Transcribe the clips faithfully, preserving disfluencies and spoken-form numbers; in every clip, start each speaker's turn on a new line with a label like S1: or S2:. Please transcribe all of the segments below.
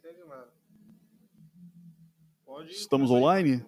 S1: entende nada. Pode
S2: Estamos online?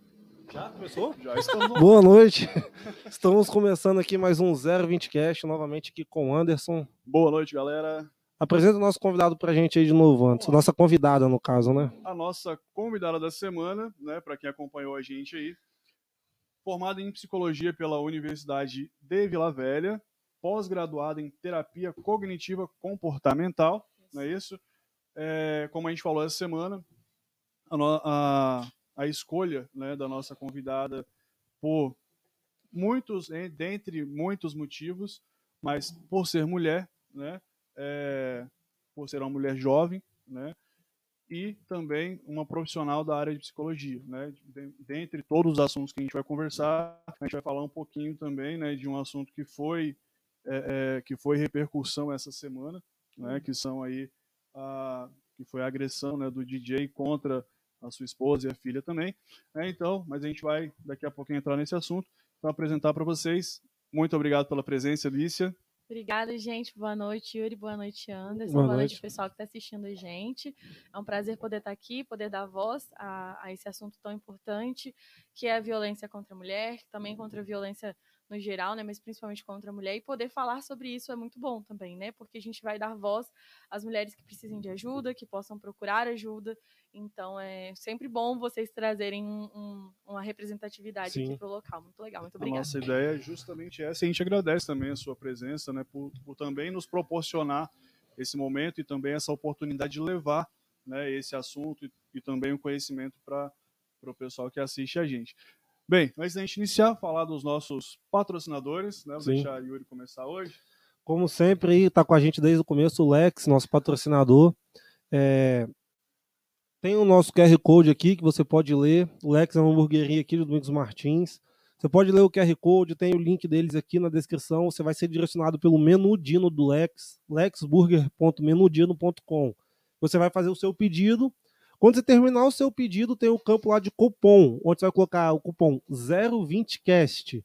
S1: Já começou?
S2: Já estamos online.
S1: Boa noite. Estamos começando aqui mais um zero vinte Cast, novamente aqui com o Anderson.
S2: Boa noite, galera.
S1: Apresenta o nosso convidado pra gente aí de novo, antes. Nossa convidada, no caso, né?
S2: A nossa convidada da semana, né, para quem acompanhou a gente aí, formada em psicologia pela Universidade de Vila Velha, pós-graduada em terapia cognitiva comportamental, não é isso? É, como a gente falou essa semana, a, no, a, a escolha, né, da nossa convidada por muitos, hein, dentre muitos motivos, mas por ser mulher, né, é, por ser uma mulher jovem, né, e também uma profissional da área de psicologia, né, dentre todos os assuntos que a gente vai conversar, a gente vai falar um pouquinho também, né, de um assunto que foi é, é, que foi repercussão essa semana, né, que são aí a, que foi a agressão, né, do D J contra a sua esposa e a filha também, né, então, mas a gente vai daqui a pouco entrar nesse assunto. Para apresentar para vocês. Muito obrigado pela presença, Alicia.
S3: Obrigada, gente. Boa noite, Yuri. Boa noite, Anderson.
S1: Boa,
S3: Boa
S1: noite,
S3: noite, pessoal que está assistindo a gente. É um prazer poder estar aqui, poder dar voz a, a esse assunto tão importante, que é a violência contra a mulher, também contra a violência no geral, né, mas principalmente contra a mulher, e poder falar sobre isso é muito bom também, né, porque a gente vai dar voz às mulheres que precisem de ajuda, que possam procurar ajuda. Então é sempre bom vocês trazerem um, um, uma representatividade Sim. aqui para o local. Muito legal, muito obrigada.
S2: A nossa ideia é justamente essa, e a gente agradece também a sua presença, né, por, por também nos proporcionar esse momento e também essa oportunidade de levar, né, esse assunto e, e também o conhecimento para o pessoal que assiste a gente. Bem, antes da gente iniciar, falar dos nossos patrocinadores, né? Vou Sim. deixar a Yuri começar hoje.
S1: Como sempre, aí está com a gente desde o começo o Lex, nosso patrocinador. É... Tem o nosso Q R Code aqui que você pode ler. O Lex é uma hamburgueria aqui do Domingos Martins. Você pode ler o Q R Code, tem o link deles aqui na descrição. Você vai ser direcionado pelo Menudino do Lex, lexburger ponto menudino ponto com. Você vai fazer o seu pedido. Quando você terminar o seu pedido, tem o campo lá de cupom, onde você vai colocar o cupom zero vinte cast,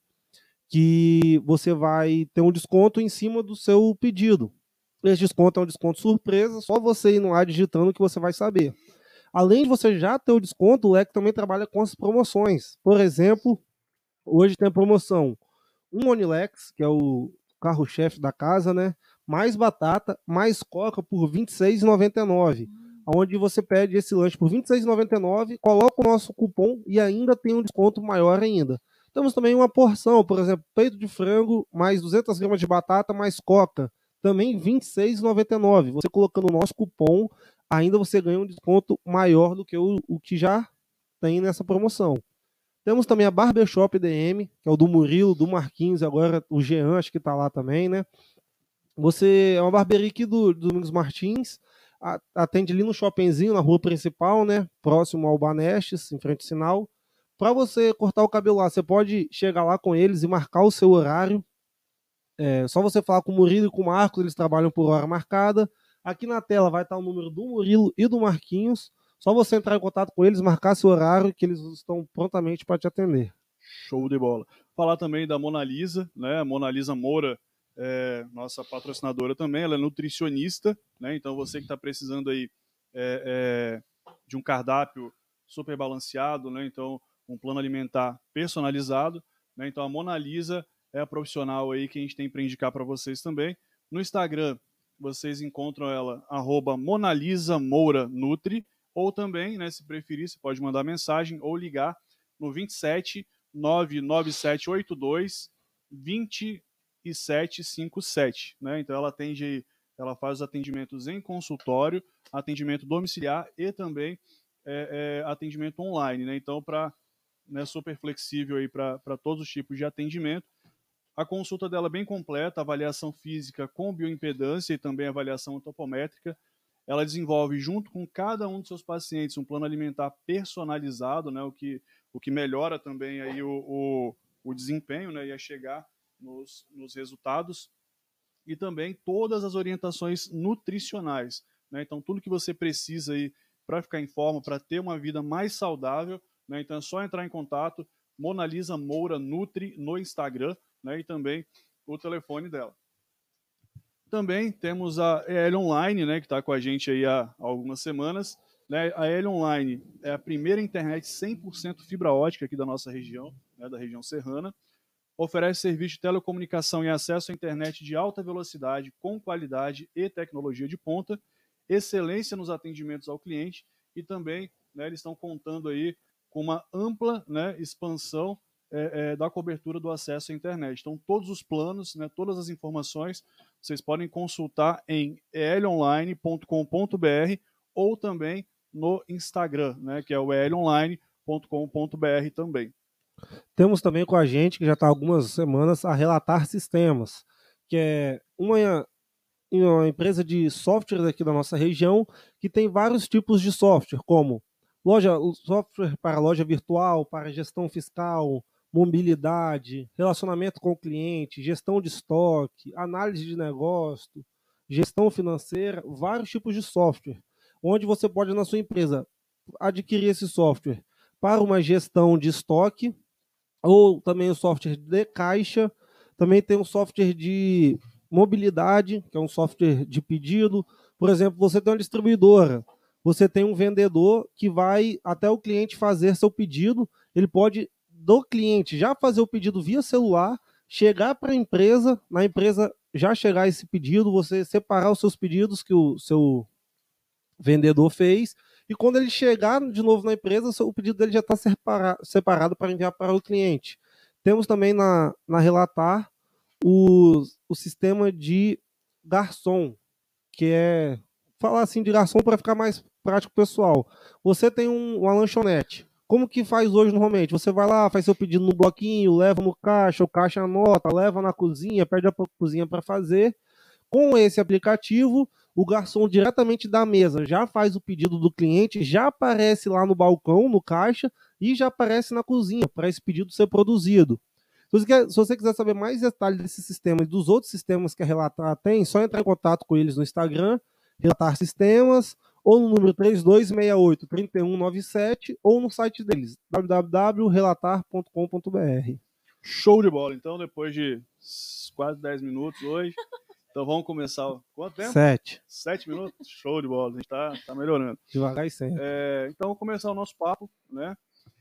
S1: que você vai ter um desconto em cima do seu pedido. Esse desconto é um desconto surpresa, só você ir no ar digitando que você vai saber. Além de você já ter o desconto, o Leque também trabalha com as promoções. Por exemplo, hoje tem a promoção um Onilex, que é o carro-chefe da casa, né? Mais batata, mais coca por vinte e seis reais e noventa e nove centavos. Onde você pede esse lanche por vinte e seis reais e noventa e nove centavos, coloca o nosso cupom e ainda tem um desconto maior ainda. Temos também uma porção, por exemplo, peito de frango, mais duzentas gramas de batata, mais coca, também vinte e seis reais e noventa e nove centavos. Você colocando o nosso cupom, ainda você ganha um desconto maior do que o, o que já tem nessa promoção. Temos também a Barbershop D M, que é o do Murilo, do Marquinhos, agora o Jean, acho que está lá também, né? Você é uma barbearia aqui do, do Domingos Martins, atende ali no shoppingzinho, na rua principal, né? Próximo ao Banestes, em frente ao sinal. Para você cortar o cabelo lá, você pode chegar lá com eles e marcar o seu horário. É só você falar com o Murilo e com o Marcos, eles trabalham por hora marcada. Aqui na tela vai estar o número do Murilo e do Marquinhos. Só você entrar em contato com eles, marcar seu horário, que eles estão prontamente para te atender.
S2: Show de bola. Falar também da Mona Lisa, né? A Mona Lisa Moura, é nossa patrocinadora também, ela é nutricionista, né? Então você que está precisando aí é, é, de um cardápio super balanceado, né? Então um plano alimentar personalizado, né? Então a Mona Lisa é a profissional aí que a gente tem para indicar para vocês também. No Instagram vocês encontram ela arroba Monalisa Moura Nutri, ou também, né, se preferir, você pode mandar mensagem ou ligar no vinte e sete, nove nove sete oito dois, vinte e sete cinquenta e sete, né? Então ela atende, ela faz os atendimentos em consultório, atendimento domiciliar e também é, é, atendimento online, né? Então para, né, super flexível aí para todos os tipos de atendimento. A consulta dela é bem completa, avaliação física com bioimpedância e também avaliação antropométrica. Ela desenvolve, junto com cada um dos seus pacientes, um plano alimentar personalizado, né, o, que, o que melhora também aí o, o, o desempenho, né, e a chegar nos, nos resultados. E também todas as orientações nutricionais, né, então tudo que você precisa para ficar em forma, para ter uma vida mais saudável, né, então é só entrar em contato, Monalisa Moura Nutri no Instagram, né, e também o telefone dela. Também temos a E L Online, né, que está com a gente aí há algumas semanas. Né? A E L Online é a primeira internet cem por cento fibra ótica aqui da nossa região, né, da região serrana. Oferece serviço de telecomunicação e acesso à internet de alta velocidade, com qualidade e tecnologia de ponta, excelência nos atendimentos ao cliente e também, né, eles estão contando aí com uma ampla, né, expansão é, é, da cobertura do acesso à internet. Então, todos os planos, né, todas as informações, vocês podem consultar em e l online ponto com ponto b r ou também no Instagram, né, que é o e l online ponto com ponto b r também.
S1: Temos também com a gente, que já está há algumas semanas, a Relatar Sistemas, que é uma, uma empresa de software aqui da nossa região, que tem vários tipos de software, como loja, software para loja virtual, para gestão fiscal, mobilidade, relacionamento com o cliente, gestão de estoque, análise de negócio, gestão financeira, vários tipos de software, onde você pode, na sua empresa, adquirir esse software para uma gestão de estoque, ou também o software de caixa, também tem um software de mobilidade, que é um software de pedido. Por exemplo, você tem uma distribuidora, você tem um vendedor que vai até o cliente fazer seu pedido, ele pode, do cliente, já fazer o pedido via celular, chegar para a empresa, na empresa já chegar esse pedido, você separar os seus pedidos que o seu vendedor fez, e quando ele chegar de novo na empresa, o pedido dele já está separado para enviar para o cliente. Temos também na, na Relatar o, o sistema de garçom, que é, falar assim de garçom para ficar mais prático pessoal. Você tem um, uma lanchonete. Como que faz hoje normalmente? Você vai lá, faz seu pedido no bloquinho, leva no caixa, o caixa anota, leva na cozinha, pede a cozinha para fazer. Com esse aplicativo, o garçom diretamente da mesa já faz o pedido do cliente, já aparece lá no balcão, no caixa, e já aparece na cozinha para esse pedido ser produzido. Se você, quer, se você quiser saber mais detalhes desse sistema e dos outros sistemas que a Relatar tem, é só entrar em contato com eles no Instagram, Relatar Sistemas, ou no número três dois seis oito, três um nove sete, ou no site deles, w w w ponto relatar ponto com ponto b r.
S2: Show de bola. Então, depois de quase dez minutos hoje, então vamos começar. Quanto tempo?
S1: Sete.
S2: Sete minutos? Show de bola. A gente tá, tá melhorando.
S1: Devagar e sempre.
S2: É, então, vamos começar o nosso papo, né?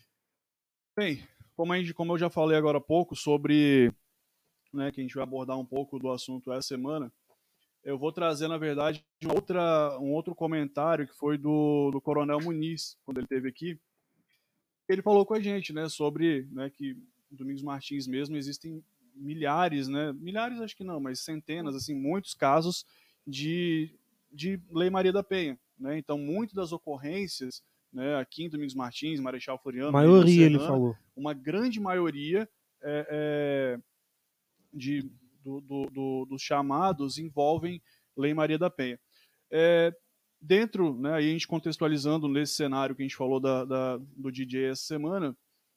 S2: Bem, como, a gente, como eu já falei agora há pouco sobre, né, que a gente vai abordar um pouco do assunto essa semana, eu vou trazer, na verdade, outra, um outro comentário que foi do, do Coronel Muniz, quando ele esteve aqui. Ele falou com a gente, né, sobre, né, que Domingos Martins mesmo existem milhares, né, milhares acho que não, mas centenas, assim, muitos casos de, de Lei Maria da Penha, né, então muitas das ocorrências, né, aqui em Domingos Martins, Marechal Floriano,
S1: maioria
S2: Serrana,
S1: ele falou,
S2: uma grande maioria é, é, de, do, do, do, dos chamados envolvem Lei Maria da Penha. É, dentro, né, aí a gente contextualizando nesse cenário que a gente falou da, da, do D J essa semana,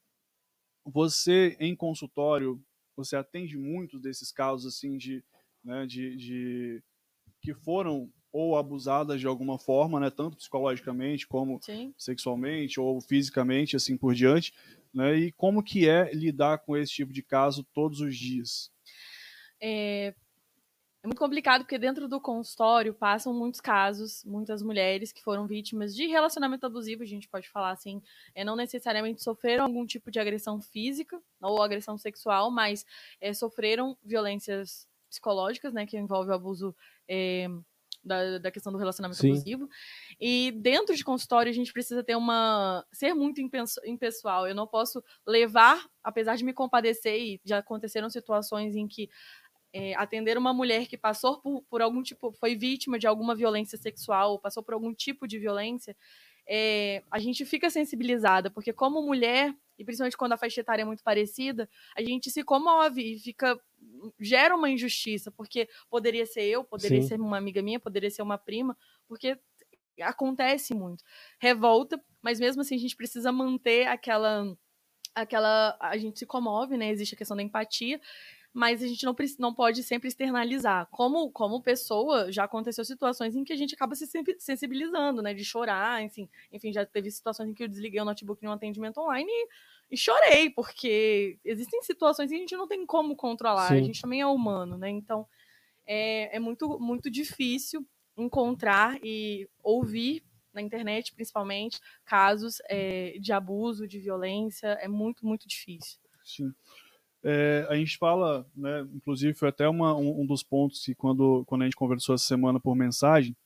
S2: você em consultório, você atende muitos desses casos assim de, né, de, de que foram ou abusadas de alguma forma, né, tanto psicologicamente como Sim. sexualmente ou fisicamente, assim por diante, né, e como que é lidar com esse tipo de caso todos os dias?
S3: É, é muito complicado porque dentro do consultório passam muitos casos, muitas mulheres que foram vítimas de relacionamento abusivo, a gente pode falar assim, é, não necessariamente sofreram algum tipo de agressão física ou agressão sexual, mas é, sofreram violências psicológicas, né, que envolve o abuso é, da, da questão do relacionamento Sim. abusivo. E dentro de consultório a gente precisa ter uma... ser muito impessoal. Eu não posso levar, apesar de me compadecer, e já aconteceram situações em que É, atender uma mulher que passou por, por algum tipo, foi vítima de alguma violência sexual, ou passou por algum tipo de violência, é, a gente fica sensibilizada, porque como mulher, e principalmente quando a faixa etária é muito parecida, a gente se comove e fica, gera uma injustiça, porque poderia ser eu, poderia Sim. ser uma amiga minha, poderia ser uma prima, porque acontece muito. Revolta, mas mesmo assim a gente precisa manter aquela... aquela a gente se comove, né? Existe a questão da empatia, mas a gente não, não pode sempre externalizar. Como, como pessoa, já aconteceu situações em que a gente acaba se sensibilizando, né? De chorar, enfim. Enfim, já teve situações em que eu desliguei o notebook em um atendimento online e, e chorei, porque existem situações que a gente não tem como controlar. Sim. A gente também é humano, né? Então, é, é muito, muito difícil encontrar e ouvir na internet, principalmente, casos é, de abuso, de violência. É muito, muito difícil.
S2: Sim. É, a gente fala, né, inclusive foi até uma, um, um dos pontos que quando, quando a gente conversou essa semana por mensagem,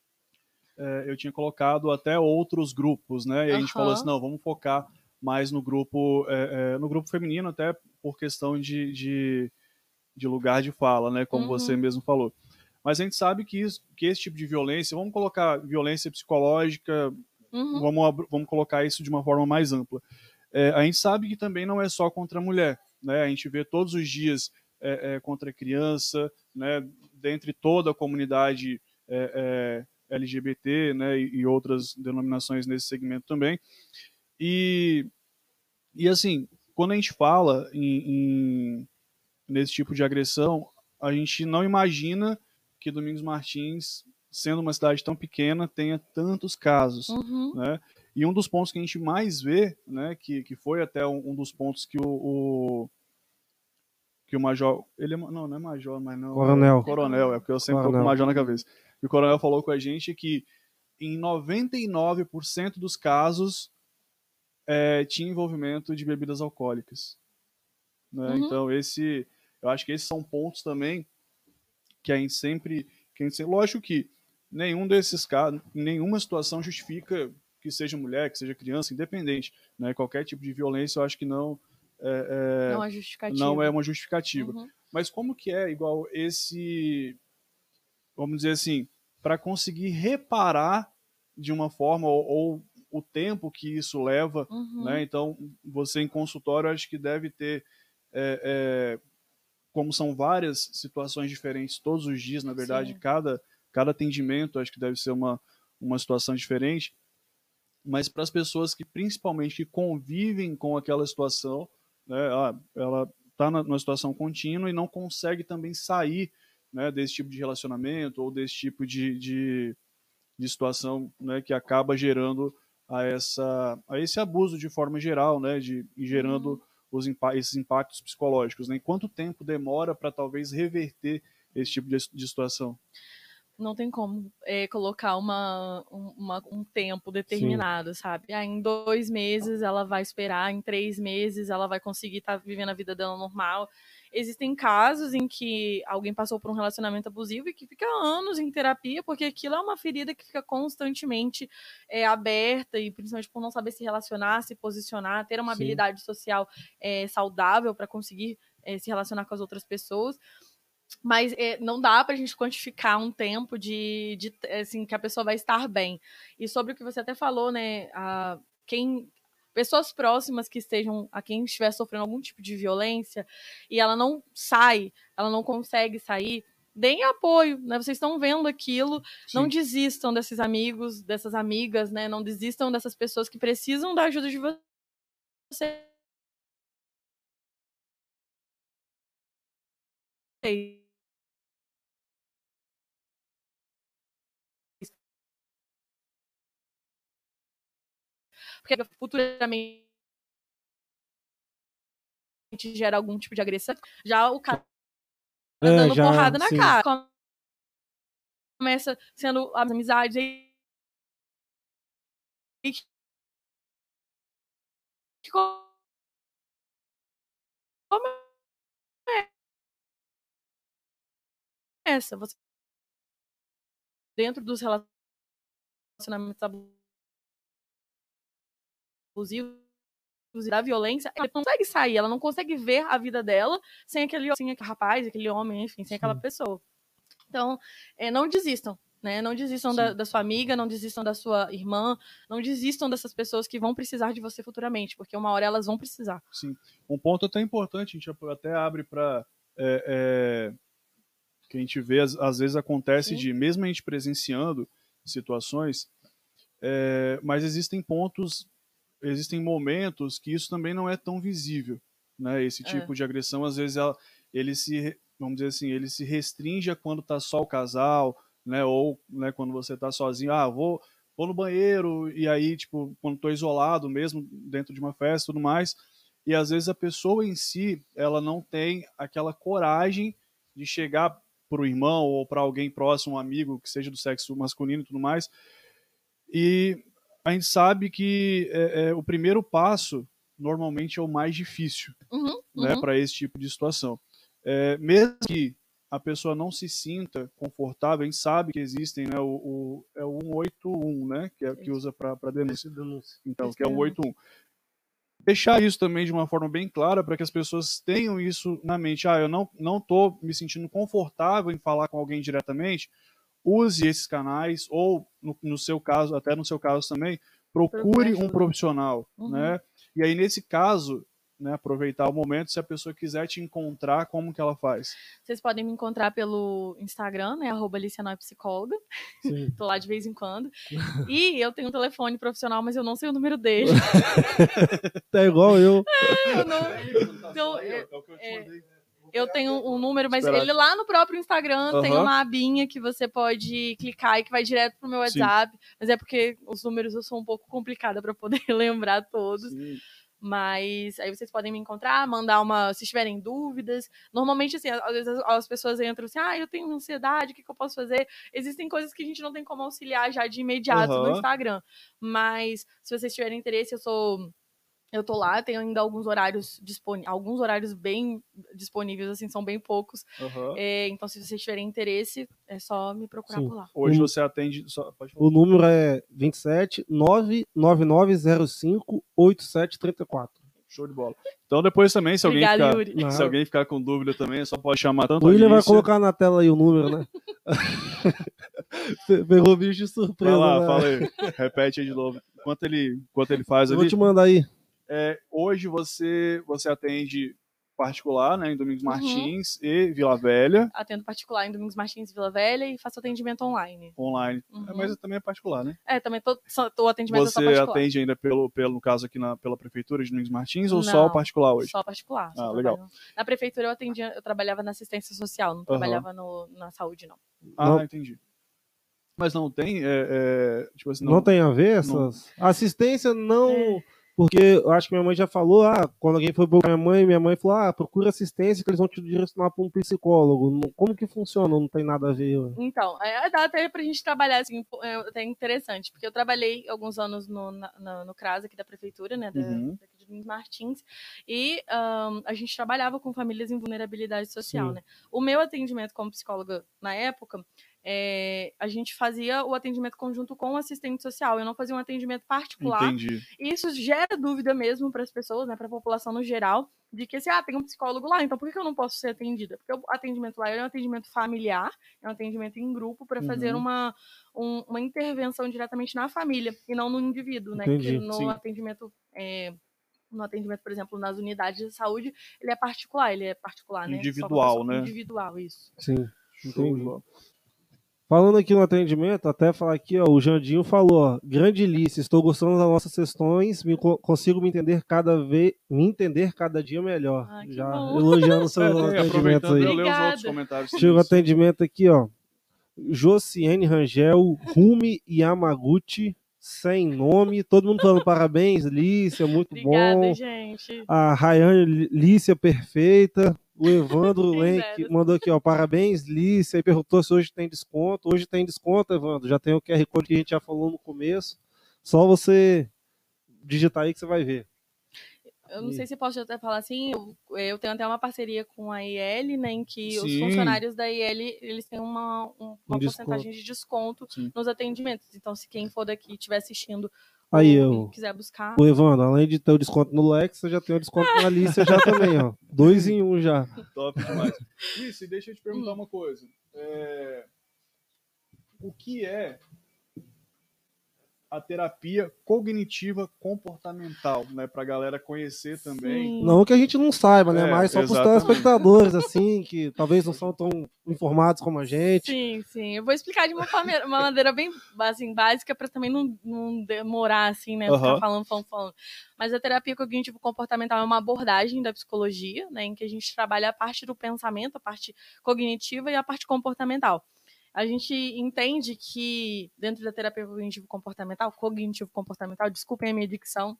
S2: é, eu tinha colocado até outros grupos, né, e a gente falou assim,
S3: Aham.
S2: não, vamos focar mais no grupo, é, é, no grupo feminino, até por questão de, de, de lugar de fala, né, como você
S3: Uhum.
S2: mesmo falou. Mas a gente sabe que, isso, que esse tipo de violência, vamos colocar violência psicológica,
S3: Uhum.
S2: vamos, ab- vamos colocar isso de uma forma mais ampla. É, a gente sabe que também não é só contra a mulher, né? A gente vê todos os dias é, é, contra a criança, né? Dentre toda a comunidade é, é, L G B T, né? E, e outras denominações nesse segmento também. E, e assim, quando a gente fala em, em, nesse tipo de agressão, a gente não imagina que Domingos Martins, sendo uma cidade tão pequena, tenha tantos casos,
S3: Uhum.
S2: né? E um dos pontos que a gente mais vê, né, que, que foi até um, um dos pontos que o, o que o major, ele é, não, não é major, mas não, é
S1: Coronel.
S2: coronel, é porque eu sempre tô com o
S1: Coronel.
S2: major na cabeça. E o coronel falou com a gente que em noventa e nove por cento dos casos é, tinha envolvimento de bebidas alcoólicas, né?
S3: Uhum.
S2: Então esse, eu acho que esses são pontos também que a gente sempre, que a gente sempre, lógico que nenhum desses casos, nenhuma situação justifica que seja mulher, que seja criança, independente, né? Qualquer tipo de violência, eu acho que não é,
S3: Não é
S2: é,
S3: justificativa.
S2: não é uma justificativa.
S3: Uhum.
S2: Mas como que é igual esse, vamos dizer assim, para conseguir reparar de uma forma ou, ou o tempo que isso leva,
S3: Uhum.
S2: né? Então você em consultório acho que deve ter é, é, como são várias situações diferentes todos os dias, na verdade,
S3: Sim.
S2: cada, cada atendimento acho que deve ser uma, uma situação diferente, mas para as pessoas que principalmente que convivem com aquela situação, né, ah, ela está numa situação contínua e não consegue também sair, né, desse tipo de relacionamento ou desse tipo de, de, de situação, né, que acaba gerando a, essa, a esse abuso de forma geral, né, de, e gerando
S3: Uhum.
S2: os impa esses impactos psicológicos. Né? Em quanto tempo demora para talvez reverter esse tipo de, de situação?
S3: Não tem como é, colocar uma, uma, um tempo determinado, Sim. sabe? Ah, em dois meses ela vai esperar, em três meses ela vai conseguir estar tá vivendo a vida dela normal. Existem casos em que alguém passou por um relacionamento abusivo e que fica anos em terapia, porque aquilo é uma ferida que fica constantemente é, aberta, e principalmente por não saber se relacionar, se posicionar, ter uma Sim. habilidade social é, saudável para conseguir é, se relacionar com as outras pessoas. Mas é, não dá pra gente quantificar um tempo de, de assim, que a pessoa vai estar bem. E sobre o que você até falou, né, a, quem, pessoas próximas que estejam, a quem estiver sofrendo algum tipo de violência e ela não sai, ela não consegue sair, deem apoio, né? Vocês estão vendo aquilo, Sim. não desistam desses amigos, dessas amigas, né? Não desistam dessas pessoas que precisam da ajuda de vocês. Porque futuramente gera algum tipo de agressão, já o cara é, dando já, porrada na sim. cara. Começa sendo as amizades e que começa você dentro dos relacionamentos abusivos e da violência, ela não consegue sair, ela não consegue ver a vida dela sem aquele, sem aquele rapaz, aquele homem, enfim, sem Sim. aquela pessoa. Então, é, não desistam, né? Não desistam da, da sua amiga, não desistam da sua irmã, não desistam dessas pessoas que vão precisar de você futuramente, porque uma hora elas vão precisar.
S2: Sim. Um ponto até importante, a gente até abre para é, é, que a gente vê, às, às vezes acontece Sim. de, mesmo a gente presenciando situações, é, mas existem pontos, existem momentos que isso também não é tão visível, né? Esse tipo é. de agressão, às vezes, ela, ele se, vamos dizer assim, ele se restringe a quando tá só o casal, né? Ou, né, quando você tá sozinho, ah, vou, vou no banheiro, e aí, tipo, quando tô isolado mesmo, dentro de uma festa e tudo mais, e às vezes a pessoa em si, ela não tem aquela coragem de chegar para o irmão ou para alguém próximo, um amigo que seja do sexo masculino e tudo mais. E a gente sabe que é, é, o primeiro passo normalmente é o mais difícil,
S3: Uhum,
S2: né,
S3: uhum.
S2: para esse tipo de situação. É, mesmo que a pessoa não se sinta confortável, a gente sabe que existem, né, o, o, é o cento e oitenta e um, né, que, é, que usa para denúncia. Então, que é o cento e oitenta e um. Deixar isso também de uma forma bem clara para que as pessoas tenham isso na mente. Ah, eu não não estou me sentindo confortável em falar com alguém diretamente. Use esses canais, ou no, no seu caso, até no seu caso também, procure um profissional, uhum. né? E aí, nesse caso, né, aproveitar o momento, se a pessoa quiser te encontrar, como que ela faz?
S3: Vocês podem me encontrar pelo Instagram, né, arroba Alicia Psicóloga. Tô lá de vez em quando. E eu tenho um telefone profissional, mas eu não sei o número dele.
S1: Tá igual eu.
S3: É, eu não... Então, é, é, eu tenho um número, mas ele lá no próprio Instagram uhum. tem uma abinha que você pode clicar e que vai direto pro meu WhatsApp. Sim. Mas é porque os números eu sou um pouco complicada para poder lembrar todos. Sim. Mas aí vocês podem me encontrar, mandar uma... Se tiverem dúvidas. Normalmente, assim, às vezes as pessoas entram assim, ah, eu tenho ansiedade, o que, que eu posso fazer? Existem coisas que a gente não tem como auxiliar já de imediato uhum. no Instagram. Mas se vocês tiverem interesse, eu sou... Eu tô lá, tenho ainda alguns horários disponíveis, alguns horários bem disponíveis, assim, são bem poucos. Uhum. É, então, se vocês tiverem interesse, é só me procurar Sim. por lá.
S2: Hoje o... você atende... Só... Pode falar.
S1: O número é vinte e sete, nove nove nove zero cinco, oito sete três quatro.
S2: Show de bola. Então, depois também, se alguém, Obrigada, ficar, se alguém ficar com dúvida também, só pode chamar tanto
S1: o
S2: a
S1: William
S2: Alicia...
S1: vai colocar na tela aí o número, né? Pegou o bicho de surpresa.
S2: Vai lá,
S1: né?
S2: fala aí. Repete aí de novo. Quanto ele, quanto ele faz
S1: Eu
S2: ali?
S1: Vou te mandar aí.
S2: É, hoje você, você atende particular, né, em Domingos uhum. Martins e Vila Velha.
S3: Atendo particular em Domingos Martins e Vila Velha e faço atendimento online.
S2: Online. Uhum. É, mas também é particular, né?
S3: É, também tô, tô atendimento
S2: você
S3: só particular.
S2: Você atende ainda pelo, pelo no caso aqui na, pela prefeitura de Domingos Martins ou não, só particular hoje?
S3: Só particular.
S2: Ah,
S3: só
S2: legal.
S3: Na prefeitura eu atendia, eu trabalhava na assistência social, não uhum. trabalhava no, na saúde, não.
S2: Ah, não. entendi. Mas não tem, é, é, tipo assim,
S1: não, não tem a ver essas? Não... Assistência não... É. Porque eu acho que minha mãe já falou, ah, quando alguém foi pra minha mãe, minha mãe falou, ah, procura assistência que eles vão te direcionar para um psicólogo. Como que funciona? Não tem nada a ver.
S3: Então, é, dá até pra gente trabalhar, assim, é até interessante, porque eu trabalhei alguns anos no, na, no CRAS aqui da prefeitura, né, da, uhum. daqui de Domingos Martins, e um, a gente trabalhava com famílias em vulnerabilidade social, Sim. né. O meu atendimento como psicóloga na época, É, a gente fazia o atendimento conjunto com o assistente social. Eu não fazia um atendimento particular.
S2: Entendi.
S3: E isso gera dúvida mesmo para as pessoas, né, para a população no geral, de que assim, ah, tem um psicólogo lá, então por que eu não posso ser atendida? Porque o atendimento lá é um atendimento familiar, é um atendimento em grupo para uhum. fazer uma, um, uma intervenção diretamente na família e não no indivíduo, né?
S1: Entendi.
S3: Que no
S2: Sim.
S3: atendimento... É, no atendimento, por exemplo, nas unidades de saúde, ele é particular, ele é particular, né?
S2: Individual, né?
S3: Individual, isso.
S1: Sim, entendi. Falando aqui no atendimento, até falar aqui, ó, o Jandinho falou, ó, grande Lícia, estou gostando das nossas sessões, me, consigo me entender cada vez, me entender cada dia melhor.
S3: Ah,
S1: Já
S3: bom.
S1: elogiando os seus
S2: é,
S1: atendimentos aí.
S2: Eu leio os outros comentários.
S1: Chega o atendimento aqui, ó, Josiane Rangel, Rumi Yamaguchi, sem nome, todo mundo falando parabéns, Lícia, muito
S3: Obrigada,
S1: bom.
S3: Gente.
S1: A Rayane, Lícia, perfeita. O Evandro Lenk mandou aqui, ó, parabéns, Lícia, e perguntou se hoje tem desconto. Hoje tem desconto, Evandro, já tem o Q R Code que a gente já falou no começo. Só você digitar aí que você vai ver.
S3: Eu não e... sei se posso até falar assim, eu, eu tenho até uma parceria com a I L, né, em que
S2: Sim.
S3: os funcionários da I L, eles têm uma, um, uma um porcentagem de desconto Sim. nos atendimentos. Então, se quem for daqui estiver assistindo
S1: aí,
S3: eu, quiser buscar...
S1: O Evandro, além de ter o desconto no Lex, você já tem o desconto na Alicia já também, ó. Dois em um já.
S2: Top demais. Isso, e deixa eu te perguntar hum. uma coisa. É... O que é a terapia cognitiva comportamental, né, pra galera conhecer também.
S3: Sim.
S1: Não que a gente não saiba, né,
S2: é,
S1: mas só pros telespectadores, assim, que talvez não são tão informados como a gente.
S3: Sim, sim. Eu vou explicar de uma, forma, uma maneira bem assim, básica pra também não, não demorar, assim, né, ficar uhum. falando, falando, falando. Mas a terapia cognitivo comportamental é uma abordagem da psicologia, né, em que a gente trabalha a parte do pensamento, a parte cognitiva e a parte comportamental. A gente entende que, dentro da terapia cognitivo-comportamental, cognitivo-comportamental, desculpem a minha dicção,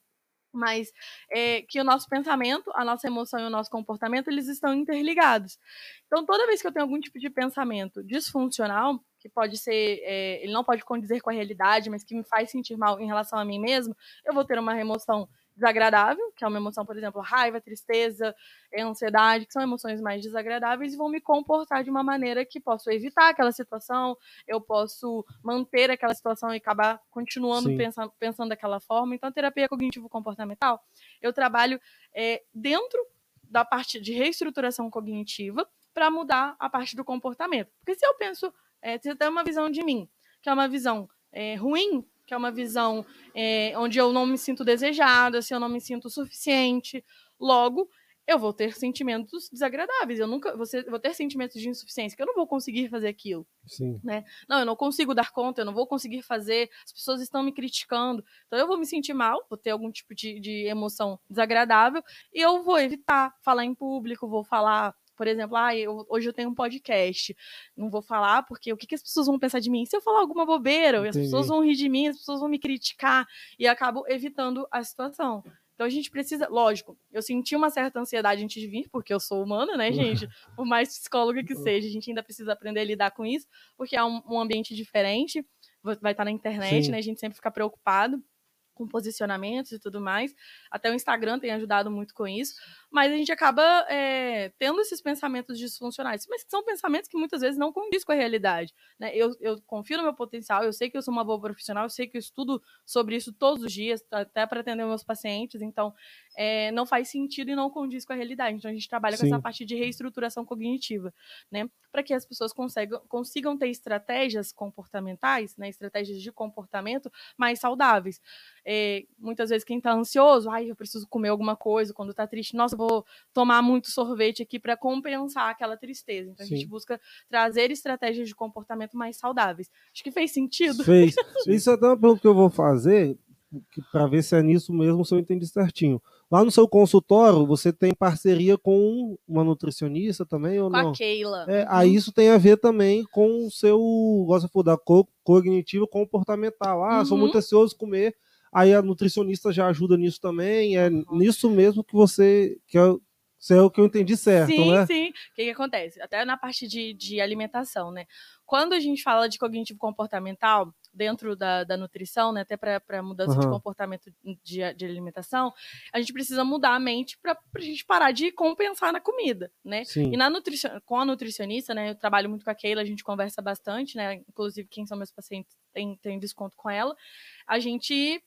S3: mas é, que o nosso pensamento, a nossa emoção e o nosso comportamento, eles estão interligados. Então, toda vez que eu tenho algum tipo de pensamento disfuncional, que pode ser, é, ele não pode condizer com a realidade, mas que me faz sentir mal em relação a mim mesmo, eu vou ter uma emoção desagradável, que é uma emoção, por exemplo, raiva, tristeza, ansiedade, que são emoções mais desagradáveis, e vão me comportar de uma maneira que posso evitar aquela situação, eu posso manter aquela situação e acabar continuando pensando, pensando daquela forma. Então, a terapia cognitivo-comportamental, eu trabalho é, dentro da parte de reestruturação cognitiva para mudar a parte do comportamento. Porque se eu penso, é, se eu tenho uma visão de mim, que é uma visão é, ruim, que é uma visão é, onde eu não me sinto desejada, se eu não me sinto suficiente, logo eu vou ter sentimentos desagradáveis, eu nunca vou, ser, vou ter sentimentos de insuficiência, que eu não vou conseguir fazer aquilo.
S1: Sim.
S3: Né? Não, eu não consigo dar conta, eu não vou conseguir fazer, as pessoas estão me criticando, então eu vou me sentir mal, vou ter algum tipo de, de emoção desagradável, e eu vou evitar falar em público, vou falar... Por exemplo, ah, eu, hoje eu tenho um podcast. Não vou falar porque o que, que as pessoas vão pensar de mim? Se eu falar alguma bobeira, Entendi. As pessoas vão rir de mim, as pessoas vão me criticar e acabo evitando a situação. Então a gente precisa, lógico, eu senti uma certa ansiedade antes de vir, porque eu sou humana, né, gente? Por mais psicóloga que seja, a gente ainda precisa aprender a lidar com isso, porque é um, um ambiente diferente, vai estar na internet, Sim. né? A gente sempre fica preocupado com posicionamentos e tudo mais. Até o Instagram tem ajudado muito com isso. Mas a gente acaba é, tendo esses pensamentos disfuncionais. Mas são pensamentos que muitas vezes não condizem com a realidade. Né? Eu, eu confio no meu potencial, eu sei que eu sou uma boa profissional, eu sei que eu estudo sobre isso todos os dias, até para atender meus pacientes. Então, é, não faz sentido e não condiz com a realidade. Então, a gente trabalha Sim. com essa parte de reestruturação cognitiva, né? Para que as pessoas consigam, consigam ter estratégias comportamentais, né? Estratégias de comportamento mais saudáveis. É, muitas vezes quem está ansioso, ai, eu preciso comer alguma coisa, quando está triste, nossa, eu vou tomar muito sorvete aqui para compensar aquela tristeza. Então Sim. a gente busca trazer estratégias de comportamento mais saudáveis. Acho que fez sentido.
S1: Fez. Isso é até uma pergunta que eu vou fazer, para ver se é nisso mesmo, se eu entendi certinho. Lá no seu consultório, você tem parceria com uma nutricionista também ou
S3: com
S1: não?
S3: Com a Keila.
S1: É, uhum. Aí isso tem a ver também com o seu, gosta de falar, co cognitivo comportamental. Ah, uhum. sou muito ansioso comer. Aí a nutricionista já ajuda nisso também. É uhum. nisso mesmo que você... Que é, isso é o que eu entendi certo,
S3: sim,
S1: né?
S3: Sim, sim. O que, que acontece? Até na parte de, de alimentação, né? Quando a gente fala de cognitivo comportamental, dentro da, da nutrição, né? Até para mudança uhum. de comportamento de, de alimentação, a gente precisa mudar a mente para a gente parar de compensar na comida, né? Sim. E na nutricio, com a nutricionista, né? Eu trabalho muito com a Keila, a gente conversa bastante, né? Inclusive, quem são meus pacientes tem, tem desconto com ela. A gente...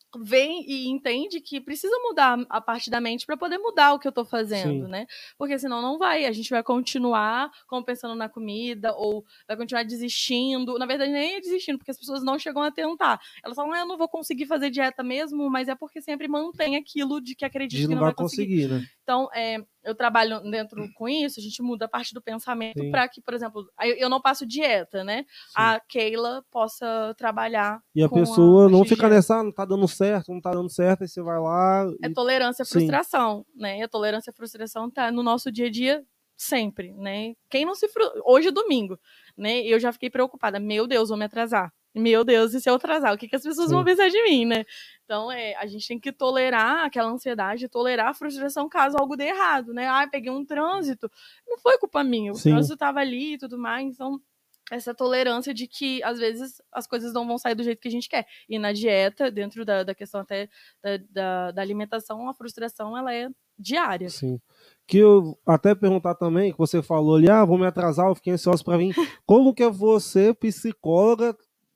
S3: vem e entende que precisa mudar a parte da mente para poder mudar o que eu tô fazendo, Sim. né? Porque senão não vai, a gente vai continuar compensando na comida ou vai continuar desistindo. Na verdade, nem é desistindo, porque as pessoas não chegam a tentar. Elas falam, ah, eu não vou conseguir fazer dieta mesmo, mas é porque sempre mantém aquilo de que acredita de que não, não vai conseguir. conseguir né? Então, é, eu trabalho dentro com isso, a gente muda a parte do pensamento para que, por exemplo, eu não passo dieta, né? Sim. A Keila possa trabalhar
S1: E a
S3: com
S1: pessoa
S3: a
S1: não fica nessa, ah, não tá dando certo, não tá dando certo, aí você vai lá...
S3: É
S1: e...
S3: tolerância à frustração, Sim. né? E a tolerância à frustração tá no nosso dia a dia sempre, né? Quem não se frustra... Hoje é domingo, né? Eu já fiquei preocupada. Meu Deus, vou me atrasar. Meu Deus, e se eu atrasar? O que, que as pessoas Sim. vão pensar de mim, né? Então, é, a gente tem que tolerar aquela ansiedade, tolerar a frustração caso algo dê errado, né? Ah, peguei um trânsito. Não foi culpa minha. O Sim. trânsito tava ali e tudo mais, então... essa tolerância de que, às vezes, as coisas não vão sair do jeito que a gente quer. E na dieta, dentro da, da questão até da, da, da alimentação, a frustração, ela é diária.
S1: Sim. Que eu até perguntar também, que você falou ali, ah, vou me atrasar, eu fiquei ansioso para vir. Como que é você, psicóloga,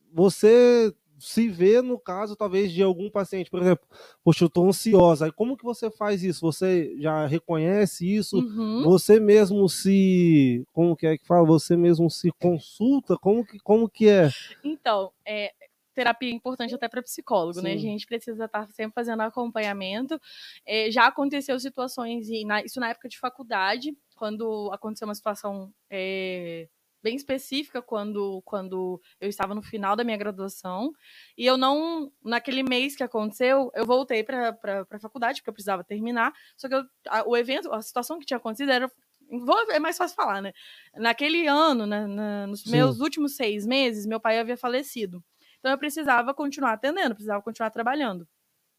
S1: você se vê no caso, talvez, de algum paciente, por exemplo, poxa, eu tô ansiosa, aí como que você faz isso? Você já reconhece isso? Uhum. Você mesmo se, como que é que fala? Você mesmo se consulta? Como que, como que é?
S3: Então, é, terapia é importante até para psicólogo, Sim. né? A gente precisa estar sempre fazendo acompanhamento. É, já aconteceu situações, e na, isso na época de faculdade, quando aconteceu uma situação... É, bem específica quando, quando eu estava no final da minha graduação, e eu não, naquele mês que aconteceu, eu voltei para a faculdade, porque eu precisava terminar, só que eu, a, o evento, a situação que tinha acontecido era, vou, é mais fácil falar, né? Naquele ano, na, na, nos Sim. meus últimos seis meses, meu pai havia falecido, então eu precisava continuar atendendo, precisava continuar trabalhando.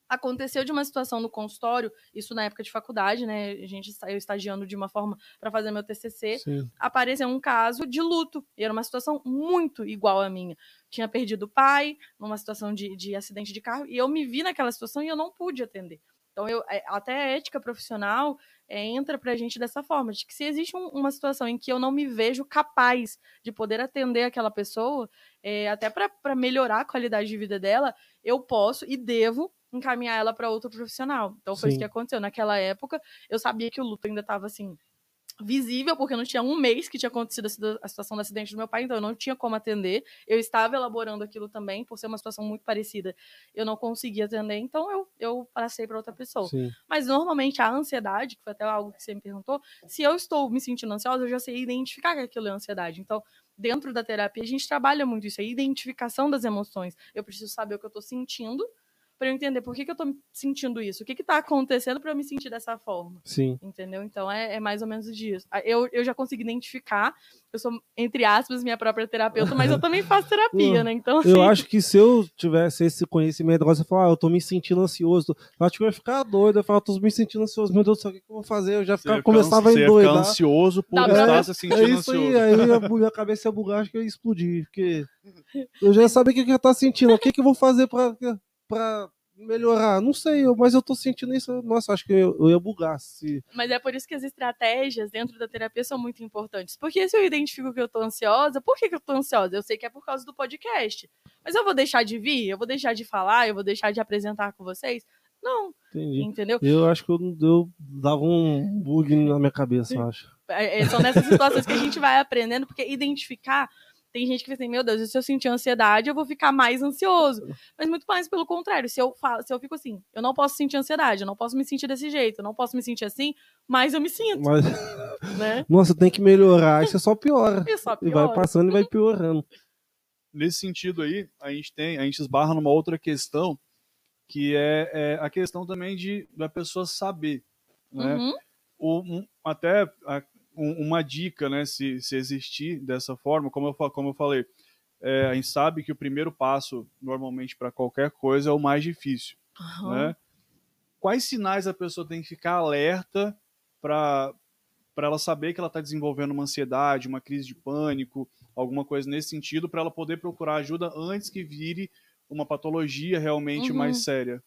S3: Aconteceu de uma situação no consultório, isso na época de faculdade, né? A gente saiu estagiando de uma forma para fazer meu T C C.
S1: Sim.
S3: Apareceu um caso de luto. E era uma situação muito igual à minha. Tinha perdido o pai numa situação de, de acidente de carro. E eu me vi naquela situação e eu não pude atender. Então, eu, até a ética profissional é, entra pra gente dessa forma, de que se existe um, uma situação em que eu não me vejo capaz de poder atender aquela pessoa, é, até para melhorar a qualidade de vida dela, eu posso e devo encaminhar ela para outro profissional. Então, foi Sim. isso que aconteceu. Naquela época, eu sabia que o luto ainda estava, assim, visível, porque não tinha um mês que tinha acontecido a situação do acidente do meu pai, então eu não tinha como atender. Eu estava elaborando aquilo também, por ser uma situação muito parecida. Eu não conseguia atender, então eu, eu passei para outra pessoa.
S1: Sim.
S3: Mas, normalmente, a ansiedade, que foi até algo que você me perguntou, se eu estou me sentindo ansiosa, eu já sei identificar que aquilo é ansiedade. Então, dentro da terapia, a gente trabalha muito isso, a identificação das emoções. Eu preciso saber o que eu estou sentindo, para eu entender por que, que eu tô sentindo isso, o que que tá acontecendo para eu me sentir dessa forma.
S1: Sim.
S3: Entendeu? Então é, é mais ou menos disso. Eu, eu já consegui identificar, eu sou, entre aspas, minha própria terapeuta, mas eu também faço terapia, né? Então, assim...
S1: Eu acho que se eu tivesse esse conhecimento, agora você falar, ah, eu tô me sentindo ansioso, eu acho que eu ia ficar doido, eu ia falar, tô me sentindo ansioso, meu Deus do céu, o que, que eu vou fazer? Eu já ficava, começava a endoidar.
S2: Você ia ficar ansioso por
S3: Dá
S2: estar
S3: pra...
S2: se sentindo
S1: é isso
S2: ansioso.
S1: Aí, aí a minha cabeça ia bugar, acho que eu ia explodir, porque eu já ia saber o que, que eu ia estar sentindo, o que, que eu vou fazer pra... pra... melhorar, não sei, mas eu tô sentindo isso, nossa, acho que eu, eu ia bugar. Se...
S3: Mas é por isso que as estratégias dentro da terapia são muito importantes, porque se eu identifico que eu tô ansiosa, por que, que eu tô ansiosa? Eu sei que é por causa do podcast, mas eu vou deixar de vir, eu vou deixar de falar, eu vou deixar de apresentar com vocês? Não.
S1: Entendi.
S3: Entendeu?
S1: Eu acho que eu, eu dava um bug na minha cabeça, eu acho.
S3: É, são nessas situações que a gente vai aprendendo, porque identificar... Tem gente que pensa assim, meu Deus, se eu sentir ansiedade, eu vou ficar mais ansioso. Mas muito mais pelo contrário, se eu, falo, se eu fico assim, eu não posso sentir ansiedade, eu não posso me sentir desse jeito, eu não posso me sentir assim, mas eu me sinto.
S1: Mas...
S3: Né?
S1: Nossa, tem que melhorar, isso só piora.
S3: Isso só piora.
S1: E vai passando e vai piorando.
S2: Nesse sentido aí, a gente tem, a gente esbarra numa outra questão, que é, é a questão também de da pessoa saber, né?
S3: Uhum.
S2: O, um, até a, um, uma dica, né, se, se existir dessa forma, como eu, como eu falei, é, a gente sabe que o primeiro passo, normalmente, para qualquer coisa, é o mais difícil.
S3: Uhum.
S2: Né? Quais sinais a pessoa tem que ficar alerta para para ela saber que ela está desenvolvendo uma ansiedade, uma crise de pânico, alguma coisa nesse sentido, para ela poder procurar ajuda antes que vire uma patologia realmente
S3: Uhum.
S2: mais séria?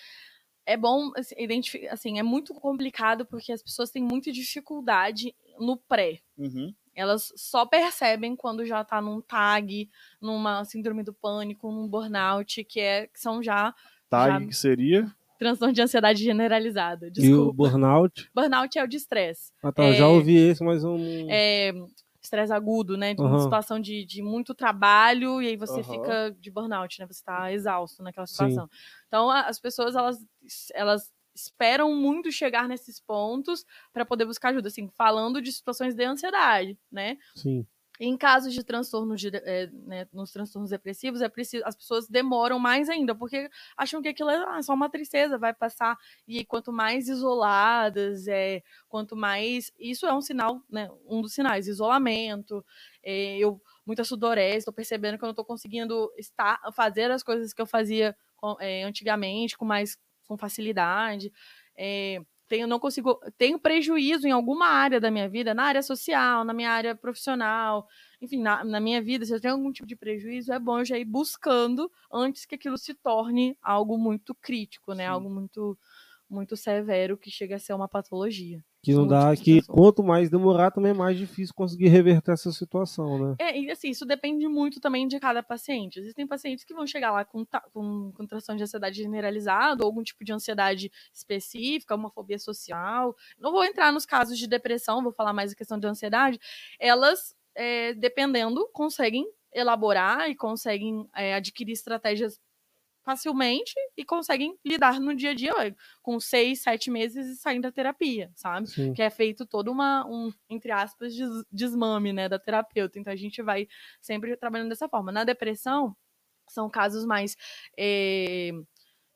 S3: É bom identificar, assim, é muito complicado porque as pessoas têm muita dificuldade no pré.
S2: Uhum.
S3: Elas só percebem quando já tá num tag, numa síndrome do pânico, num burnout, que, é, que são já...
S2: Tag
S3: já...
S2: que seria?
S3: Transtorno de ansiedade generalizada, desculpa.
S1: E o burnout?
S3: Burnout é o de estresse.
S1: Ah tá,
S3: é...
S1: já ouvi esse, mas eu não...
S3: É... Estresse agudo, né? De uma
S1: uhum.
S3: situação de, de muito trabalho e aí você
S2: uhum.
S3: fica de burnout, né? Você tá exausto naquela situação.
S1: Sim.
S3: Então, as pessoas, elas, elas esperam muito chegar nesses pontos para poder buscar ajuda, assim, falando de situações de ansiedade, né?
S1: Sim.
S3: Em casos de transtornos, de, é, né, nos transtornos depressivos, é preciso, as pessoas demoram mais ainda, porque acham que aquilo é ah, só uma tristeza, vai passar. E quanto mais isoladas, é, quanto mais... Isso é um sinal, né, um dos sinais, isolamento, é, eu, muita sudorese, estou percebendo que eu não estou conseguindo estar, fazer as coisas que eu fazia é, antigamente, com mais com facilidade, é, tenho, não consigo, tenho prejuízo em alguma área da minha vida, na área social, na minha área profissional, enfim, na, na minha vida, se eu tenho algum tipo de prejuízo, é bom eu já ir buscando antes que aquilo se torne algo muito crítico, né? Sim. Algo muito, muito severo que chega a ser uma patologia.
S1: Que não dá, que quanto mais demorar, também é mais difícil conseguir reverter essa situação, né?
S3: É, e assim, isso depende muito também de cada paciente. Existem pacientes que vão chegar lá com, com, com transtorno de ansiedade generalizado, ou algum tipo de ansiedade específica, uma fobia social. Não vou entrar nos casos de depressão, vou falar mais a questão de ansiedade. Elas, é, dependendo, conseguem elaborar e conseguem é, adquirir estratégias facilmente e conseguem lidar no dia a dia ué, com seis, sete meses e saindo da terapia, sabe?
S1: Sim.
S3: Que é feito todo uma, um, entre aspas, des, desmame, né, da terapeuta. Então, a gente vai sempre trabalhando dessa forma. Na depressão, são casos mais... É,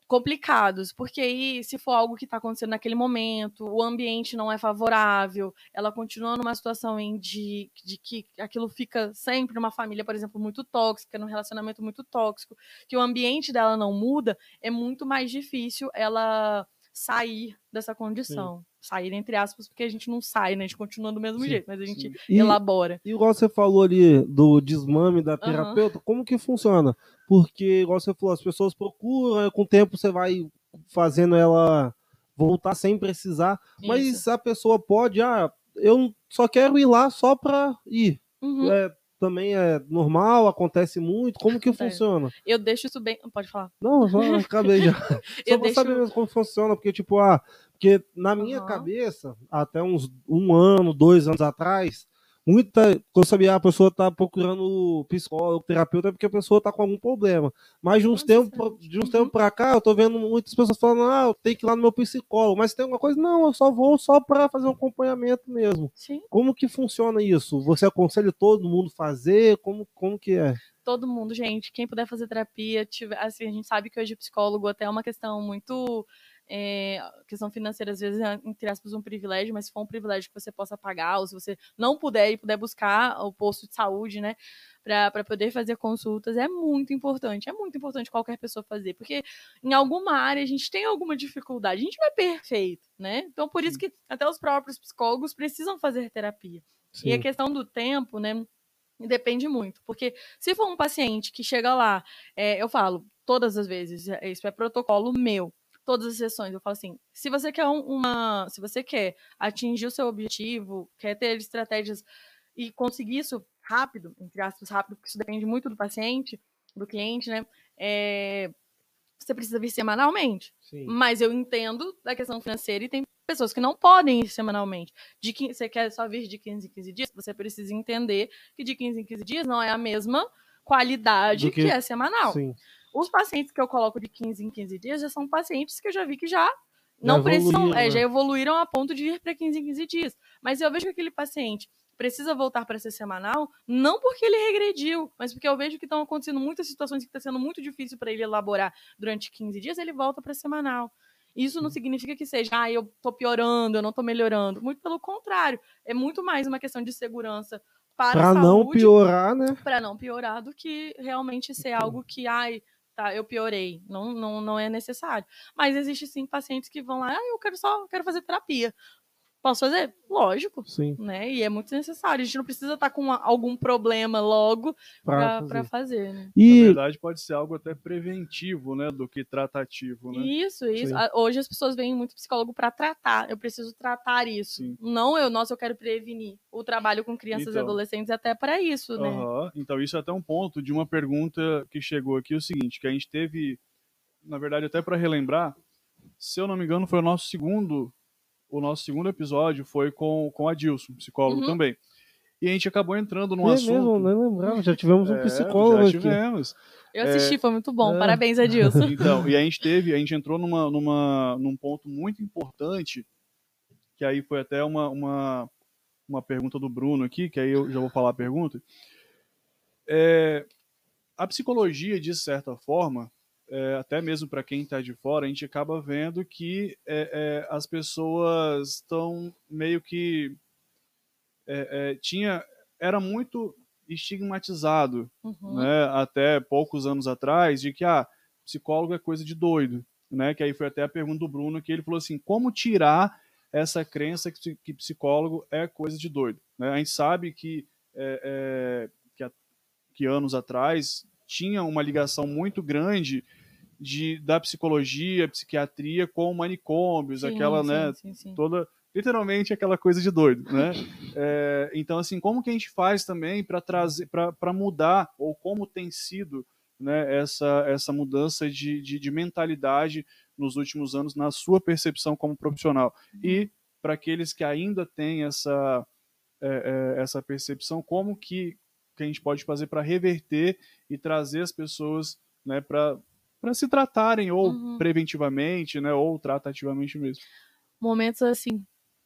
S3: complicados, porque aí, se for algo que está acontecendo naquele momento, o ambiente não é favorável, ela continua numa situação em de, de que aquilo fica sempre numa família, por exemplo, muito tóxica, num relacionamento muito tóxico, que o ambiente dela não muda, é muito mais difícil ela sair dessa condição. Sim. Sair, entre aspas, porque a gente não sai, né? A gente continua do mesmo sim, jeito, mas a gente e, elabora.
S1: E igual você falou ali do desmame da terapeuta, uhum. Como que funciona? Porque, igual você falou, as pessoas procuram, com o tempo você vai fazendo ela voltar sem precisar, isso. Mas a pessoa pode, ah, eu só quero ir lá só para ir. Uhum. É, também é normal, acontece muito, como que acontece. Funciona?
S3: Eu deixo isso bem... Pode falar.
S1: Não, só acabei já. Só pra deixo... saber mesmo como funciona, porque tipo, ah, porque na minha uhum. cabeça, até uns um ano, dois anos atrás, muita, quando eu sabia a pessoa tá procurando psicólogo, terapeuta, é porque a pessoa tá com algum problema. Mas de uns tempos de uns uhum. tempos pra cá, eu tô vendo muitas pessoas falando, ah, eu tenho que ir lá no meu psicólogo, mas tem alguma coisa? Não, eu só vou só pra fazer um acompanhamento mesmo.
S3: Sim.
S1: Como que funciona isso? Você aconselha todo mundo fazer? Como, como que é?
S3: Todo mundo, gente, quem puder fazer terapia, tiver, assim, a gente sabe que hoje o psicólogo até é uma questão muito... É, questão financeira, às vezes, é, entre aspas, um privilégio, mas se for um privilégio que você possa pagar, ou se você não puder e puder buscar o posto de saúde, né, para poder fazer consultas, é muito importante, é muito importante qualquer pessoa fazer, porque em alguma área a gente tem alguma dificuldade, a gente não é perfeito, né, então por isso que até os próprios psicólogos precisam fazer terapia. Sim. E a questão do tempo, né, depende muito, porque se for um paciente que chega lá, é, eu falo, todas as vezes, isso é protocolo meu, todas as sessões, eu falo assim, se você quer uma, se você quer atingir o seu objetivo, quer ter estratégias e conseguir isso rápido, entre aspas, rápido, porque isso depende muito do paciente, do cliente, né, é, você precisa vir semanalmente. Sim. Mas eu entendo da questão financeira e tem pessoas que não podem ir semanalmente. De quinze, você quer só vir de quinze em quinze dias, você precisa entender que de quinze em quinze dias não é a mesma qualidade que... que é semanal. Sim. Os pacientes que eu coloco de quinze em quinze dias já são pacientes que eu já vi que já não já precisam, é, né? Já evoluíram a ponto de ir para quinze em quinze dias. Mas eu vejo que aquele paciente precisa voltar para ser semanal, não porque ele regrediu, mas porque eu vejo que estão acontecendo muitas situações que está sendo muito difícil para ele elaborar durante quinze dias, ele volta para semanal. Isso não significa que seja, ah, eu tô piorando, eu não tô melhorando. Muito pelo contrário, é muito mais uma questão de segurança para
S1: pra a saúde. Para não piorar, né?
S3: Para não piorar do que realmente ser algo que, ai, tá, eu piorei. Não, não, não é necessário. Mas existe sim pacientes que vão lá, ah, eu quero só, quero fazer terapia. Posso fazer? Lógico. Sim. Né? E é muito necessário. A gente não precisa estar com uma, algum problema logo para fazer. fazer né?
S2: E... Na verdade, pode ser algo até preventivo, né? Do que tratativo, né?
S3: Isso, isso. Sim. Hoje as pessoas veem muito psicólogo para tratar. Eu preciso tratar isso. Sim. Não eu, nossa, eu quero prevenir. O trabalho com crianças então, e adolescentes é até para isso, né?
S2: Uh-huh. Então, isso é até um ponto de uma pergunta que chegou aqui, o seguinte, que a gente teve, na verdade, até para relembrar, se eu não me engano, foi o nosso segundo o nosso segundo episódio foi com, com a Dilson, psicólogo uhum. também. E a gente acabou entrando num
S1: é
S2: assunto...
S1: mesmo, não lembrava, já tivemos um psicólogo
S2: é,
S1: já
S2: tivemos.
S1: aqui.
S3: Eu assisti, é... foi muito bom, é... parabéns, Adilson.
S2: Então, e a gente teve, a gente entrou numa, numa, num ponto muito importante, que aí foi até uma, uma, uma pergunta do Bruno aqui, que aí eu já vou falar a pergunta. É, a psicologia, de certa forma, É, até mesmo para quem está de fora, a gente acaba vendo que é, é, as pessoas estão meio que é, é, tinha era muito estigmatizado, uhum. né, até poucos anos atrás, de que ah, psicólogo é coisa de doido, né, que aí foi até a pergunta do Bruno, que ele falou assim, como tirar essa crença que, que psicólogo é coisa de doido, né? A gente sabe que, é, é, que, a, que anos atrás tinha uma ligação muito grande de, da psicologia, psiquiatria com manicômios, sim, aquela, sim, né, sim, sim. toda, literalmente aquela coisa de doido, né? É, então, assim, como que a gente faz também para trazer, para mudar, ou como tem sido, né, essa, essa mudança de, de, de mentalidade nos últimos anos, na sua percepção como profissional? E para aqueles que ainda têm essa, é, é, essa percepção, como que, que a gente pode fazer para reverter e trazer as pessoas, né, para para se tratarem, ou uhum. preventivamente, né, ou tratativamente mesmo.
S3: Momentos assim,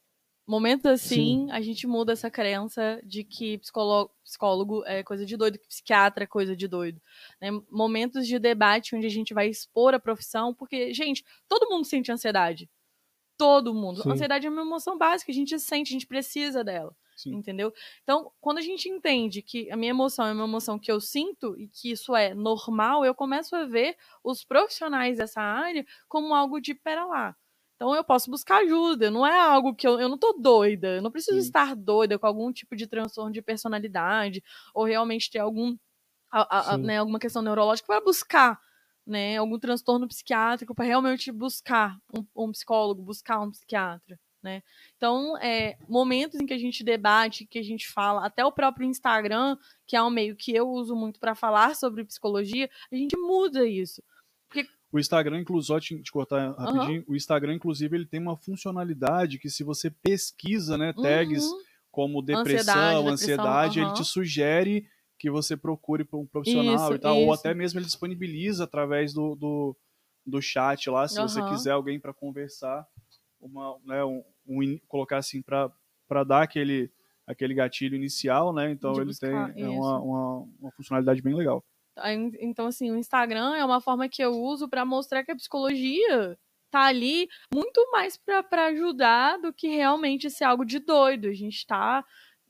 S3: Momentos assim, Sim. a gente muda essa crença de que psicólogo, psicólogo é coisa de doido, que psiquiatra é coisa de doido. Né? Momentos de debate onde a gente vai expor a profissão, porque, gente, todo mundo sente ansiedade. Todo mundo. Sim. Ansiedade é uma emoção básica, a gente sente, a gente precisa dela. Sim. Entendeu? Então, quando a gente entende que a minha emoção é uma emoção que eu sinto e que isso é normal, eu começo a ver os profissionais dessa área como algo de, pera lá, então eu posso buscar ajuda, não é algo que eu, eu não tô doida, eu não preciso Sim. estar doida com algum tipo de transtorno de personalidade ou realmente ter algum, a, a, né, alguma questão neurológica para buscar, né, algum transtorno psiquiátrico para realmente buscar um, um psicólogo, buscar um psiquiatra, né? Então, é, momentos em que a gente debate, que a gente fala, até o próprio Instagram, que é um meio que eu uso muito para falar sobre psicologia, a gente muda isso. Porque
S2: o Instagram, inclusive, só te, te cortar rapidinho, uhum. o Instagram, inclusive, ele tem uma funcionalidade que se você pesquisa, né, tags uhum. como depressão, ansiedade, ansiedade depressão, uhum. ele te sugere que você procure por um profissional isso, e tal, isso. ou até mesmo ele disponibiliza através do, do, do chat lá, se uhum. você quiser alguém para conversar, uma, né, um, um, colocar assim para dar aquele, aquele gatilho inicial, né, então De ele buscar, tem é uma, uma, uma funcionalidade bem legal.
S3: Então, assim, o Instagram é uma forma que eu uso para mostrar que a psicologia tá ali muito mais para ajudar do que realmente ser algo de doido. A gente tá,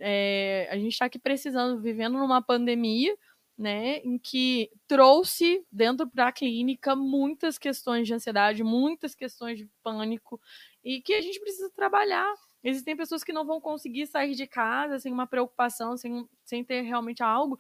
S3: é, a gente tá aqui precisando, vivendo numa pandemia, né, em que trouxe dentro da clínica muitas questões de ansiedade, muitas questões de pânico, e que a gente precisa trabalhar. Existem pessoas que não vão conseguir sair de casa sem uma preocupação, sem, sem ter realmente algo...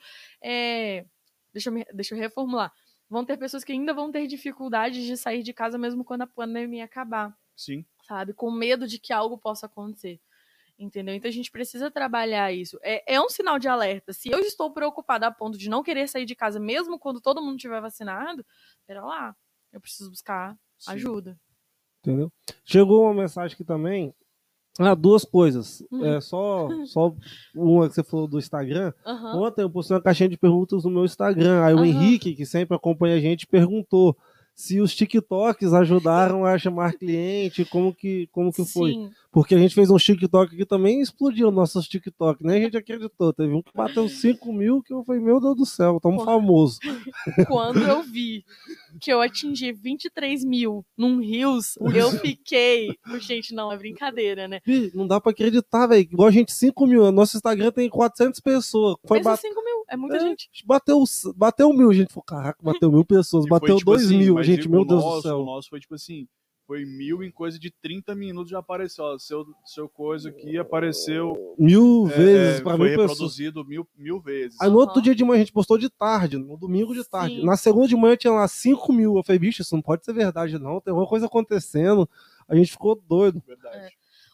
S3: É, Deixa eu, me, deixa eu reformular. Vão ter pessoas que ainda vão ter dificuldades de sair de casa mesmo quando a pandemia acabar.
S2: Sim.
S3: Sabe? Com medo de que algo possa acontecer. Entendeu? Então a gente precisa trabalhar isso. É, é um sinal de alerta. Se eu estou preocupada a ponto de não querer sair de casa mesmo quando todo mundo estiver vacinado, pera lá. Eu preciso buscar Sim. ajuda.
S1: Entendeu? Chegou uma mensagem aqui também. Ah, duas coisas. Uhum. É, só, só uma que você falou do Instagram. Uhum. Ontem eu postei uma caixinha de perguntas no meu Instagram. Aí uhum. o Henrique, que sempre acompanha a gente, perguntou se os TikToks ajudaram a chamar cliente, como que, como que foi.
S3: Sim.
S1: Porque a gente fez um TikTok que também explodiu nossos TikTok, né? A gente acreditou. Teve um que bateu cinco mil, que eu falei, meu Deus do céu, tamo famoso.
S3: Quando eu vi que eu atingi vinte e três mil num Reels, eu fiquei... Gente, não, é brincadeira, né?
S1: Não dá pra acreditar, velho. Igual a gente, cinco mil. Nosso Instagram tem quatrocentas pessoas. Foi
S3: bat... cinco mil, é muita é, gente.
S1: Bateu, bateu mil, gente. Falou, caraca, bateu mil pessoas. Bateu
S2: tipo
S1: dois
S2: assim,
S1: mil, gente, meu Deus
S2: nosso,
S1: do céu.
S2: O nosso foi tipo assim... Foi mil em coisa de trinta minutos já apareceu. Ó, seu, seu coisa aqui apareceu...
S1: Mil é, vezes para mil
S2: pessoas. Foi reproduzido mil, mil vezes.
S1: Aí no uhum. outro dia de manhã a gente postou de tarde, no domingo de tarde. Sim. Na segunda de manhã tinha lá cinco mil. Eu falei, bicho, isso não pode ser verdade não. Tem alguma coisa acontecendo. A gente ficou doido.
S2: Verdade.
S3: É.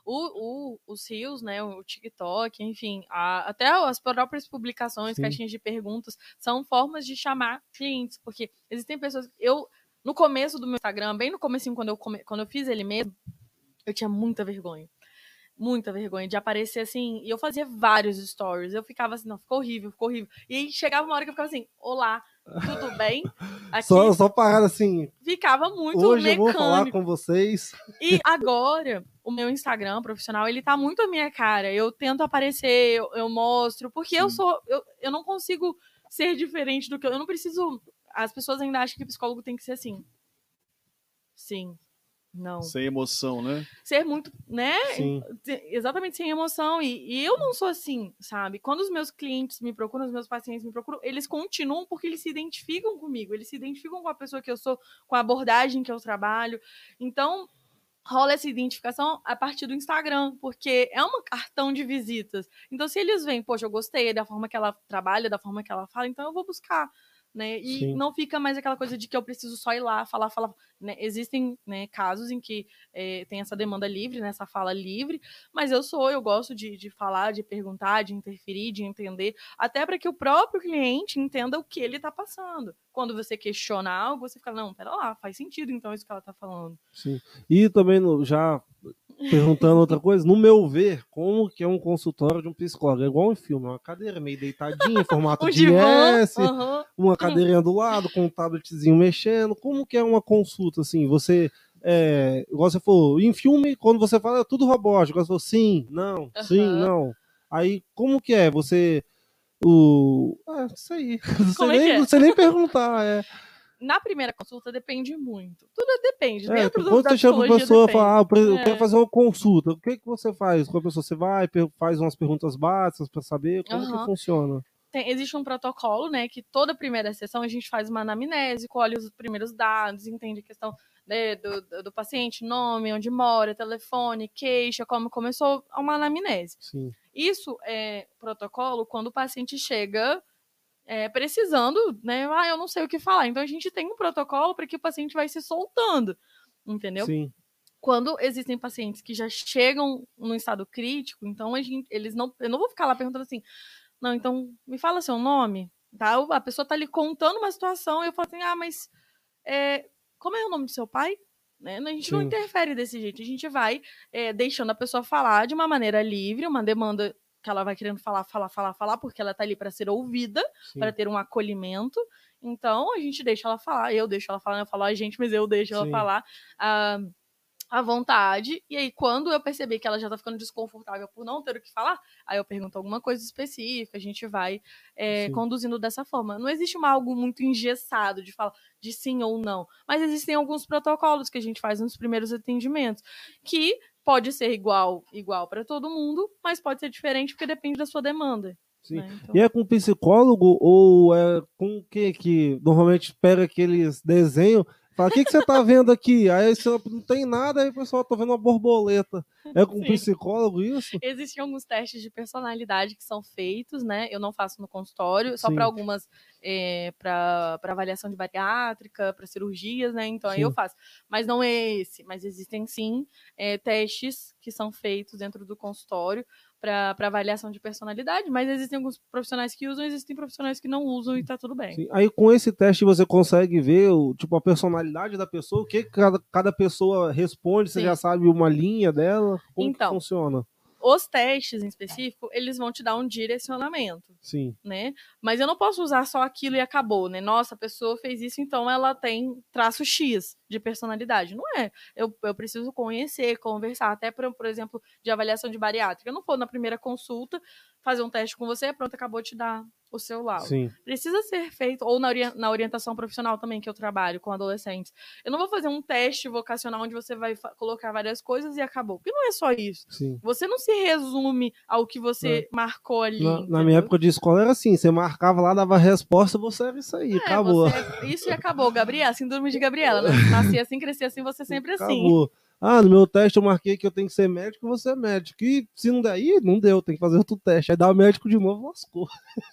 S3: O, o, os Reels, né, o TikTok, enfim, a, até as próprias publicações, Sim. caixinhas de perguntas, são formas de chamar clientes. Porque existem pessoas... Eu... No começo do meu Instagram, bem no comecinho, quando eu, come... quando eu fiz ele mesmo, eu tinha muita vergonha. Muita vergonha de aparecer assim. E eu fazia vários stories. Eu ficava assim, não, ficou horrível, ficou horrível. E aí chegava uma hora que eu ficava assim, olá, tudo bem? Aqui,
S1: só, só parada assim.
S3: Ficava muito
S1: hoje
S3: mecânico.
S1: Eu vou falar com vocês.
S3: E agora, o meu Instagram profissional, ele tá muito à minha cara. Eu tento aparecer, eu, eu mostro, porque Sim. eu sou. Eu, eu não consigo ser diferente do que eu. Eu não preciso. As pessoas ainda acham que psicólogo tem que ser assim. Sim. Não.
S2: Sem emoção, né?
S3: Ser muito, né?
S1: Sim.
S3: Exatamente, sem emoção. E, e eu não sou assim, sabe? Quando os meus clientes me procuram, os meus pacientes me procuram, eles continuam porque eles se identificam comigo. Eles se identificam com a pessoa que eu sou, com a abordagem que eu trabalho. Então, rola essa identificação a partir do Instagram, porque é um cartão de visitas. Então, se eles veem, poxa, eu gostei da forma que ela trabalha, da forma que ela fala, então eu vou buscar. Né? E Sim. não fica mais aquela coisa de que eu preciso só ir lá, falar, falar. Né? Existem, né, casos em que é, tem essa demanda livre, né, essa fala livre, mas eu sou, eu gosto de, de falar, de perguntar, de interferir, de entender, até para que o próprio cliente entenda o que ele está passando. Quando você questiona algo, você fica, não, pera lá, faz sentido então isso que ela está falando.
S1: Sim. E também já perguntando outra coisa, no meu ver, como que é um consultório de um psicólogo? É igual um filme, uma cadeira meio deitadinha, em formato
S3: um
S1: de S,
S3: uhum.
S1: uma cadeirinha do lado, com um tabletzinho mexendo. Como que é uma consulta, assim? Você é, igual você falou, em filme, quando você fala, é tudo robótico. Você falou, sim, não, uhum. sim, não. Aí, como que é? Você... O... Ah, isso aí. Não sei, nem, é? não sei nem perguntar, é...
S3: Na primeira consulta depende muito. Tudo depende.
S1: É,
S3: Dentro do,
S1: quando
S3: da
S1: você chega com a pessoa e fala, ah, eu
S3: é.
S1: quero fazer uma consulta, o que, que você faz? Com a pessoa, você vai, faz umas perguntas básicas para saber como uhum. que funciona.
S3: Tem, existe um protocolo, né, que toda primeira sessão a gente faz uma anamnese, colhe os primeiros dados, entende a questão, né, do, do, do paciente, nome, onde mora, telefone, queixa, como começou, uma anamnese.
S1: Sim.
S3: Isso é protocolo quando o paciente chega... É, precisando, né? Ah, eu não sei o que falar. Então a gente tem um protocolo para que o paciente vai se soltando, entendeu?
S1: Sim.
S3: Quando existem pacientes que já chegam no estado crítico, então a gente, eles não, eu não vou ficar lá perguntando assim, não, então me fala seu nome, tá? A pessoa tá ali contando uma situação e eu falo assim, ah, mas é, como é o nome do seu pai? Né? A gente Sim. não interfere desse jeito, a gente vai é, deixando a pessoa falar de uma maneira livre, uma demanda que ela vai querendo falar, falar, falar, falar, porque ela tá ali para ser ouvida, para ter um acolhimento. Então, a gente deixa ela falar, eu deixo ela falar, eu falo a gente, mas eu deixo Sim. ela falar à, à vontade. E aí, quando eu perceber que ela já tá ficando desconfortável por não ter o que falar, aí eu pergunto alguma coisa específica, a gente vai é, conduzindo dessa forma. Não existe uma, algo muito engessado de falar de sim ou não, mas existem alguns protocolos que a gente faz nos primeiros atendimentos, que pode ser igual, igual para todo mundo, mas pode ser diferente porque depende da sua demanda.
S1: Sim.
S3: Né? Então...
S1: E é com psicólogo ou é com o que que normalmente pega aqueles desenhos, fala, o que, que você tá vendo aqui? Aí você não tem nada, aí o pessoal tá vendo uma borboleta. É com Sim. psicólogo isso?
S3: Existem alguns testes de personalidade que são feitos, né? Eu não faço no consultório, só para algumas, é, para avaliação de bariátrica, para cirurgias, né? Então sim. aí eu faço. Mas não é esse. Mas existem sim é, testes que são feitos dentro do consultório para avaliação de personalidade, mas existem alguns profissionais que usam, existem profissionais que não usam e tá tudo bem.
S1: Sim. Aí com esse teste você consegue ver o, tipo, a personalidade da pessoa, o que cada, cada pessoa responde, Sim. você já sabe uma linha dela, como então, que funciona?
S3: Os testes em específico, eles vão te dar um direcionamento.
S1: Sim.
S3: Né? Mas eu não posso usar só aquilo e acabou, né? Nossa, a pessoa fez isso, então ela tem traço X de personalidade. Não é. Eu, eu preciso conhecer, conversar, até, por, por exemplo, de avaliação de bariátrica. Eu não vou na primeira consulta fazer um teste com você, pronto, acabou de dar o seu laudo.
S1: Sim.
S3: Precisa ser feito, ou na, ori- na orientação profissional também, que eu trabalho com adolescentes. Eu não vou fazer um teste vocacional onde você vai fa- colocar várias coisas e acabou. Porque não é só isso.
S1: Sim.
S3: Você não se resume ao que você é. marcou ali.
S1: Na, na minha época de escola era assim, você marcava lá, dava a resposta, você era isso aí,
S3: é,
S1: acabou.
S3: Você, isso e acabou. Gabriela, síndrome de Gabriela, né? Nasci assim, cresci assim, você sempre assim.
S1: Acabou. Ah, no meu teste eu marquei que eu tenho que ser médico, você é médico. E se não der, ih, não deu, tem que fazer outro teste. Aí dá o médico de novo, lascou.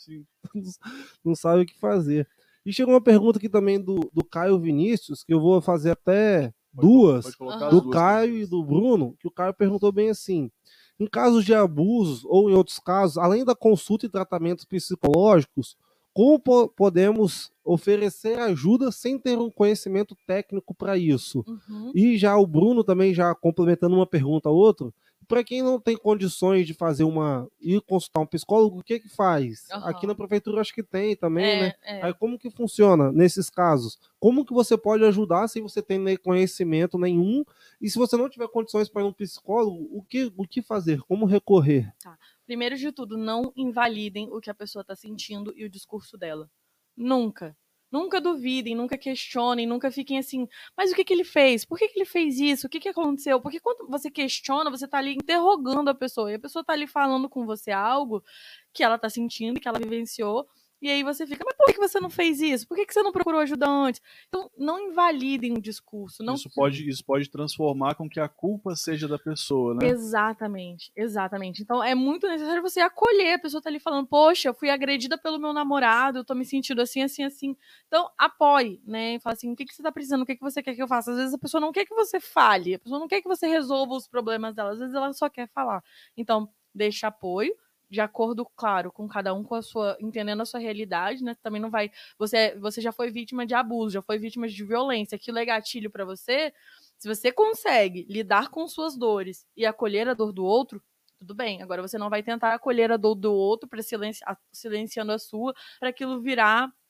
S1: Não sabe o que fazer. E chegou uma pergunta aqui também do, do Caio Vinícius, que eu vou fazer até pode, duas,
S2: pode
S1: do
S2: duas
S1: Caio
S2: coisas.
S1: E do Bruno, que o Caio perguntou bem assim, em casos de abusos ou em outros casos, além da consulta e tratamentos psicológicos, como po- podemos oferecer ajuda sem ter um conhecimento técnico para isso?
S3: Uhum.
S1: E já o Bruno também, já complementando uma pergunta a outra, para quem não tem condições de fazer uma ir consultar um psicólogo, o que que faz?
S3: Uhum.
S1: Aqui na prefeitura acho que tem também,
S3: é,
S1: né?
S3: É.
S1: Aí como que funciona nesses casos? Como que você pode ajudar se você tem nem conhecimento nenhum? E se você não tiver condições para ir um psicólogo, o que, o que fazer? Como recorrer?
S3: Tá. Primeiro de tudo, não invalidem o que a pessoa está sentindo e o discurso dela. Nunca. Nunca duvidem, nunca questionem, nunca fiquem assim, mas o que, que ele fez? Por que, que ele fez isso? O que, que aconteceu? Porque quando você questiona, você está ali interrogando a pessoa, e a pessoa está ali falando com você algo que ela está sentindo, que ela vivenciou, e aí você fica, mas por que você não fez isso? Por que você não procurou ajuda antes? Então, não invalidem o discurso. Não...
S2: Isso, pode, isso pode transformar com que a culpa seja da pessoa, né?
S3: Exatamente, exatamente. Então, é muito necessário você acolher. A pessoa tá ali falando, poxa, eu fui agredida pelo meu namorado, eu tô me sentindo assim, assim, assim. Então, apoie, né? Fala assim, o que, que você tá precisando? O que, que você quer que eu faça? Às vezes a pessoa não quer que você fale, a pessoa não quer que você resolva os problemas dela, às vezes ela só quer falar. Então, deixa apoio, de acordo, claro, com cada um, com a sua, entendendo a sua realidade, né? Também não vai, você, você já foi vítima de abuso, já foi vítima de violência, aquilo é gatilho pra você. Se você consegue lidar com suas dores e acolher a dor do outro, tudo bem. Agora você não vai tentar acolher a dor do outro para silenci- silenciando a sua, para aquilo virar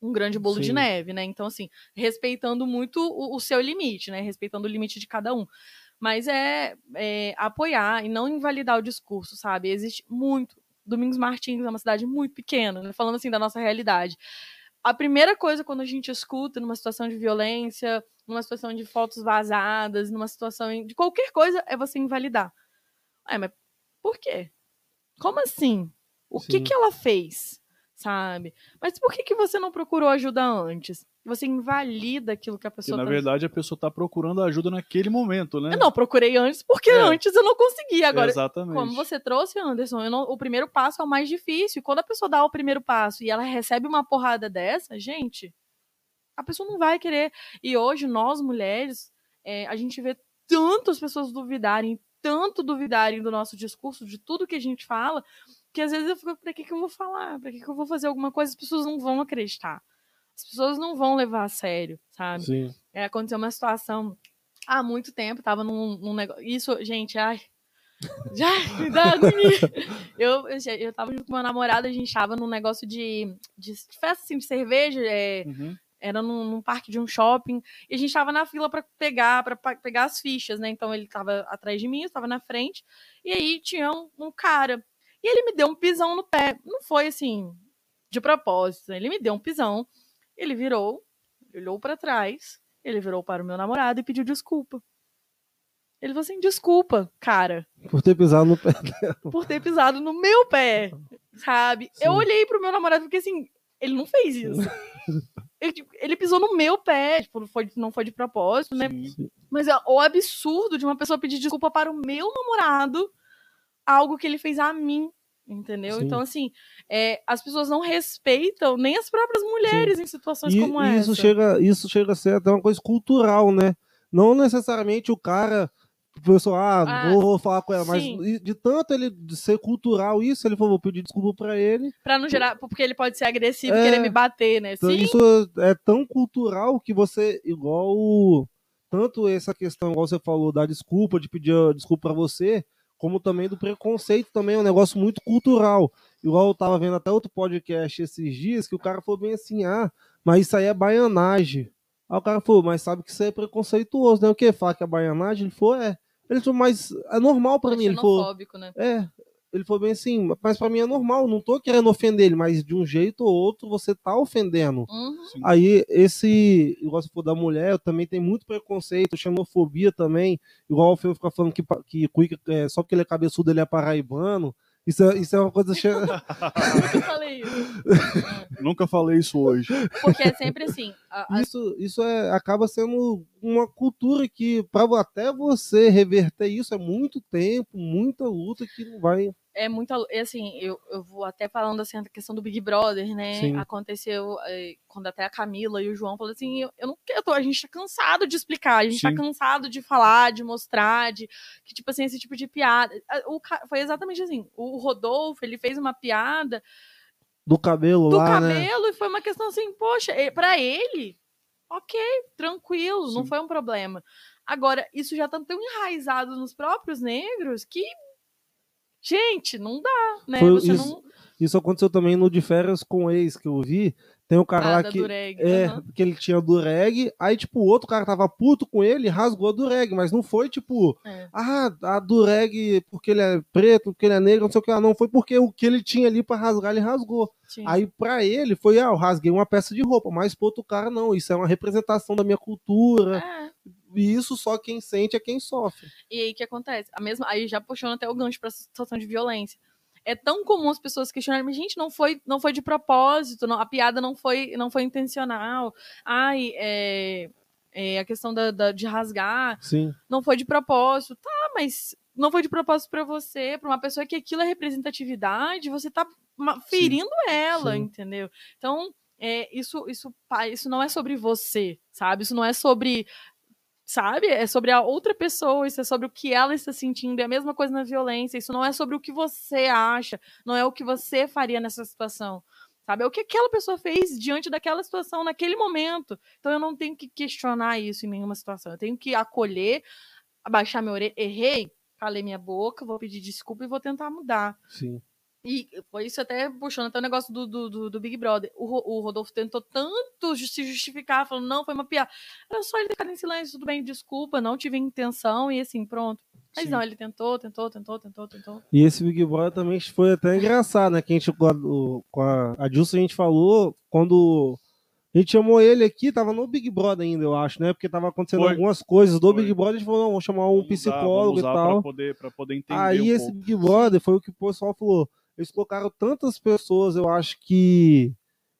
S3: um grande bolo
S1: Sim.
S3: de neve, né? Então, assim, respeitando muito o, o seu limite, né? Respeitando o limite de cada um. Mas é, é apoiar e não invalidar o discurso, sabe? Existe muito. Domingos Martins é uma cidade muito pequena, né? Falando assim da nossa realidade. A primeira coisa quando a gente escuta numa situação de violência, numa situação de fotos vazadas, numa situação de qualquer coisa, é você invalidar. É, mas por quê? Como assim? O que
S1: Sim.
S3: que ela fez? Sabe? Mas por que que você não procurou ajuda antes? Você invalida aquilo que a
S2: Porque,
S3: pessoa
S2: na
S3: tá...
S2: verdade, a pessoa está procurando ajuda naquele momento, né?
S3: Eu não procurei antes porque
S2: É.
S3: antes eu não conseguia. Agora,
S2: Exatamente.
S3: como você trouxe, Anderson, eu não- o primeiro passo é o mais difícil. E quando a pessoa dá o primeiro passo e ela recebe uma porrada dessa, gente, a pessoa não vai querer. E hoje, nós, mulheres, é, a gente vê tantas pessoas duvidarem, tanto duvidarem do nosso discurso, de tudo que a gente fala, que às vezes eu fico, pra que, que eu vou falar? Pra que, que eu vou fazer alguma coisa? As pessoas não vão acreditar. As pessoas não vão levar a sério, sabe?
S1: Sim.
S3: É, aconteceu uma situação há muito tempo, tava num, num negócio. Isso, gente, ai. Já me dá agonia. Eu, eu, eu tava junto com meu namorado, a gente tava num negócio de, de festa assim, de cerveja, é,
S2: Uhum.
S3: era num, num parque de um shopping, e a gente tava na fila pra pegar, pra, pra pegar as fichas, né? Então ele tava atrás de mim, eu tava na frente, e aí tinha um, um cara. E ele me deu um pisão no pé. Não foi assim, de propósito. Ele me deu um pisão, ele virou, olhou pra trás, ele virou para o meu namorado e pediu desculpa. Ele falou assim, desculpa, cara.
S1: Por ter pisado no pé.
S3: Por ter pisado no meu pé, sabe?
S1: Sim.
S3: Eu olhei pro meu namorado porque, assim, ele não fez isso. Ele, tipo, ele pisou no meu pé, tipo, não foi, não foi de propósito, né?
S2: Sim.
S3: Mas é o absurdo de uma pessoa pedir desculpa para o meu namorado, algo que ele fez a mim, entendeu?
S1: Sim.
S3: Então, assim, é, as pessoas não respeitam nem as próprias mulheres em situações
S1: E,
S3: como
S1: e
S3: essa.
S1: isso chega, isso chega a ser até uma coisa cultural, né? Não necessariamente o cara, o pessoal, ah,
S3: Ah,
S1: vou, vou falar com ela,
S3: sim.
S1: mas de tanto ele ser cultural isso, ele falou, vou pedir desculpa pra ele.
S3: Pra não gerar, porque ele pode ser agressivo
S1: É,
S3: e querer me bater, né?
S1: Então,
S3: Sim.
S1: isso é tão cultural que você, igual, tanto essa questão, igual você falou, da desculpa, de pedir desculpa pra você, como também do preconceito, também é um negócio muito cultural. Igual eu tava vendo até outro podcast esses dias, que o cara falou bem assim, ah, mas isso aí é baianagem. Aí o cara falou, mas sabe que isso aí é preconceituoso, né? O que? Falar que é baianagem? Ele falou, é. Ele falou, mas é normal pra
S3: É
S1: mim. Ele falou,
S3: xenofóbico, né?
S1: é. Ele falou bem assim, mas pra mim é normal, não tô querendo ofender ele, mas de um jeito ou outro você tá ofendendo.
S3: Uhum.
S2: Sim.
S1: Aí, esse, igual você falou da mulher, também tem muito preconceito, xenofobia também, igual o Fê fica falando que, que Cuica, é, só porque ele é cabeçudo ele é paraibano. Isso é, isso é uma coisa... Che...
S3: Nunca falei isso.
S2: Nunca falei isso hoje.
S3: Porque é sempre assim. a- a-
S1: Isso, isso é, acaba sendo uma cultura que, para até você reverter isso, é muito tempo, muita luta que não vai...
S3: É muita. É assim, eu, eu vou até falando assim, a questão do Big Brother, né?
S1: Sim.
S3: Aconteceu é, quando até a Camila e o João falaram assim: eu, eu não quero, a gente tá cansado de explicar, a gente
S2: Sim.
S3: tá cansado de falar, de mostrar, de que, tipo assim, esse tipo de piada. O, foi exatamente assim: o Rodolfo, ele fez uma piada
S1: do cabelo
S3: do
S1: lá,
S3: cabelo,
S1: né?
S3: e foi uma questão assim, poxa, pra ele, ok, tranquilo,
S2: Sim.
S3: não foi um problema. Agora, isso já tá tão enraizado nos próprios negros que. Gente, não dá, né?
S1: Foi
S3: Você
S1: isso,
S3: não.
S1: isso aconteceu também no De Férias com Ex, que eu vi. Tem um cara
S3: Ah,
S1: lá
S3: da
S1: que,
S3: dureg.
S1: é,
S3: Uhum.
S1: que ele tinha dureg, aí tipo, o outro cara tava puto com ele e rasgou a dureg, mas não foi tipo,
S3: É.
S1: ah, a dureg porque ele é preto, porque ele é negro, não sei o que, não, foi porque o que ele tinha ali pra rasgar, ele rasgou.
S3: Sim.
S1: Aí pra ele foi, ah, eu rasguei uma peça de roupa, mas pro outro cara não, isso é uma representação da minha cultura.
S3: É.
S1: E isso só quem sente é quem sofre.
S3: E aí o que acontece? A mesma, aí já puxando até o gancho para situação de violência. É tão comum as pessoas questionarem, mas gente, não foi, não foi de propósito, não, a piada não foi, não foi intencional. Ai, é, é, a questão da, da, de rasgar,
S1: Sim.
S3: não foi de propósito. Tá, mas não foi de propósito para você, para uma pessoa que aquilo é representatividade, você tá ferindo Sim. ela, Sim. entendeu? Então, é, isso, isso, isso não é sobre você, sabe? Isso não é sobre... Sabe? É sobre a outra pessoa, isso é sobre o que ela está sentindo, é a mesma coisa na violência, isso não é sobre o que você acha, não é o que você faria nessa situação, sabe? É o que aquela pessoa fez diante daquela situação, naquele momento. Então eu não tenho que questionar isso em nenhuma situação, eu tenho que acolher, abaixar minha orelha, errei, calei minha boca, vou pedir desculpa e vou tentar mudar.
S1: Sim.
S3: E foi isso até puxando até o negócio do, do, do, do Big Brother. O, o Rodolfo tentou tanto se justificar, falando, não, foi uma piada. Era só ele ficar em silêncio, tudo bem, desculpa, não tive intenção, e assim, pronto. Mas Sim. não, ele tentou, tentou, tentou, tentou, tentou.
S1: E esse Big Brother também foi até engraçado, né? Que a gente, com a, com a, a Dilson, a gente falou, quando a gente chamou ele aqui, tava no Big Brother ainda, eu acho, né? Porque tava acontecendo foi. algumas coisas do foi. Big Brother, a gente falou, não, vamos chamar um vamos psicólogo usar, vamos usar e tal.
S2: Pra poder, pra poder entender
S1: Aí
S2: um
S1: esse
S2: pouco.
S1: Big Brother foi o que o pessoal falou. Eles colocaram tantas pessoas, eu acho que,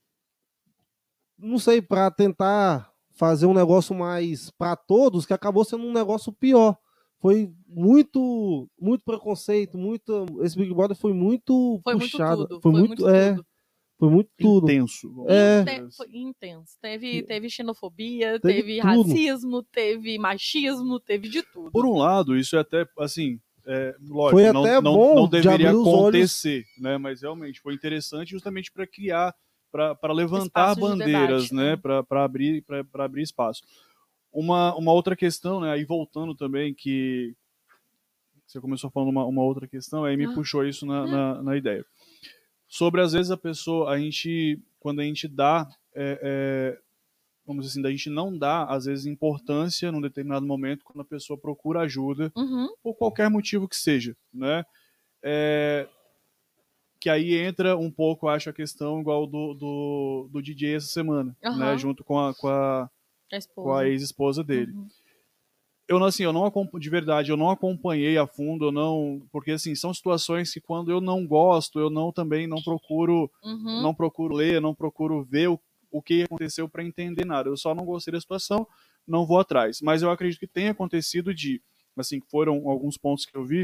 S1: não sei, para tentar fazer um negócio mais para todos, que acabou sendo um negócio pior. Foi muito, muito preconceito, muito, esse Big Brother foi muito
S3: foi
S1: puxado.
S3: Muito tudo,
S1: foi,
S3: foi
S1: muito,
S3: muito
S1: é,
S3: tudo.
S1: Foi muito tudo.
S2: Intenso.
S1: É.
S3: Inten foi intenso. Teve, teve xenofobia,
S1: teve,
S3: teve
S1: tudo.
S3: racismo, teve machismo, teve de tudo.
S2: Por um lado, isso é até, assim, é, lógico,
S1: foi
S2: não,
S1: até
S2: não,
S1: bom
S2: não deveria
S1: de
S2: acontecer, né? Mas realmente foi interessante justamente para criar, para levantar
S3: Espaço de
S2: bandeiras,
S3: debate,
S2: né?
S3: né?
S2: Para abrir, para abrir espaço. Uma, uma outra questão, né? Aí voltando também, que você começou falando uma, uma outra questão, aí me ah. puxou isso na, na, na ideia. Sobre, às vezes, a pessoa, a gente, quando a gente dá, é, é, vamos dizer assim, a gente não dá, às vezes, importância num determinado momento quando a pessoa procura ajuda,
S3: uhum.
S2: por qualquer motivo que seja, né? É, que aí entra um pouco, acho, a questão igual do, do, do D J essa semana,
S3: uhum.
S2: né? Junto com a, com a, com a ex-esposa dele.
S3: Uhum.
S2: Eu não, assim, eu não de verdade, eu não acompanhei a fundo, eu não, porque assim, são situações que quando eu não gosto, eu não também não procuro,
S3: uhum.
S2: não procuro ler, não procuro ver o, o que aconteceu para entender nada. Eu só não gostei da situação, não vou atrás. Mas eu acredito que tenha acontecido de, assim, foram alguns pontos que eu vi,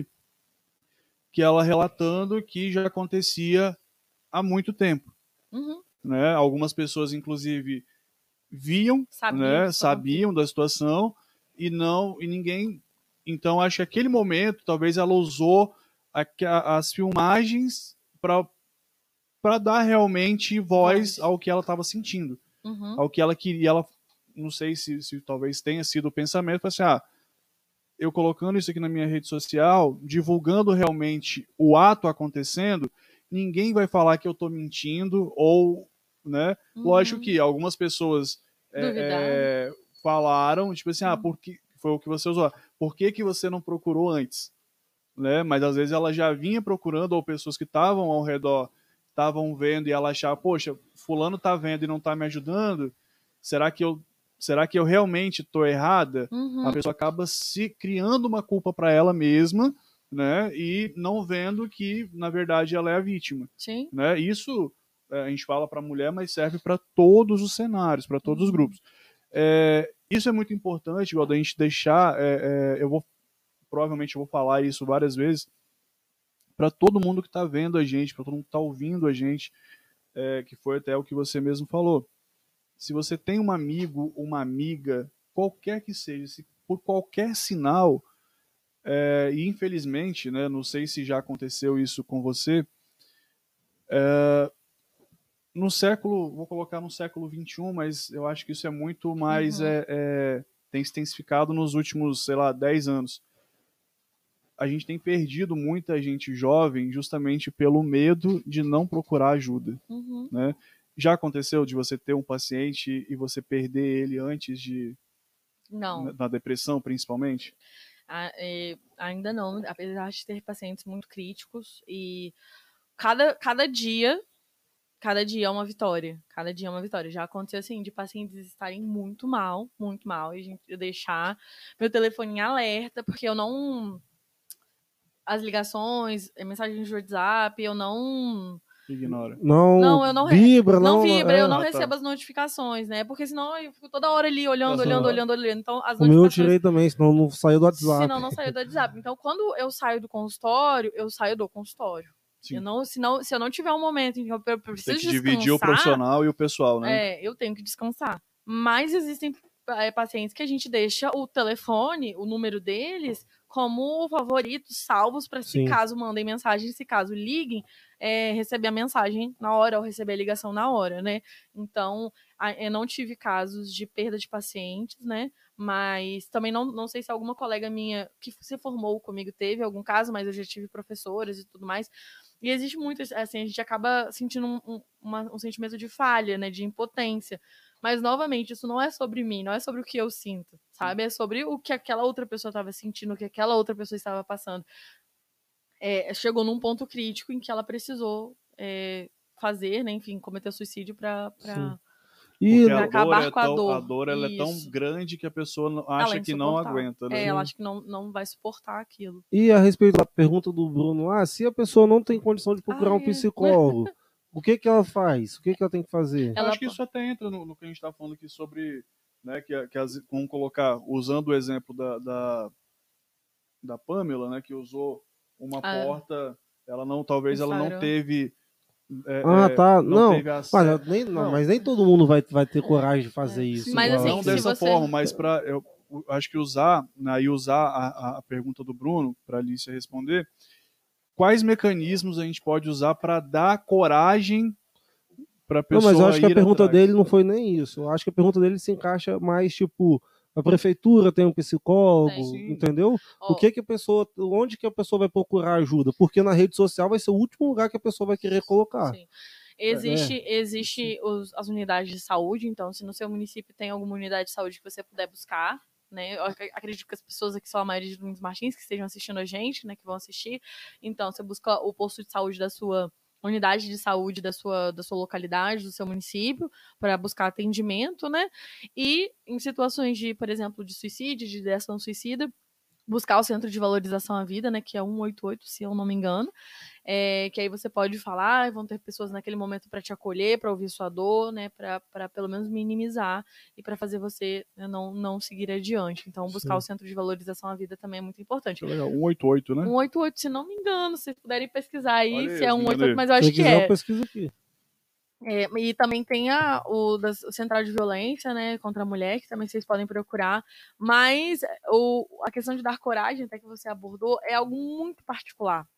S2: que ela relatando que já acontecia há muito tempo,
S3: uhum.
S2: né? Algumas pessoas, inclusive, viam,
S3: sabiam,
S2: né? Sabiam da situação. E não, e ninguém. Então, acho que aquele momento, talvez ela usou a, a, as filmagens para dar realmente voz ao que ela estava sentindo,
S3: uhum.
S2: ao que ela queria. Ela, não sei se, se talvez tenha sido o pensamento, assim, ah, eu colocando isso aqui na minha rede social, divulgando realmente o ato acontecendo, ninguém vai falar que eu estou mentindo, ou, né?
S3: Uhum.
S2: Lógico que algumas pessoas. É, é, falaram, tipo assim, ah, porque foi o que você usou, por que, que você não procurou antes? Né? Mas às vezes ela já vinha procurando, ou pessoas que estavam ao redor estavam vendo e ela achava, poxa, fulano tá vendo e não tá me ajudando, será que eu, será que eu realmente tô errada?
S3: Uhum.
S2: A pessoa acaba se criando uma culpa para ela mesma, né? E não vendo que, na verdade, ela é a vítima.
S3: Sim.
S2: Né? Isso a gente fala para a mulher, mas serve para todos os cenários, para todos
S3: uhum.
S2: os grupos. É, isso é muito importante, igual da gente deixar, é, é, eu vou provavelmente eu vou falar isso várias vezes, para todo mundo que está vendo a gente, para todo mundo que está ouvindo a gente, é, que foi até o que você mesmo falou. Se você tem um amigo, uma amiga, qualquer que seja, se por qualquer sinal, é, e infelizmente, né, não sei se já aconteceu isso com você, é, no século, vou colocar no século vinte e um, mas eu acho que isso é muito mais, uhum. é, é, tem se intensificado nos últimos, sei lá, dez anos. A gente tem perdido muita gente jovem justamente pelo medo de não procurar ajuda.
S3: Uhum.
S2: Né? Já aconteceu de você ter um paciente e você perder ele antes de...
S3: Não.
S2: Na, na depressão, principalmente?
S3: Ah, é, ainda não, apesar de ter pacientes muito críticos e cada, cada dia... Cada dia é uma vitória. Cada dia é uma vitória. Já aconteceu, assim, de pacientes estarem muito mal, muito mal, e a gente, eu deixar meu telefone em alerta, porque eu não... As ligações, mensagens de WhatsApp, eu não...
S2: Ignora.
S1: Não,
S3: não eu não
S1: vibra,
S3: não,
S1: não
S3: vibra,
S1: é.
S3: eu não
S2: Ah,
S3: recebo
S2: tá.
S3: as notificações, né? Porque senão eu fico toda hora ali olhando,
S2: Uhum.
S3: olhando, olhando, olhando. Então, as
S1: O meu eu
S3: notificações...
S1: tirei também, senão não saiu do WhatsApp.
S3: Senão não saiu do WhatsApp. Então, quando eu saio do consultório, eu saio do consultório. Eu não, se, não, se eu não tiver um momento em que eu preciso
S2: Tem que
S3: descansar,
S2: dividir o profissional e o pessoal, né?
S3: É, eu tenho que descansar. Mas existem é, pacientes que a gente deixa o telefone, o número deles, como favoritos, salvos, para se caso mandem mensagem, se caso liguem, é, receber a mensagem na hora ou receber a ligação na hora, né? Então, a, eu não tive casos de perda de pacientes, né? Mas também não, não sei se alguma colega minha que se formou comigo teve algum caso, mas eu já tive professoras e tudo mais. E existe muito, assim, a gente acaba sentindo um, um, uma, um sentimento de falha, né, de impotência. Mas, novamente, isso não é sobre mim, não é sobre o que eu sinto, sabe? É sobre o que aquela outra pessoa estava sentindo, o que aquela outra pessoa estava passando. É, chegou num ponto crítico em que ela precisou é, fazer, né, enfim, cometer suicídio para...
S1: E
S2: a
S3: acabar
S2: dor é
S3: com a
S2: tão,
S3: dor.
S2: A dor ela é tão grande que a pessoa acha que não aguenta, né?
S3: É, ela acha que não, não vai suportar aquilo.
S1: E a respeito da pergunta do Bruno, ah, se a pessoa não tem condição de procurar ah, um psicólogo, é. o que que ela faz? O que que ela tem que fazer?
S2: Eu acho que isso até entra no, no que a gente está falando aqui sobre, né, que, que as, vamos colocar, usando o exemplo da, da, da Pamela, né, que usou uma ah, porta, ela não, talvez ela não teve... É,
S1: ah, tá. Não,
S2: não,
S1: mas nem, não, não. mas nem todo mundo vai, vai ter coragem de fazer é. isso.
S2: Sim, mas, assim, não dessa você... forma, mas para eu acho que usar, né, e usar a, a pergunta do Bruno para a Alicia responder, quais mecanismos a gente pode usar para dar coragem para a pessoa ir
S1: Não, mas eu acho que a pergunta
S2: atrás.
S1: dele não foi nem isso. Eu acho que a pergunta dele se encaixa mais tipo a prefeitura tem um psicólogo, Sim. entendeu? Oh. O que que a pessoa, onde que a pessoa vai procurar ajuda? Porque na rede social vai ser o último lugar que a pessoa vai querer colocar.
S3: Sim. Existe, é. existe os, as unidades de saúde, então se no seu município tem alguma unidade de saúde que você puder buscar, né? Eu acredito que as pessoas aqui são a maioria de Domingos Martins que estejam assistindo a gente, né? Que vão assistir. Então você busca o posto de saúde da sua unidade de saúde da sua, da sua localidade, do seu município, para buscar atendimento, né? E em situações de, por exemplo, de suicídio, de ideação suicida, buscar o Centro de Valorização à Vida, né? Que é um oito oito, se eu não me engano. É, que aí você pode falar, vão ter pessoas naquele momento para te acolher, para ouvir sua dor, né? Para pelo menos minimizar e para fazer você, né, não, não seguir adiante. Então, buscar Sim. o Centro de Valorização à Vida também é muito importante.
S2: Legal. um oito oito, né?
S3: um oito oito, se não me engano, se puderem pesquisar aí,
S2: Olha
S3: se é
S2: isso,
S3: um oito oito, mas eu acho
S1: se
S3: que
S1: quiser,
S3: é.
S1: Eu pesquiso aqui.
S3: É, e também tem a, o, da, o Central de Violência, né, contra a Mulher, que também vocês podem procurar. Mas o, a questão de dar coragem, até que você abordou, é algo muito particular.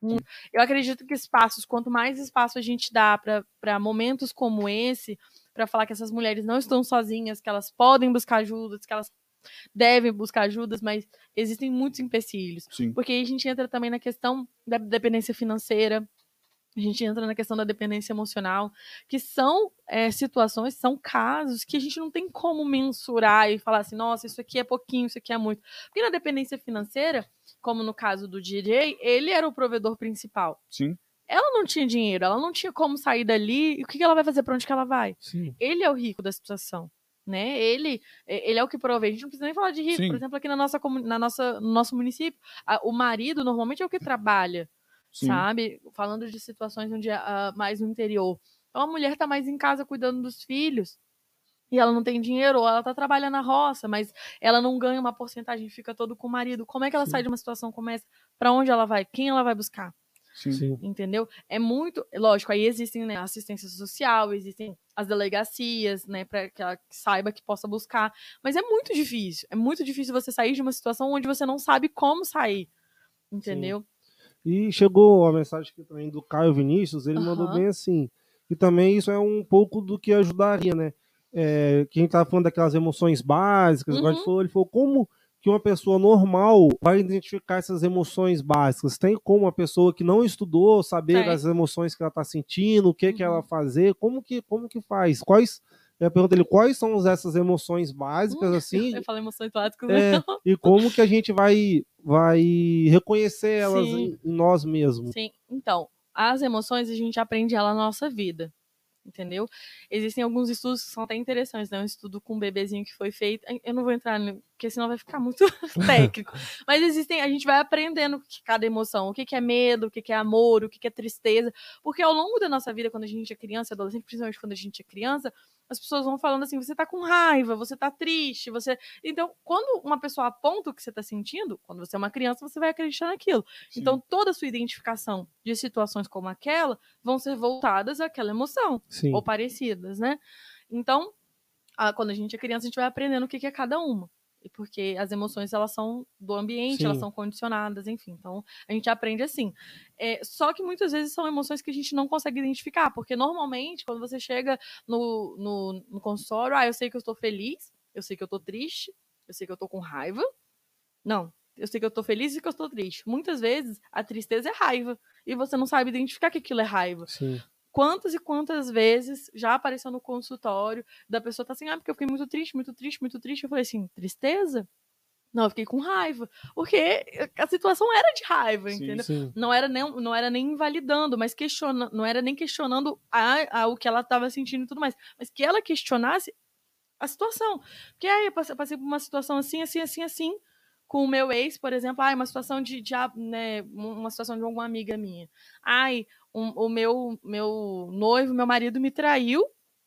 S3: Eu acredito que espaços, quanto mais espaço a gente dá para momentos como esse, para falar que essas mulheres não estão sozinhas, que elas podem buscar ajudas, que elas devem buscar ajudas, mas existem muitos empecilhos.
S2: Sim.
S3: Porque aí a gente entra também na questão da dependência financeira, a gente entra na questão da dependência emocional, que são é, situações, são casos que a gente não tem como mensurar e falar assim, nossa, isso aqui é pouquinho, isso aqui é muito. Porque na dependência financeira, como no caso do D J, ele era o provedor principal.
S2: Sim.
S3: Ela não tinha dinheiro, ela não tinha como sair dali, e o que ela vai fazer, para onde que ela vai?
S1: Sim.
S3: Ele é o rico da situação. Né? Ele, ele é o que provê. A gente não precisa nem falar de rico. Sim. Por exemplo, aqui na nossa, na nossa, no nosso município, a, o marido normalmente é o que trabalha. Sim. Sabe? Falando de situações onde uh, mais no interior. Então a mulher tá mais em casa cuidando dos filhos e ela não tem dinheiro, ou ela tá trabalhando na roça, mas ela não ganha uma porcentagem, fica todo com o marido. Como é que ela Sim. sai de uma situação como essa? Pra onde ela vai? Quem ela vai buscar?
S1: Sim.
S3: Entendeu? É muito... Lógico, aí existem, né, assistência social, existem as delegacias, né, para que ela saiba que possa buscar. Mas é muito difícil. É muito difícil você sair de uma situação onde você não sabe como sair. Entendeu?
S1: Sim. E chegou a mensagem aqui também do Caio Vinícius, ele uhum. mandou bem assim. E também isso é um pouco do que ajudaria, né? É, que a gente tava falando daquelas emoções básicas, uhum. ele falou, ele falou como que uma pessoa normal vai identificar essas emoções básicas. Tem como uma pessoa que não estudou saber Tem. as emoções que ela está sentindo, o que, uhum. que ela fazer, como que, como que faz? Quais... Eu pergunto ele quais são essas emoções básicas, assim.
S3: Eu falei emoções básicas,
S1: é,
S3: não.
S1: E como que a gente vai, vai reconhecer elas em, em nós mesmos.
S3: Sim, então, as emoções a gente aprende ela na nossa vida. Entendeu? Existem alguns estudos que são até interessantes, né? Um estudo com um bebezinho que foi feito. Eu não vou entrar, porque senão vai ficar muito técnico. Mas existem, a gente vai aprendendo cada emoção, o que, que é medo, o que, que é amor, o que, que é tristeza. Porque ao longo da nossa vida, quando a gente é criança, adolescente, principalmente quando a gente é criança, as pessoas vão falando assim, você tá com raiva, você tá triste, você... Então, quando uma pessoa aponta o que você tá sentindo, quando você é uma criança, você vai acreditar naquilo. Sim. Então, toda a sua identificação de situações como aquela vão ser voltadas àquela emoção.
S1: Sim.
S3: Ou parecidas, né? Então, a, quando a gente é criança, a gente vai aprendendo o que, que é cada uma. Porque as emoções, elas são do ambiente, Sim. elas são condicionadas, enfim. Então, a gente aprende assim. É, só que muitas vezes são emoções que a gente não consegue identificar, porque normalmente, quando você chega no, no, no consultório, ah, eu sei que eu estou feliz, eu sei que eu estou triste, eu sei que eu estou com raiva. Não, eu sei que eu estou feliz e que eu estou triste. Muitas vezes, a tristeza é raiva, e você não sabe identificar que aquilo é raiva.
S1: Sim.
S3: Quantas e quantas vezes já apareceu no consultório da pessoa tá assim, ah, porque eu fiquei muito triste, muito triste, muito triste. Eu falei assim, tristeza? Não, eu fiquei com raiva. Porque a situação era de raiva, sim, entendeu? Sim. Não era nem, não era nem invalidando, mas questionando, não era nem questionando a, a, o que ela estava sentindo e tudo mais, mas que ela questionasse a situação. Porque aí eu passei, passei por uma situação assim, assim, assim, assim, com o meu ex, por exemplo, ai, uma situação de, de né, uma situação de alguma amiga minha. Ai, um, o meu, meu noivo, meu marido me traiu.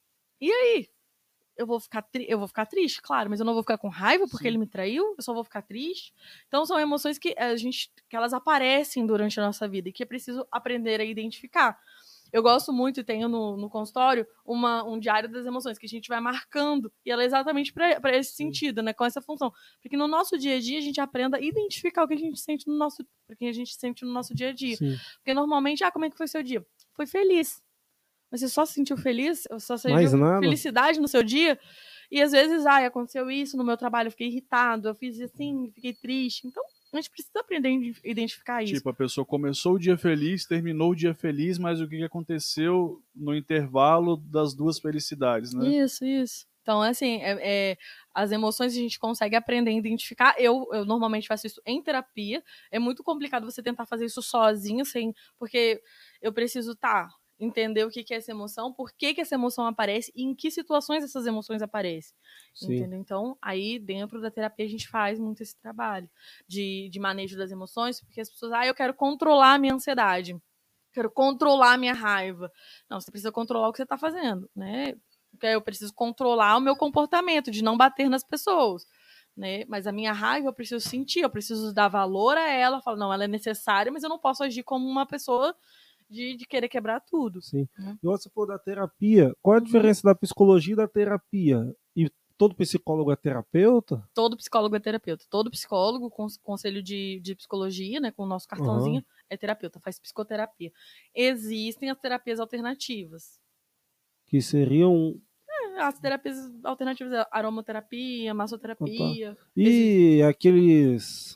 S3: E aí? Eu vou ficar tri- eu vou ficar triste, claro, mas eu não vou ficar com raiva porque Sim. ele me traiu, eu só vou ficar triste. Então são emoções que a gente que elas aparecem durante a nossa vida e que é preciso aprender a identificar. Eu gosto muito e tenho no, no consultório uma, um diário das emoções que a gente vai marcando, e ela é exatamente para esse sentido, né, com essa função. Porque no nosso dia a dia a gente aprenda a identificar o que a gente sente no nosso, o que a gente sente no nosso dia a dia. Sim. Porque normalmente, ah, como é que foi seu dia? Foi feliz. Mas você só se sentiu feliz? Só sentiu felicidade no seu dia? E às vezes, ah, aconteceu isso no meu trabalho, eu fiquei irritado, eu fiz assim, fiquei triste. Então, a gente precisa aprender a identificar isso.
S2: Tipo, a pessoa começou o dia feliz, terminou o dia feliz, mas o que aconteceu no intervalo das duas felicidades, né?
S3: Isso, isso. Então, assim, é, é, as emoções a gente consegue aprender a identificar. Eu, eu normalmente faço isso em terapia. É muito complicado você tentar fazer isso sozinho, sem, porque eu preciso estar... Tá, entender o que é essa emoção, por que, que essa emoção aparece e em que situações essas emoções aparecem. Sim. Entendeu? Então, aí dentro da terapia a gente faz muito esse trabalho de, de manejo das emoções, porque as pessoas, ah, eu quero controlar a minha ansiedade, quero controlar a minha raiva. Não, você precisa controlar o que você está fazendo, né? Porque eu preciso controlar o meu comportamento, de não bater nas pessoas. Né? Mas a minha raiva eu preciso sentir, eu preciso dar valor a ela, falar, não, ela é necessária, mas eu não posso agir como uma pessoa De, de querer quebrar tudo.
S1: Sim. Né? E você falou da terapia. Qual é a diferença uhum. da psicologia e da terapia? E todo psicólogo é terapeuta?
S3: Todo psicólogo é terapeuta. Todo psicólogo com conselho de, de psicologia, né, com o nosso cartãozinho, uhum. é terapeuta, faz psicoterapia. Existem as terapias alternativas.
S1: Que seriam...
S3: É, as terapias alternativas, aromaterapia, massoterapia.
S1: Ah, tá. E Existe. aqueles...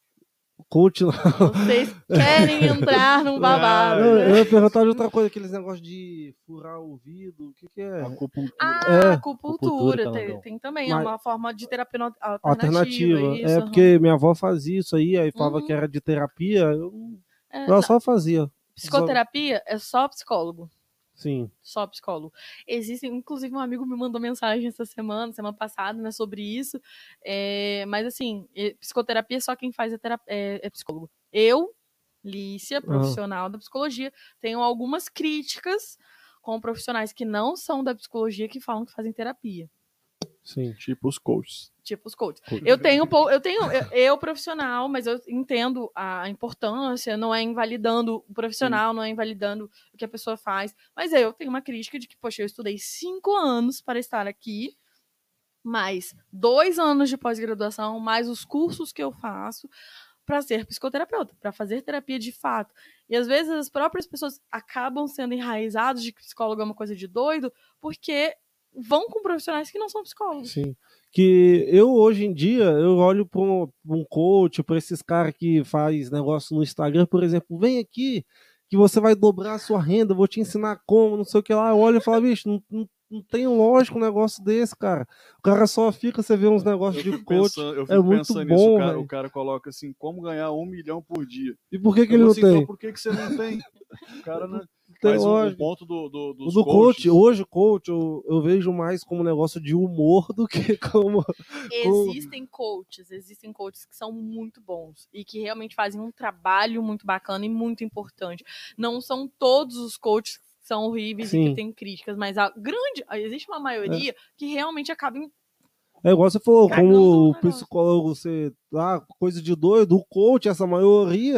S1: coach lá.
S3: Vocês querem entrar num babado.
S1: Eu,
S3: né?
S1: eu ia perguntar de outra coisa, aqueles negócios de furar o ouvido, o que, que é?
S2: Acupuntura.
S3: Ah,
S1: é.
S3: acupuntura, tem, tem também, Mas, é uma forma de terapia alternativa.
S1: Alternativa,
S3: isso,
S1: é
S3: uhum.
S1: porque minha avó fazia isso aí, aí falava uhum. que era de terapia, eu,
S3: é,
S1: ela só fazia.
S3: Psicoterapia só... é só psicólogo.
S1: Sim.
S3: Só psicólogo. Existem, inclusive um amigo me mandou mensagem essa semana, semana passada, né, sobre isso. É, mas assim, psicoterapia só quem faz é, terap- é, é psicólogo. Eu, Lícia, profissional uhum. da psicologia, tenho algumas críticas com profissionais que não são da psicologia que falam que fazem terapia.
S2: Sim, tipo os coaches.
S3: Tipo os coaches. Eu tenho, eu tenho, eu, eu profissional, mas eu entendo a importância, não é invalidando o profissional, Sim. não é invalidando o que a pessoa faz, mas eu tenho uma crítica de que, poxa, eu estudei cinco anos para estar aqui, mais dois anos de pós-graduação, mais os cursos que eu faço para ser psicoterapeuta, para fazer terapia de fato. E às vezes as próprias pessoas acabam sendo enraizadas de que psicólogo é uma coisa de doido, porque vão com profissionais que não são psicólogos.
S1: Sim. Que eu, hoje em dia, eu olho para um, um coach, para esses caras que faz negócio no Instagram, por exemplo, vem aqui que você vai dobrar a sua renda, vou te ensinar como, não sei o que lá. Eu olho e falo, bicho, não, não, não tem lógico um negócio desse, cara. O cara só fica, você vê uns negócios de coach,
S2: pensando, eu fico
S1: é muito
S2: pensando
S1: bom,
S2: nisso, o cara,
S1: véio.
S2: o cara coloca assim, como ganhar um milhão por dia.
S1: E por que, que
S2: eu
S1: ele não
S2: assim,
S1: tem?
S2: Então, por que, que você não tem? O cara, né?
S1: Tem
S2: Mas um, um ponto do, do, dos
S1: o do
S2: coaches.
S1: coach, hoje o coach eu, eu vejo mais como um negócio de humor do que como...
S3: Existem coaches, existem coaches que são muito bons e que realmente fazem um trabalho muito bacana e muito importante. Não são todos os coaches que são horríveis Sim. e que têm críticas, mas a grande, existe uma maioria é. que realmente acaba em...
S1: É igual você falou, como o psicólogo, você, ah, coisa de doido, o coach, essa maioria...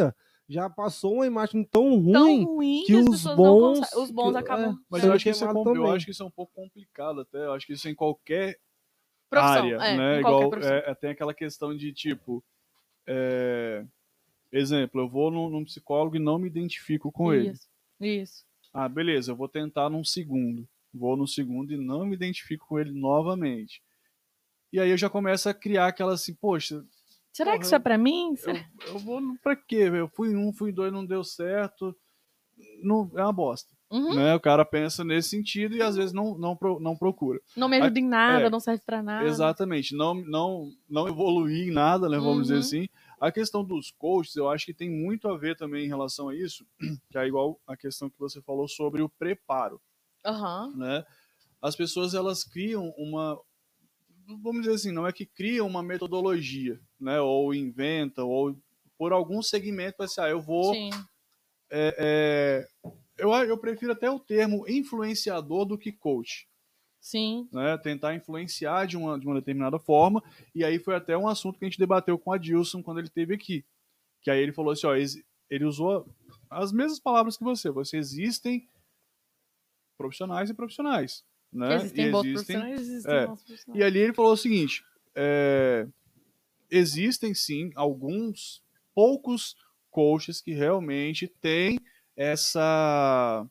S1: já passou uma imagem tão ruim,
S3: tão ruim
S1: que,
S3: que as
S1: os
S3: pessoas
S1: bons,
S3: não os bons
S1: que,
S3: acabam.
S1: É,
S2: Mas
S1: sendo
S2: eu acho, que isso é,
S1: queimado
S2: com- eu
S1: também.
S2: acho que isso é um pouco complicado até. Eu acho que isso é em qualquer
S3: Profissão,
S2: área,
S3: é,
S2: né?
S3: em qualquer
S2: Igual
S3: profissão.
S2: é, tem aquela questão de tipo. é, Exemplo, eu vou num, num psicólogo e não me identifico com ele.
S3: Isso, isso.
S2: Ah, beleza, eu vou tentar num segundo. Vou no segundo e não me identifico com ele novamente. E aí eu já começo a criar aquela assim, poxa,
S3: Será
S2: porra,
S3: que isso é pra mim?
S2: eu, eu vou no- pra quê? Eu fui em um, fui em dois, não deu certo. Não, é uma bosta.
S3: Uhum.
S2: Né? O cara pensa nesse sentido e às vezes não, não, pro- não procura.
S3: Não me ajuda
S2: A-
S3: em nada,
S2: é,
S3: não serve pra nada.
S2: Exatamente. Não, não, não evoluir em nada, né? Vamos dizer
S3: Uhum.
S2: assim. A questão dos coaches, eu acho que tem muito a ver também em relação a isso, que é igual a questão que você falou sobre o preparo.
S3: Aham.
S2: Né? As pessoas, elas criam uma... Vamos dizer assim, não é que criam uma metodologia, né? Ou inventam, ou por algum segmento, assim, ah, eu vou...
S3: Sim.
S2: É, é, eu, eu prefiro até o termo influenciador do que coach.
S3: Sim.
S2: Né, tentar influenciar de uma, de uma determinada forma, e aí foi até um assunto que a gente debateu com a Dilson quando ele esteve aqui, que aí ele falou assim, ó, ele usou as mesmas palavras que você, você existem profissionais e profissionais, né?
S3: Existem
S2: e
S3: bons
S2: existem,
S3: profissionais, existem
S2: é,
S3: maus profissionais.
S2: e ali ele falou o seguinte, é, existem sim alguns poucos coaches que realmente têm essa...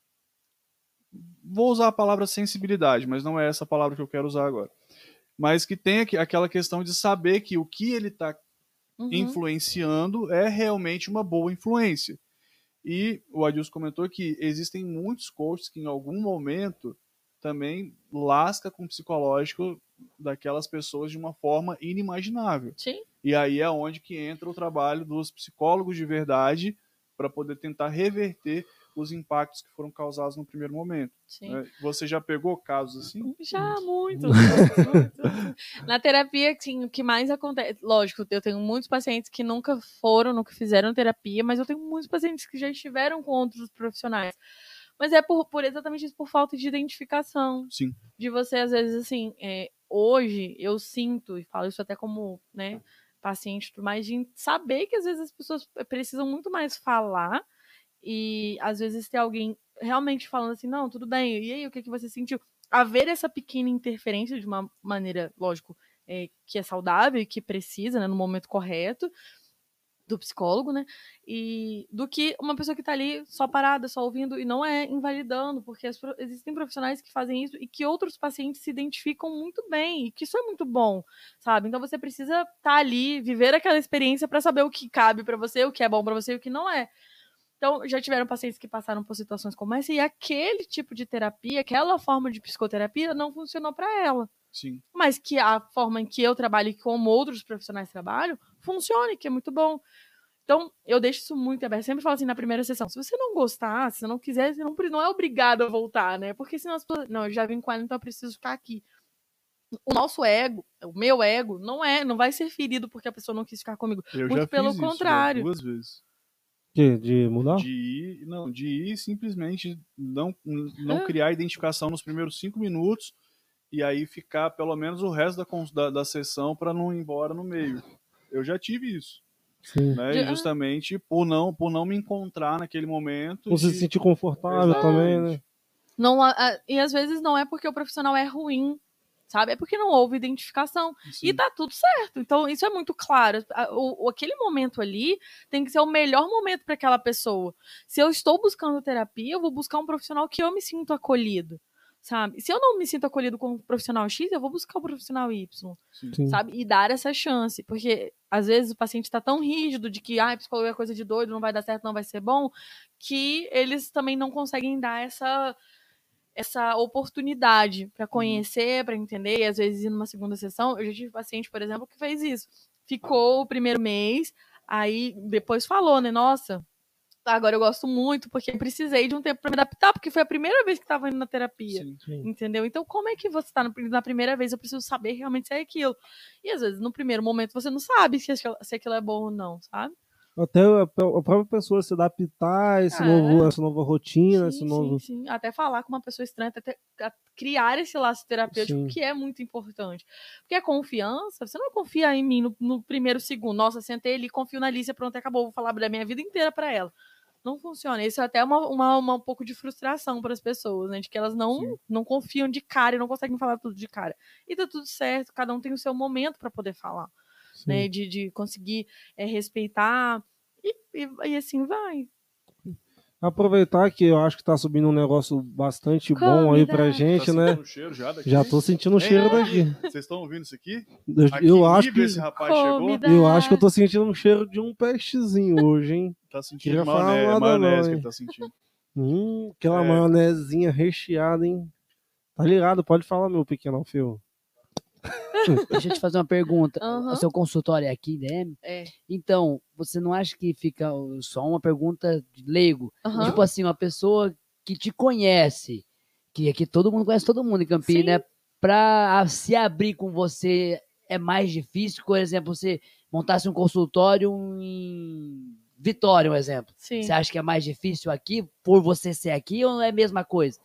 S2: Vou usar a palavra sensibilidade, mas não é essa palavra que eu quero usar agora. Mas que tem aquela questão de saber que o que ele está
S3: Uhum.
S2: influenciando é realmente uma boa influência. E o Adilson comentou que existem muitos coaches que em algum momento também lasca com o psicológico daquelas pessoas de uma forma inimaginável.
S3: Sim.
S2: E aí é onde que entra o trabalho dos psicólogos de verdade para poder tentar reverter os impactos que foram causados no primeiro momento.
S3: Sim.
S2: Né? Você já pegou casos assim?
S3: Já, muito. muito, muito. Na terapia, assim, o que mais acontece... Lógico, eu tenho muitos pacientes que nunca foram, nunca fizeram terapia, mas eu tenho muitos pacientes que já estiveram com outros profissionais. Mas é por, por exatamente isso, por falta de identificação.
S2: Sim.
S3: De você, às vezes, assim, é, hoje eu sinto, e falo isso até como, né, paciente, mas de saber que às vezes as pessoas precisam muito mais falar e às vezes ter alguém realmente falando assim, não, tudo bem, e aí, o que, que você sentiu? Haver essa pequena interferência de uma maneira, lógico, é, que é saudável e que precisa, né, no momento correto, do psicólogo, né, e do que uma pessoa que tá ali só parada, só ouvindo, e não é invalidando, porque as, existem profissionais que fazem isso e que outros pacientes se identificam muito bem, e que isso é muito bom, sabe? Então você precisa estar tá ali, viver aquela experiência para saber o que cabe para você, o que é bom para você e o que não é. Então, já tiveram pacientes que passaram por situações como essa e aquele tipo de terapia, aquela forma de psicoterapia não funcionou para ela.
S2: Sim.
S3: Mas que a forma em que eu trabalho e como outros profissionais trabalham, funcione, que é muito bom. Então, eu deixo isso muito aberto. Eu sempre falo assim na primeira sessão, se você não gostar, se você não quiser, você não, não é obrigado a voltar, né? Porque senão as pessoas, não, eu já vim com ela, então eu preciso ficar aqui. O nosso ego, o meu ego, não é, não vai ser ferido porque a pessoa não quis ficar comigo.
S2: Eu
S3: muito
S2: já
S3: pelo
S2: fiz
S3: contrário.
S2: Isso, já, duas vezes.
S1: De, de mudar?
S2: De ir, não, de ir simplesmente não, não criar identificação nos primeiros cinco minutos e aí ficar pelo menos o resto da, da, da sessão para não ir embora no meio. Eu já tive isso.
S1: Sim.
S2: Né?
S3: De,
S2: justamente por não, por não me encontrar naquele momento.
S1: Não se sentir confortável
S2: Exatamente.
S1: também, né?
S3: Não, a, a, e às vezes não é porque o profissional é ruim, sabe? É porque não houve identificação. Sim. E tá tudo certo. Então, isso é muito claro. O, o, aquele momento ali tem que ser o melhor momento para aquela pessoa. Se eu estou buscando terapia, eu vou buscar um profissional que eu me sinto acolhido, sabe? Se eu não me sinto acolhido com o profissional X, eu vou buscar o profissional Y,
S2: Sim.
S3: sabe? E dar essa chance. Porque, às vezes, o paciente tá tão rígido de que, ah, psicologia é coisa de doido, não vai dar certo, não vai ser bom, que eles também não conseguem dar essa... essa oportunidade para conhecer, para entender, e às vezes ir numa segunda sessão. Eu já tive paciente, por exemplo, que fez isso. Ficou o primeiro mês, aí depois falou, né, nossa, agora eu gosto muito, porque eu precisei de um tempo para me adaptar, porque foi a primeira vez que estava indo na terapia,
S2: sim, sim.
S3: entendeu? Então, como é que você está na primeira vez? Eu preciso saber realmente se é aquilo. E às vezes, no primeiro momento, você não sabe se aquilo é bom ou não, sabe?
S1: Até a, a própria pessoa se adaptar a esse
S3: Ah,
S1: novo,
S3: é.
S1: essa nova rotina,
S3: Sim,
S1: esse novo...
S3: sim, sim. Até falar com uma pessoa estranha, até ter- a- criar esse laço terapêutico,
S1: Sim.
S3: que é muito importante. Porque a confiança, você não confia em mim no, no primeiro segundo. Nossa, sentei ali, confio na Alicia, pronto, acabou, vou falar da minha vida inteira pra ela. Não funciona. Isso é até uma, uma, uma- um pouco de frustração para as pessoas, né? De que elas não, não confiam de cara e não conseguem falar tudo de cara. E tá tudo certo, cada um tem o seu momento para poder falar,
S1: Sim.
S3: né? De, de conseguir é, respeitar e, e, e assim vai.
S1: Aproveitar que eu acho que tá subindo um negócio bastante bom aí pra
S3: Comida.
S1: gente,
S2: Tá
S1: né?
S2: sentindo o cheiro já daqui?
S1: Já tô sentindo o
S2: Hein,
S1: cheiro
S2: aqui?
S1: daqui.
S2: Vocês estão ouvindo isso aqui?
S1: Eu,
S2: A que
S1: eu acho
S2: nível
S1: que
S2: esse rapaz
S3: Comida.
S1: eu acho que eu tô sentindo um cheiro de um peixezinho hoje, hein?
S2: chegou? Tá sentindo
S1: Queria
S2: maionese,
S1: falar
S2: é
S1: nada
S2: maionese
S1: não,
S2: que
S1: hein?
S2: ele tá sentindo.
S1: Hum, aquela
S2: É.
S1: maionezinha recheada, hein? Tá ligado? Pode falar, meu pequeno Alfeu.
S4: Deixa eu te fazer uma pergunta.
S3: Aham.
S4: O seu consultório é aqui, né?
S3: É.
S4: Então, você não acha que fica só uma pergunta de leigo?
S3: Aham.
S4: Tipo assim, uma pessoa que te conhece, que aqui todo mundo conhece todo mundo em Campinas,
S3: Sim.
S4: né? Pra se abrir com você é mais difícil? Por exemplo, você montasse um consultório em Vitória, um exemplo.
S3: Sim.
S4: Você acha que é mais difícil aqui, por você ser aqui, ou não é a mesma coisa?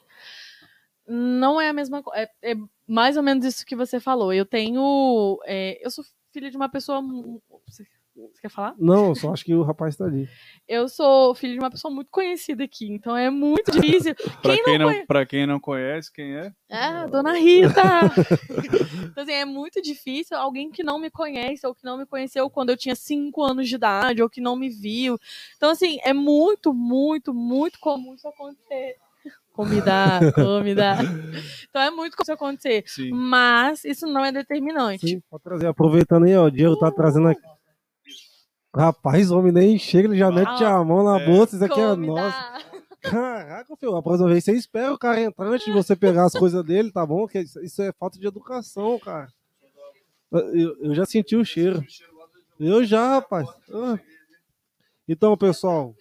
S3: Não é a mesma coisa. É, é mais ou menos isso que você falou. Eu tenho. é, eu sou filha de uma pessoa. mu- Você, você quer falar?
S1: Não, eu só acho que o rapaz tá ali.
S3: Eu sou filha de uma pessoa muito conhecida aqui, então é muito difícil.
S2: Pra
S3: Quem
S2: quem,
S3: não
S2: não, pra quem não conhece, quem é?
S3: Ah, Dona Rita! Então, assim, é muito difícil alguém que não me conhece ou que não me conheceu quando eu tinha cinco anos de idade ou que não me viu. Então, assim, é muito, muito, muito comum isso acontecer. Comida, comida. Então é muito comum isso acontecer.
S2: Sim.
S3: Mas isso não é determinante.
S1: Sim, pode trazer. Aproveitando aí, ó, o Diego tá trazendo aqui. Rapaz, o homem nem chega, ele já mete a mão na
S2: É.
S1: bolsa, isso aqui é
S3: Comida.
S1: nosso. Caraca, filho, a próxima vez você espera o cara entrar antes de você pegar as coisas dele, tá bom? Que isso, isso é falta de educação, cara. Eu, eu já senti o cheiro. Eu já, rapaz. Ah. Então, pessoal.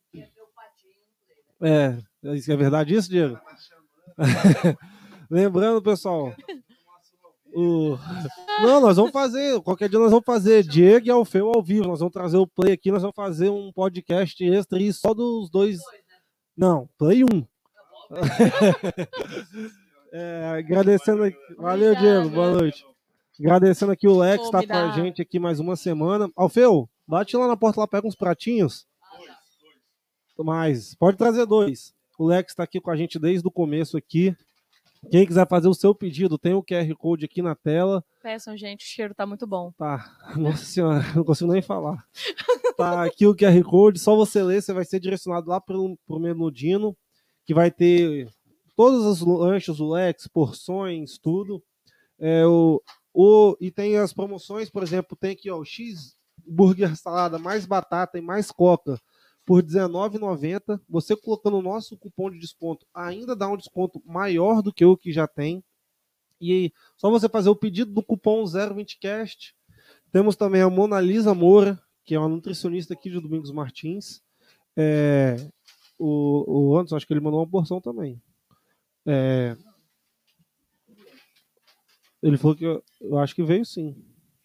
S1: É, isso é verdade isso, Diego? Lembrando, pessoal. O... Não, nós vamos fazer. Qualquer dia nós vamos fazer Diego e Alfeu ao vivo. Nós vamos trazer o Play aqui, nós vamos fazer um podcast extra e só dos dois. Não, Play um. É, agradecendo aqui. Valeu, Diego. Boa noite. Agradecendo aqui o Lex, tá com a gente aqui mais uma semana. Alfeu, bate lá na porta, lá pega uns pratinhos. Mais. Pode trazer dois. O Lex tá aqui com a gente desde o começo aqui. Quem quiser fazer o seu pedido, tem o Q R Code aqui na tela.
S3: Peçam, gente, o cheiro tá muito bom.
S1: Tá. Nossa senhora, não consigo nem falar. Tá aqui o Q R Code, só você ler, você vai ser direcionado lá pro, pro menu Dino, que vai ter todos os lanches, o Lex, porções, tudo. É, o, o, e tem as promoções, por exemplo, tem aqui ó, o X burger salada, mais batata e mais coca por dezenove reais e noventa centavos. Você colocando o nosso cupom de desconto ainda dá um desconto maior do que o que já tem. E só você fazer o pedido do cupom zero vinte cast. Temos também a Mona Lisa Moura, que é uma nutricionista aqui de Domingos Martins. É, o, o Anderson, acho que ele mandou uma porção também. É, ele falou que eu, eu acho que veio sim.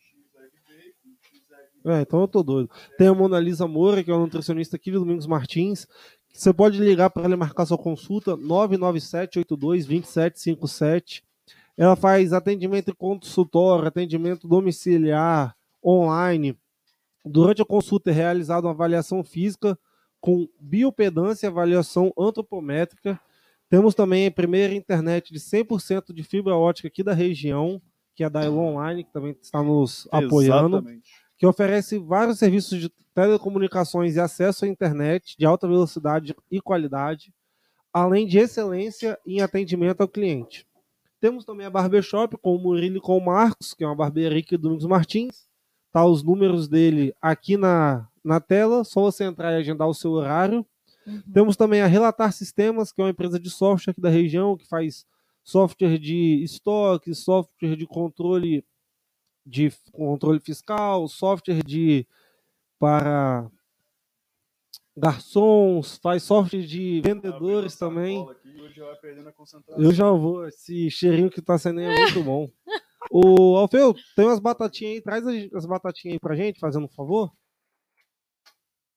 S1: É, então eu tô doido. Tem a Mona Lisa Moura, que é uma nutricionista aqui de Domingos Martins. Você pode ligar para ela e marcar sua consulta nove nove sete oito dois dois sete cinco sete. Ela faz atendimento em consultório, atendimento domiciliar, online. Durante a consulta é realizada uma avaliação física com biopedância e avaliação antropométrica. Temos também a primeira internet de cem por cento de fibra ótica aqui da região, que é a da Elo Online, que também está nos apoiando.
S2: Exatamente.
S1: Que oferece vários serviços de telecomunicações e acesso à internet de alta velocidade e qualidade, além de excelência em atendimento ao cliente. Temos também a Barbershop com o Murilo e com o Marcos, que é uma barbearia aqui do Domingos Martins. Tá os números dele aqui na, na tela, só você entrar e agendar o seu horário. Uhum. Temos também a Relatar Sistemas, que é uma empresa de software aqui da região, que faz software de estoque, software de controle de controle fiscal, software de para garçons, faz software de vendedores também. Eu já vou, esse cheirinho que tá saindo é muito bom. O Alfeu, tem umas batatinhas aí, traz as batatinhas aí pra gente, fazendo um favor.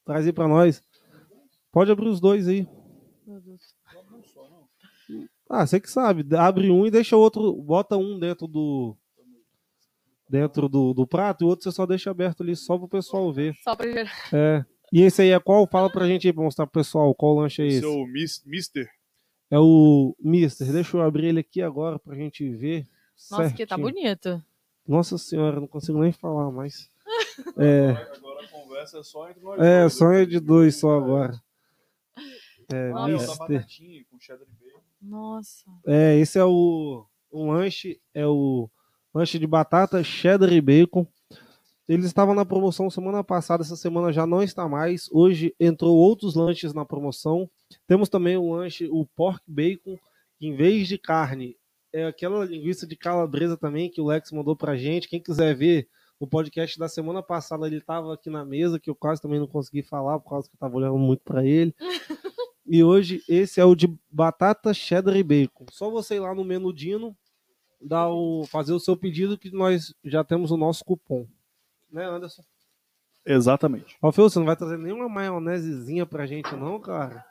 S1: Traz aí pra nós. Pode abrir os dois aí.
S3: Meu Deus.
S1: Ah, você que sabe. Abre um e deixa o outro. Bota um dentro do. Dentro do, do prato e o outro você só deixa aberto ali só pro pessoal ver.
S3: Só pra gerar.
S1: É. E esse aí é qual? Fala pra gente aí pra mostrar pro pessoal qual lanche é esse.
S2: Esse é o mis- Mister.
S1: É o Mister. Deixa eu abrir ele aqui agora pra gente ver.
S3: Nossa, que tá
S1: certinho.
S3: bonito.
S1: Nossa senhora, não consigo nem falar mais. É,
S2: Agora a conversa é só entre nós
S1: é
S2: dois.
S1: só é de dois só agora. É,
S2: Ah, é o da
S1: Mister.
S2: batatinha com cheddar e bacon.
S3: Nossa.
S1: É, esse é o, o lanche, é o lanche de batata, cheddar e bacon. Eles estavam na promoção semana passada, essa semana já não está mais. Hoje entrou outros lanches na promoção. Temos também o lanche, o pork bacon, que em vez de carne, é aquela linguiça de calabresa também que o Lex mandou pra gente. Quem quiser ver no podcast da semana passada, ele estava aqui na mesa, que eu quase também não consegui falar, por causa que eu estava olhando muito para ele. E hoje esse é o de batata, cheddar e bacon. Só você ir lá no Menudino, dar o, fazer o seu pedido, que nós já temos o nosso cupom. Né, Anderson?
S2: Exatamente.
S1: Alfeu, você não vai trazer nenhuma maionesezinha pra gente não, cara?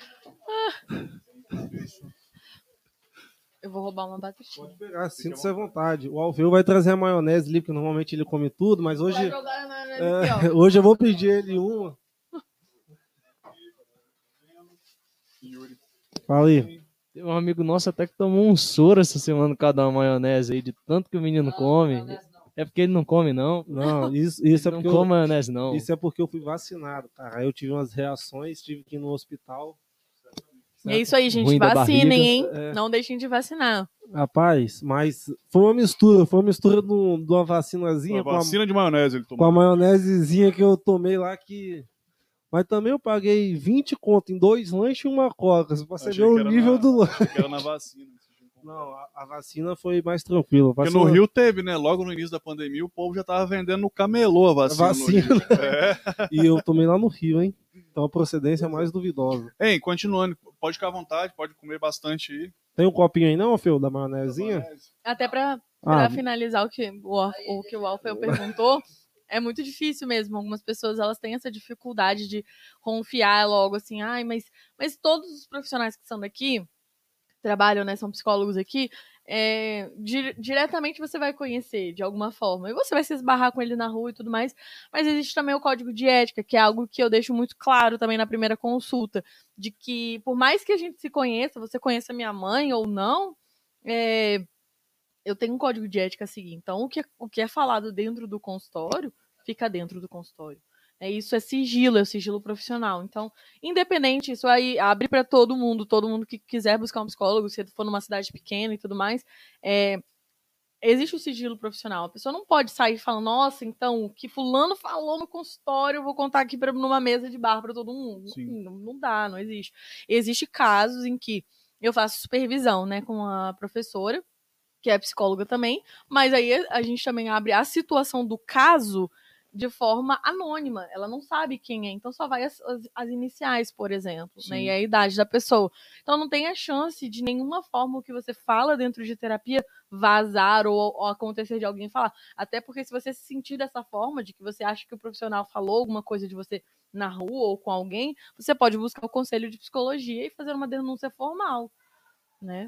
S3: Eu vou roubar uma batatinha.
S1: Pode pegar, sinta-se à vontade. O Alfeu vai trazer a maionese ali, porque normalmente ele come tudo, mas hoje,
S3: Vai jogar a maionese
S1: é,
S3: aqui, ó.
S1: hoje eu vou pedir ele uma. Fala aí.
S5: Tem um amigo nosso até que tomou um soro essa semana por causa da maionese aí, de tanto que o menino come. É porque ele não come, não.
S1: Não, isso, isso, é
S5: Ele
S1: porque
S5: não come
S1: eu,
S5: maionese, não.
S1: isso é porque eu fui vacinado, cara. Aí eu tive umas reações, tive que ir no hospital.
S3: É isso aí, gente.
S5: Ruim da
S3: Vacinem,
S5: barriga.
S3: hein?
S1: É.
S3: Não deixem de vacinar.
S1: Rapaz, mas foi uma mistura, foi uma mistura de, um- de uma vacinazinha
S2: Uma
S1: com a,
S2: vacina de maionese ele
S1: com a
S2: tomou.
S1: maionesezinha que eu tomei lá que... Mas também eu paguei vinte conto em dois lanches e uma coca, pra você
S2: Achei
S1: ver
S2: que
S1: o
S2: era
S1: nível
S2: na-
S1: do lanche.
S2: achei que era na vacina.
S1: Não, a, a vacina foi mais tranquila.
S2: Porque no Rio teve, né? Logo no início da pandemia, o povo já tava vendendo no camelô a vacina.
S1: A vacina.
S2: no Rio. É.
S1: E eu tomei lá no Rio, hein? Então a procedência é mais duvidosa.
S2: Hein, continuando, pode ficar à vontade, pode comer bastante aí.
S1: Tem um copinho aí não, Fio, da maionezinha?
S3: Até pra, pra
S1: Ah,
S3: finalizar o que o, Al- o que o Alfeu perguntou, é muito difícil mesmo. Algumas pessoas elas têm essa dificuldade de confiar logo assim, ai, mas, mas todos os profissionais que são daqui, trabalham, né, são psicólogos aqui, é, di- diretamente você vai conhecer de alguma forma. E você vai se esbarrar com ele na rua e tudo mais. Mas existe também o código de ética, que é algo que eu deixo muito claro também na primeira consulta, de que por mais que a gente se conheça, você conheça minha mãe ou não, é, eu tenho um código de ética a seguir. Então, o que, é- o que é falado dentro do consultório, fica dentro do consultório. É, isso é sigilo, é o sigilo profissional. Então, independente, isso aí abre para todo mundo, todo mundo que quiser buscar um psicólogo, se for numa cidade pequena e tudo mais, é, existe o sigilo profissional. A pessoa não pode sair falando, nossa, então, o que fulano falou no consultório, eu vou contar aqui pra, numa mesa de bar para todo mundo.
S2: Sim.
S3: Não, não dá, não existe. Existem casos em que eu faço supervisão, né, com a professora, que é psicóloga também, mas aí a gente também abre a situação do caso de forma anônima. Ela não sabe quem é, então só vai as, as, as iniciais, por exemplo, né,
S2: Sim.
S3: e a idade da pessoa. Então não tem a chance de nenhuma forma o que você fala dentro de terapia vazar ou, ou acontecer de alguém falar. Até porque se você se sentir dessa forma, de que você acha que o profissional falou alguma coisa de você na rua ou com alguém, você pode buscar o conselho de psicologia e fazer uma denúncia formal, né?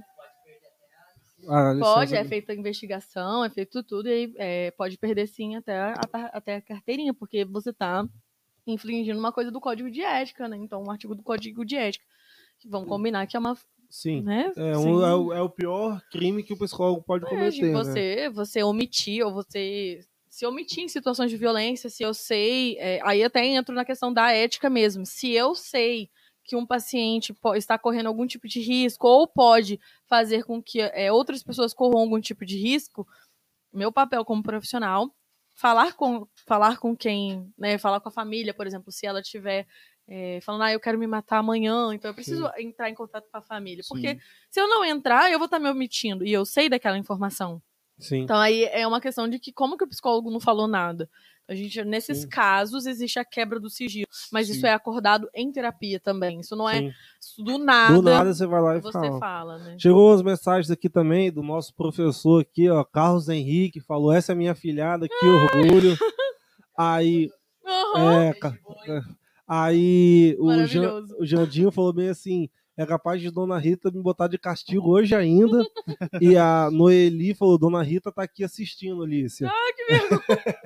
S1: ah,
S3: Pode,
S1: licença.
S3: é feita a investigação, é feito tudo, e aí é, pode perder sim até a, até a carteirinha, porque você está infringindo uma coisa do código de ética, né? Então, um artigo do código de ética. Vamos combinar que é uma.
S1: Sim.
S3: Né?
S1: É,
S3: Sim.
S1: um, é, o, é o pior crime que o psicólogo pode
S3: É,
S1: cometer,
S3: de
S1: né?
S3: você, você omitir, ou você se omitir em situações de violência, se eu sei, é, aí até entro na questão da ética mesmo. Se eu sei que um paciente po- está correndo algum tipo de risco, ou pode fazer com que é, outras pessoas corram algum tipo de risco, meu papel como profissional, falar com, falar com quem, né, falar com a família, por exemplo, se ela tiver é, falando, ah, eu quero me matar amanhã, então eu preciso
S1: Sim.
S3: entrar em contato com a família.
S1: Sim.
S3: Porque se eu não entrar, eu vou estar me omitindo, e eu sei daquela informação.
S1: Sim.
S3: Então aí é uma questão de que como que o psicólogo não falou nada? A gente, nesses
S1: Sim.
S3: casos, existe a quebra do sigilo. Mas
S2: Sim.
S3: isso é acordado em terapia também. Isso não é
S1: Sim.
S3: do nada,
S1: Do nada você vai lá e
S3: você
S1: fala.
S3: fala, né?
S1: Chegou as mensagens aqui também do nosso professor aqui, ó, Carlos Henrique, falou, essa é minha filhada, que orgulho. Aí,
S3: Aham.
S1: é, ca- é. Aí o, Jan,
S3: Maravilhoso.
S1: o Jandinho falou bem assim, é capaz de Dona Rita me botar de castigo hoje ainda. E a Noeli falou, Dona Rita tá aqui assistindo, Alicia.
S3: Ah, que vergonha.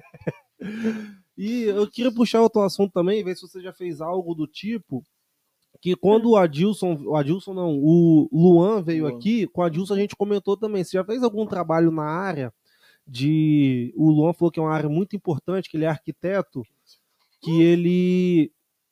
S1: E eu queria puxar outro assunto também, ver se você já fez algo do tipo, que quando o Adilson, o Adilson não, o Luan veio
S2: Luan.
S1: aqui, com o Adilson a gente comentou também, você já fez algum trabalho na área de... O Luan falou que é uma área muito importante, que ele é arquiteto, que ele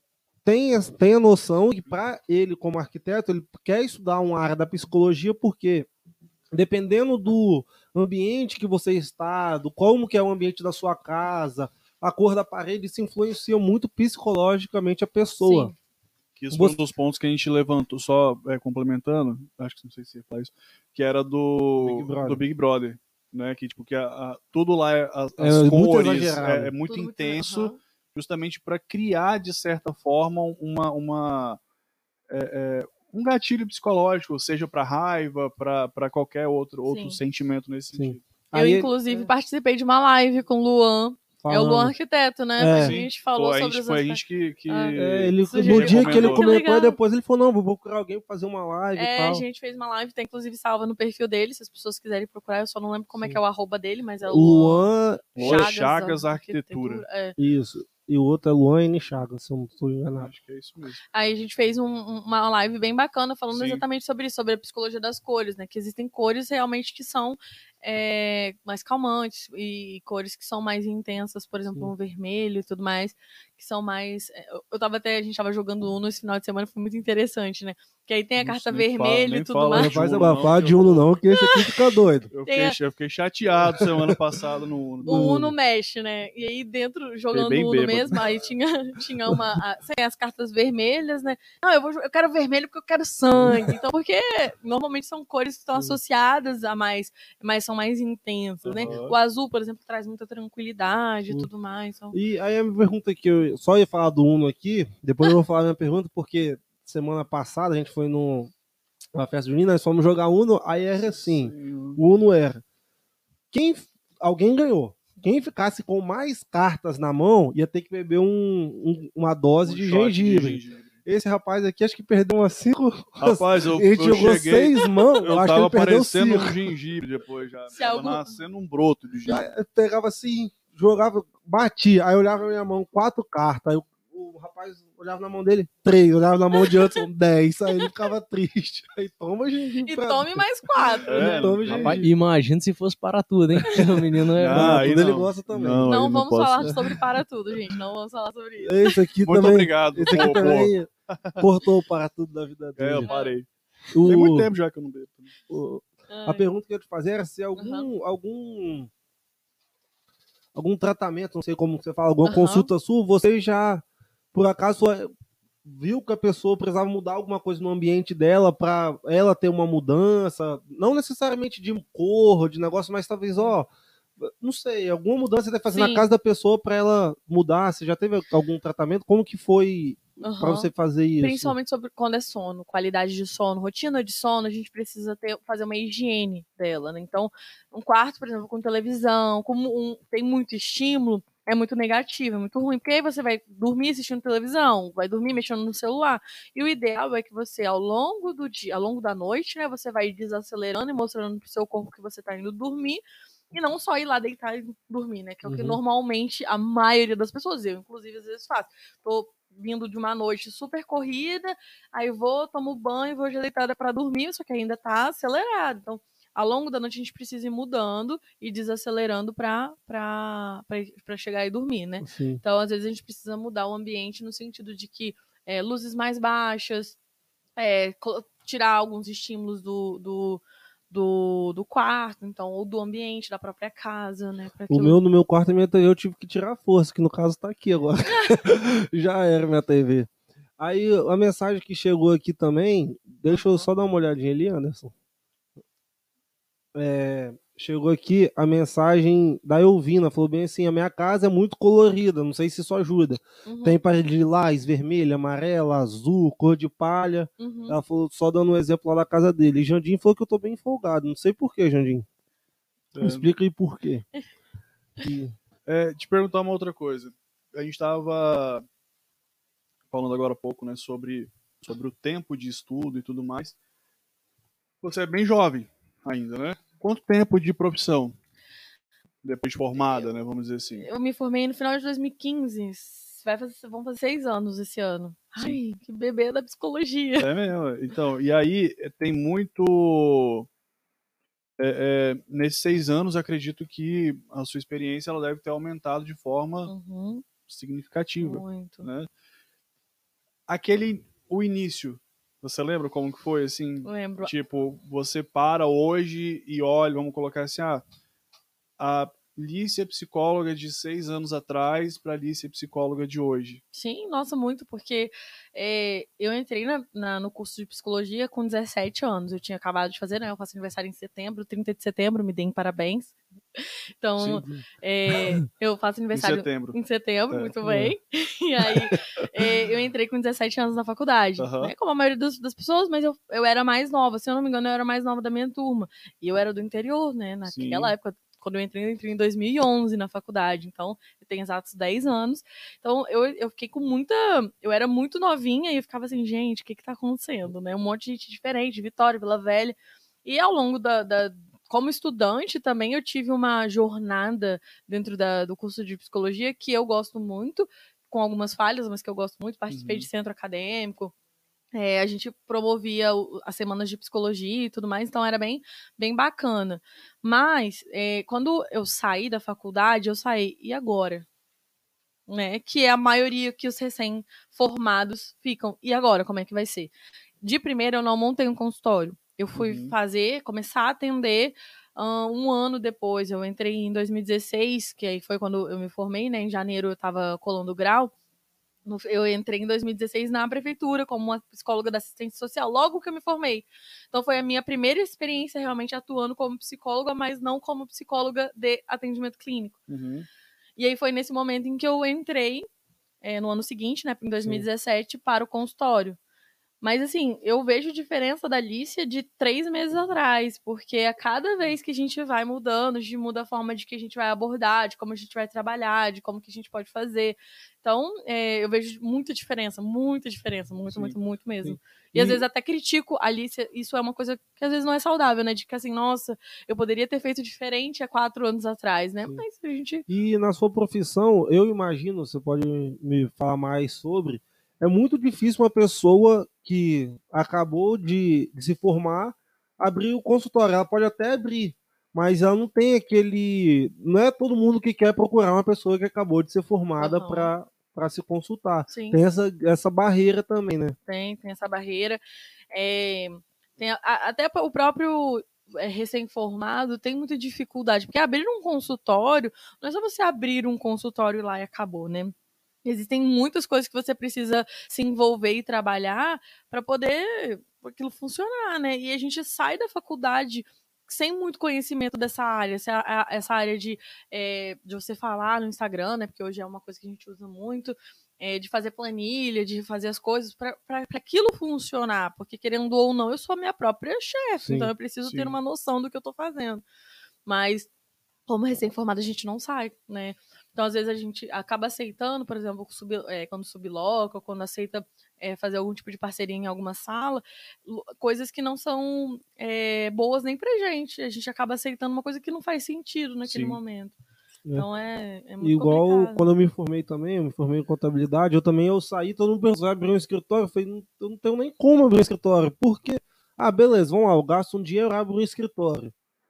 S1: tem, tem a noção que para ele como arquiteto, ele quer estudar uma área da psicologia, porque dependendo do ambiente que você está, do como que é o ambiente da sua casa, a cor da parede, isso influencia muito psicologicamente a pessoa.
S3: Sim.
S2: Que isso foi um
S1: Você-
S2: dos pontos que a gente levantou, só é, complementando, acho que não sei se faz isso, que era do
S1: Big Brother.
S2: do Big Brother, né? Que tipo que a, a- tudo lá é, as,
S1: É
S2: as
S1: muito
S2: cores
S1: exagerado.
S2: é, é muito
S3: Tudo
S2: intenso,
S3: aham.
S2: justamente para criar de certa forma uma, uma é, é, um gatilho psicológico, seja para raiva, para qualquer outro outro
S3: Sim.
S2: sentimento nesse
S1: Sim.
S2: sentido.
S3: Eu,
S1: Aí,
S3: inclusive, participei de uma live com o Luan. É o
S1: falando-
S3: Luan arquiteto, né?
S1: É.
S3: A gente falou
S2: foi, a
S3: sobre
S2: gente,
S3: os
S2: foi a
S3: aspectos.
S2: gente que, que
S3: Ah.
S1: É, ele,
S3: Sugeriu.
S1: no dia que ele
S2: recomendou.
S3: Que
S1: comentou, aí
S3: legal.
S1: depois ele falou, não, vou procurar alguém pra fazer uma live e
S3: É,
S1: tal.
S3: a gente fez uma live, tá inclusive salva no perfil dele, se as pessoas quiserem procurar. Eu só não lembro como é
S1: Sim.
S3: que é o arroba dele, mas é o
S1: Luan,
S2: Luan Chagas Arquitetura.
S3: É.
S1: isso. E o outro é Luan N. Chagas, se eu não estou enganado.
S2: Acho que é isso mesmo.
S3: Aí a gente fez um- um- uma live bem bacana falando
S2: Sim.
S3: exatamente sobre isso, sobre a psicologia das cores, né? Que existem cores realmente que são é, mais calmantes e cores que são mais intensas, por exemplo,
S1: Sim.
S3: um vermelho e tudo mais, que são mais. Eu, eu tava até, a gente tava jogando Uno esse final de semana, foi muito interessante, né? Que aí tem a
S2: Nossa,
S3: carta
S2: nem fala-
S3: vermelha
S2: nem
S3: e tudo
S2: fala
S3: mais.
S1: Não
S2: de
S1: faz
S2: Uno,
S1: agora,
S2: não,
S1: fala
S2: que
S1: de
S2: eu
S1: Uno
S2: vou-
S1: não, que esse aqui fica doido.
S2: Eu
S3: Tem
S2: fiquei, eu fiquei chateado semana passada no Uno.
S3: O Uno mexe, né? E aí dentro, jogando
S2: bem
S3: Uno
S2: bêbado.
S3: mesmo, aí tinha, tinha uma. A, tem as cartas vermelhas, né? Não, eu, vou, eu quero vermelho porque eu quero sangue. Então, porque normalmente são cores que estão associadas a mais, mas são mais intensas, né?
S2: Aham.
S3: O azul, por exemplo, traz muita tranquilidade e
S1: Sim.
S3: tudo mais. Então...
S1: E aí a minha pergunta que eu só ia falar do Uno aqui, depois eu vou falar a minha pergunta, porque semana passada a gente foi no, numa festa junina, nós fomos jogar Uno, aí era assim, o Uno era, quem, alguém ganhou, quem ficasse com mais cartas na mão ia ter que beber um, um- uma dose
S2: Um
S1: de
S2: shot
S1: gengibre.
S2: gengibre.
S1: Esse rapaz aqui acho que perdeu umas cinco,
S2: Rapaz, eu,
S1: a gente
S2: eu
S1: jogou
S2: cheguei,
S1: seis mãos, eu
S2: eu
S1: acho que
S2: tava
S1: ele perdeu
S2: parecendo
S1: cinco.
S2: um gengibre depois já.
S3: Se
S2: Tava
S3: algum-
S2: nascendo um broto de gengibre.
S1: Aí eu pegava assim, jogava, batia, aí eu olhava na minha mão, quatro cartas, aí o, o rapaz olhava na mão dele, três, olhava na mão de outro, dez, aí ele ficava triste, aí toma gengibre
S3: E
S1: pra-
S3: tome mais quatro.
S2: É,
S3: né?
S1: tome
S2: não,
S1: gengibre.
S5: Rapaz, imagina se fosse para tudo, hein? O menino é.
S2: Não,
S1: Para
S2: aí
S1: tudo ele
S2: não.
S1: gosta também.
S2: Não,
S3: Não
S2: aí
S3: vamos
S2: posso-
S3: falar sobre para tudo, gente. Não vamos falar sobre isso.
S1: Esse aqui
S2: Muito
S1: também,
S2: obrigado.
S1: esse aqui
S2: Pô, pô.
S1: também cortou para tudo da vida
S2: É, eu
S1: dele.
S2: parei.
S1: O-
S2: Tem muito tempo já que eu não bebo.
S1: o- a
S3: Ai.
S1: pergunta que eu ia te fazer era se algum, algum, algum tratamento, não sei como você fala, alguma
S3: Aham.
S1: consulta sua, você já, por acaso, foi- viu que a pessoa precisava mudar alguma coisa no ambiente dela para ela ter uma mudança, não necessariamente de cor, de negócio, mas talvez, ó, não sei, alguma mudança você deve fazer
S3: Sim.
S1: na casa da pessoa para ela mudar. Você já teve algum tratamento? Como que foi para
S3: Aham.
S1: você fazer isso?
S3: Principalmente sobre quando é sono, qualidade de sono, rotina de sono, a gente precisa ter, fazer uma higiene dela, né? Então, um quarto, por exemplo, com televisão, como um, tem muito estímulo, é muito negativo, é muito ruim, porque aí você vai dormir assistindo televisão, vai dormir mexendo no celular, e o ideal é que você, ao longo do dia, ao longo da noite, né, você vai desacelerando e mostrando pro seu corpo que você tá indo dormir, e não só ir lá deitar e dormir, né, que é o que
S1: Uhum.
S3: normalmente a maioria das pessoas, eu inclusive às vezes faço, tô vindo de uma noite super corrida, aí vou, tomo banho, vou já deitada para dormir, só que ainda tá acelerado. Então, ao longo da noite a gente precisa ir mudando e desacelerando para para chegar e dormir, né?
S1: Sim.
S3: Então, às vezes a gente precisa mudar o ambiente no sentido de que é, luzes mais baixas, é, co- tirar alguns estímulos do, do, do, do quarto, então, ou do ambiente, da própria casa, né? pra
S1: O
S3: aquilo-
S1: meu, no meu quarto, a minha T V, eu tive que tirar a força, que no caso tá aqui agora. Já era minha T V. Aí a mensagem que chegou aqui também, deixa eu só dar uma olhadinha ali, Anderson. É, chegou aqui a mensagem da Elvina, falou bem assim, a minha casa é muito colorida, não sei se isso ajuda.
S3: Uhum,
S1: Tem parede lilás, vermelha, amarela, azul, cor de palha.
S3: uhum.
S1: Ela falou, só dando um exemplo lá da casa dele. E Jandim falou que eu tô bem folgado, não sei por que, Jandim.
S2: É.
S1: Explica aí por quê. E-
S2: É, te perguntar uma outra coisa. A gente tava falando agora há pouco, né, sobre, sobre o tempo de estudo e tudo mais. Você é bem jovem ainda, né? Quanto tempo de profissão depois de formada, né, vamos dizer assim?
S3: Eu me formei no final de dois mil e quinze. Vai fazer, vão fazer seis anos esse ano. Ai, que bebê da psicologia.
S2: É mesmo. Então, e aí tem muito... É, é, nesses seis anos, acredito que a sua experiência ela deve ter aumentado de forma
S3: Uhum,
S2: significativa.
S3: muito.
S2: Né? Aquele, o início, você lembra como que foi, assim?
S3: Lembro.
S2: Tipo, você para hoje e olha, vamos colocar assim, ah, a Lícia psicóloga de seis anos atrás para a Lícia psicóloga de hoje.
S3: Sim, nossa, muito, porque é, eu entrei na, na, no curso de psicologia com dezessete anos. Eu tinha acabado de fazer, né? Eu faço aniversário em setembro, trinta de setembro, me deem parabéns. Então, é, eu faço aniversário
S2: em setembro.
S3: Em setembro,
S2: é.
S3: muito bem. E aí, é, eu entrei com dezessete anos na faculdade,
S2: Uhum.
S3: né, como a maioria das, das pessoas, mas eu, eu era mais nova. Se eu não me engano, eu era mais nova da minha turma. E eu era do interior, né? Naquela
S2: Sim. época.
S3: Quando eu entrei, eu entrei em dois mil e onze na faculdade, então eu tenho exatos dez anos. Então eu, eu fiquei com muita... Eu era muito novinha e eu ficava assim, gente, o que que tá acontecendo, né? Um monte de gente diferente, Vitória, Vila Velha. E ao longo da... da como estudante também eu tive uma jornada dentro da, do curso de psicologia que eu gosto muito, com algumas falhas, mas que eu gosto muito. Participei
S2: Uhum.
S3: de centro acadêmico. É, a gente promovia as semanas de psicologia e tudo mais, então era bem, bem bacana. Mas, é, quando eu saí da faculdade, eu saí, e agora? Né? Que é a maioria que os recém-formados ficam, e agora, como é que vai ser? De primeira, eu não montei um consultório. Eu fui
S2: Uhum.
S3: fazer, começar a atender uh, um ano depois. Eu entrei em dois mil e dezesseis, que aí foi quando eu me formei, né? Em janeiro eu estava colando grau. Eu entrei em dois mil e dezesseis na prefeitura como uma psicóloga da assistência social, logo que eu me formei. Então foi a minha primeira experiência realmente atuando como psicóloga, mas não como psicóloga de atendimento clínico.
S2: Uhum.
S3: E aí foi nesse momento em que eu entrei, é, no ano seguinte, né, em dois mil e dezessete, Sim. para o consultório. Mas, assim, eu vejo diferença da Lícia de três meses atrás, porque a cada vez que a gente vai mudando, a gente muda a forma de que a gente vai abordar, de como a gente vai trabalhar, de como que a gente pode fazer. Então, é, eu vejo muita diferença, muita diferença, muito, Sim. muito, muito mesmo. Sim. E, e às vezes até critico a Lícia, isso é uma coisa que às vezes não é saudável, né? De que assim, nossa, eu poderia ter feito diferente há quatro anos atrás, né? Sim. Mas a gente...
S1: E na sua profissão, eu imagino, você pode me falar mais sobre, é muito difícil uma pessoa que acabou de, de se formar abrir o consultório. Ela pode até abrir, mas ela não tem aquele... Não é todo mundo que quer procurar uma pessoa que acabou de ser formada uhum. para para se consultar. Sim. Tem essa, essa barreira também, né?
S3: Tem, tem essa barreira. É, tem a, até o próprio é, recém-formado tem muita dificuldade, porque abrir um consultório, não é só você abrir um consultório lá e acabou, né? Existem muitas coisas que você precisa se envolver e trabalhar para poder aquilo funcionar, né? E a gente sai da faculdade sem muito conhecimento dessa área, essa, essa área de, é, de você falar no Instagram, né? Porque hoje é uma coisa que a gente usa muito, é, de fazer planilha, de fazer as coisas para aquilo funcionar, porque querendo ou não, eu sou a minha própria chefe, então eu preciso sim. ter uma noção do que eu estou fazendo. Mas como recém-formada a gente não sai, né? Então, às vezes, a gente acaba aceitando, por exemplo, sub, é, quando subloca, ou quando aceita é, fazer algum tipo de parceria em alguma sala, coisas que não são é, boas nem pra gente. A gente acaba aceitando uma coisa que não faz sentido naquele Sim. momento. É. Então, é, é muito
S1: Igual
S3: complicado.
S1: Quando eu me formei também, eu me formei em contabilidade, eu também eu saí, todo mundo pensou, abrir um escritório, eu falei, não, eu não tenho nem como abrir um escritório, porque, ah, beleza, vamos lá, eu gasto um dinheiro, abro um escritório.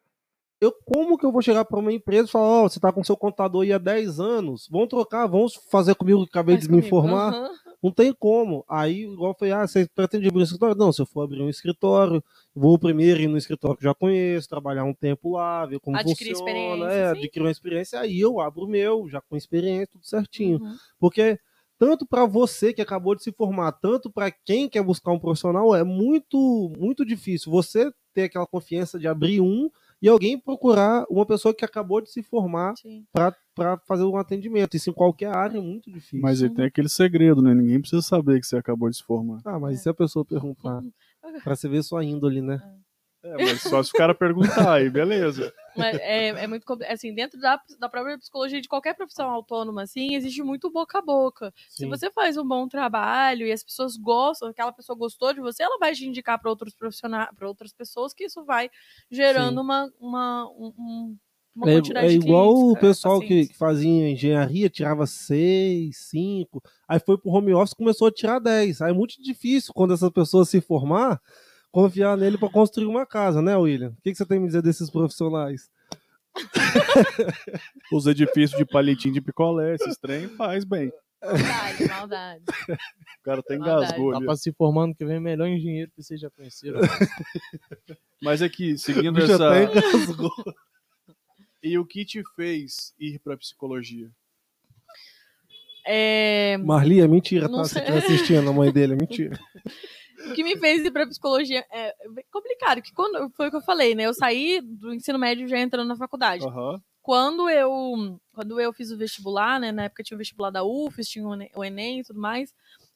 S1: Eu, como que eu vou chegar para uma empresa e falar, ó, oh, você tá com seu contador aí há dez anos, vamos trocar, vamos fazer comigo que acabei Faz de comigo. me informar? Uhum. Não tem como. Aí, igual eu falei, ah, você pretende abrir um escritório? Não, se eu for abrir um escritório, vou primeiro ir no escritório que já conheço, trabalhar um tempo lá, ver como
S3: adquirir
S1: funciona, é, adquirir uma experiência, aí eu abro o meu, já com experiência, tudo certinho. Uhum. Porque tanto para você que acabou de se formar, tanto para quem quer buscar um profissional, é muito, muito difícil você ter aquela confiança de abrir um e alguém procurar uma pessoa que acabou de se formar para fazer um atendimento. Isso em qualquer área é muito difícil.
S2: Mas ele tem aquele segredo, né? Ninguém precisa saber que você acabou de se formar.
S1: Ah, mas é. e se a pessoa perguntar? Para você ver sua índole, né?
S2: É, mas só se o cara perguntar aí, beleza.
S3: Mas é, é muito compli- assim, dentro da, da própria psicologia de qualquer profissão autônoma, assim, existe muito boca a boca. Se
S1: Sim.
S3: você faz um bom trabalho e as pessoas gostam, aquela pessoa gostou de você, ela vai te indicar para outros profissionais, para outras pessoas, que isso vai gerando
S1: Sim.
S3: uma, uma, um- um- uma
S1: É,
S3: quantidade
S1: é
S3: de
S1: igual
S3: clientes,
S1: o
S3: cara,
S1: pessoal que,
S3: pacientes.
S1: que fazia engenharia, tirava seis, cinco, aí foi pro home office e começou a tirar dez. Aí é muito difícil, quando essa pessoa se formar, confiar nele para construir uma casa, né, William? O que, que você tem a me dizer desses profissionais?
S2: Os edifícios de palitinho de picolé, esses trem faz bem.
S3: Maldade, maldade.
S2: O cara até
S3: Maldade.
S2: engasgou
S5: Tá
S2: ali.
S5: pra se formando que vem melhor engenheiro que vocês já conheceram.
S2: Mas é que,
S1: O
S2: seguindo
S1: bicho
S2: essa...
S1: até engasgou.
S2: E o que te fez ir pra psicologia?
S3: É,
S1: Marli, é mentira,
S3: Não
S1: tá? Se
S3: sei.
S1: estiver assistindo, a mãe dele, é mentira.
S3: o que me fez ir pra psicologia é bem complicado, que quando foi o que eu falei, né? Eu saí do ensino médio já entrando na faculdade.
S2: Aham.
S3: Quando eu, quando eu fiz o vestibular, né? Na época tinha o vestibular da U F S, tinha o Enem e tudo mais.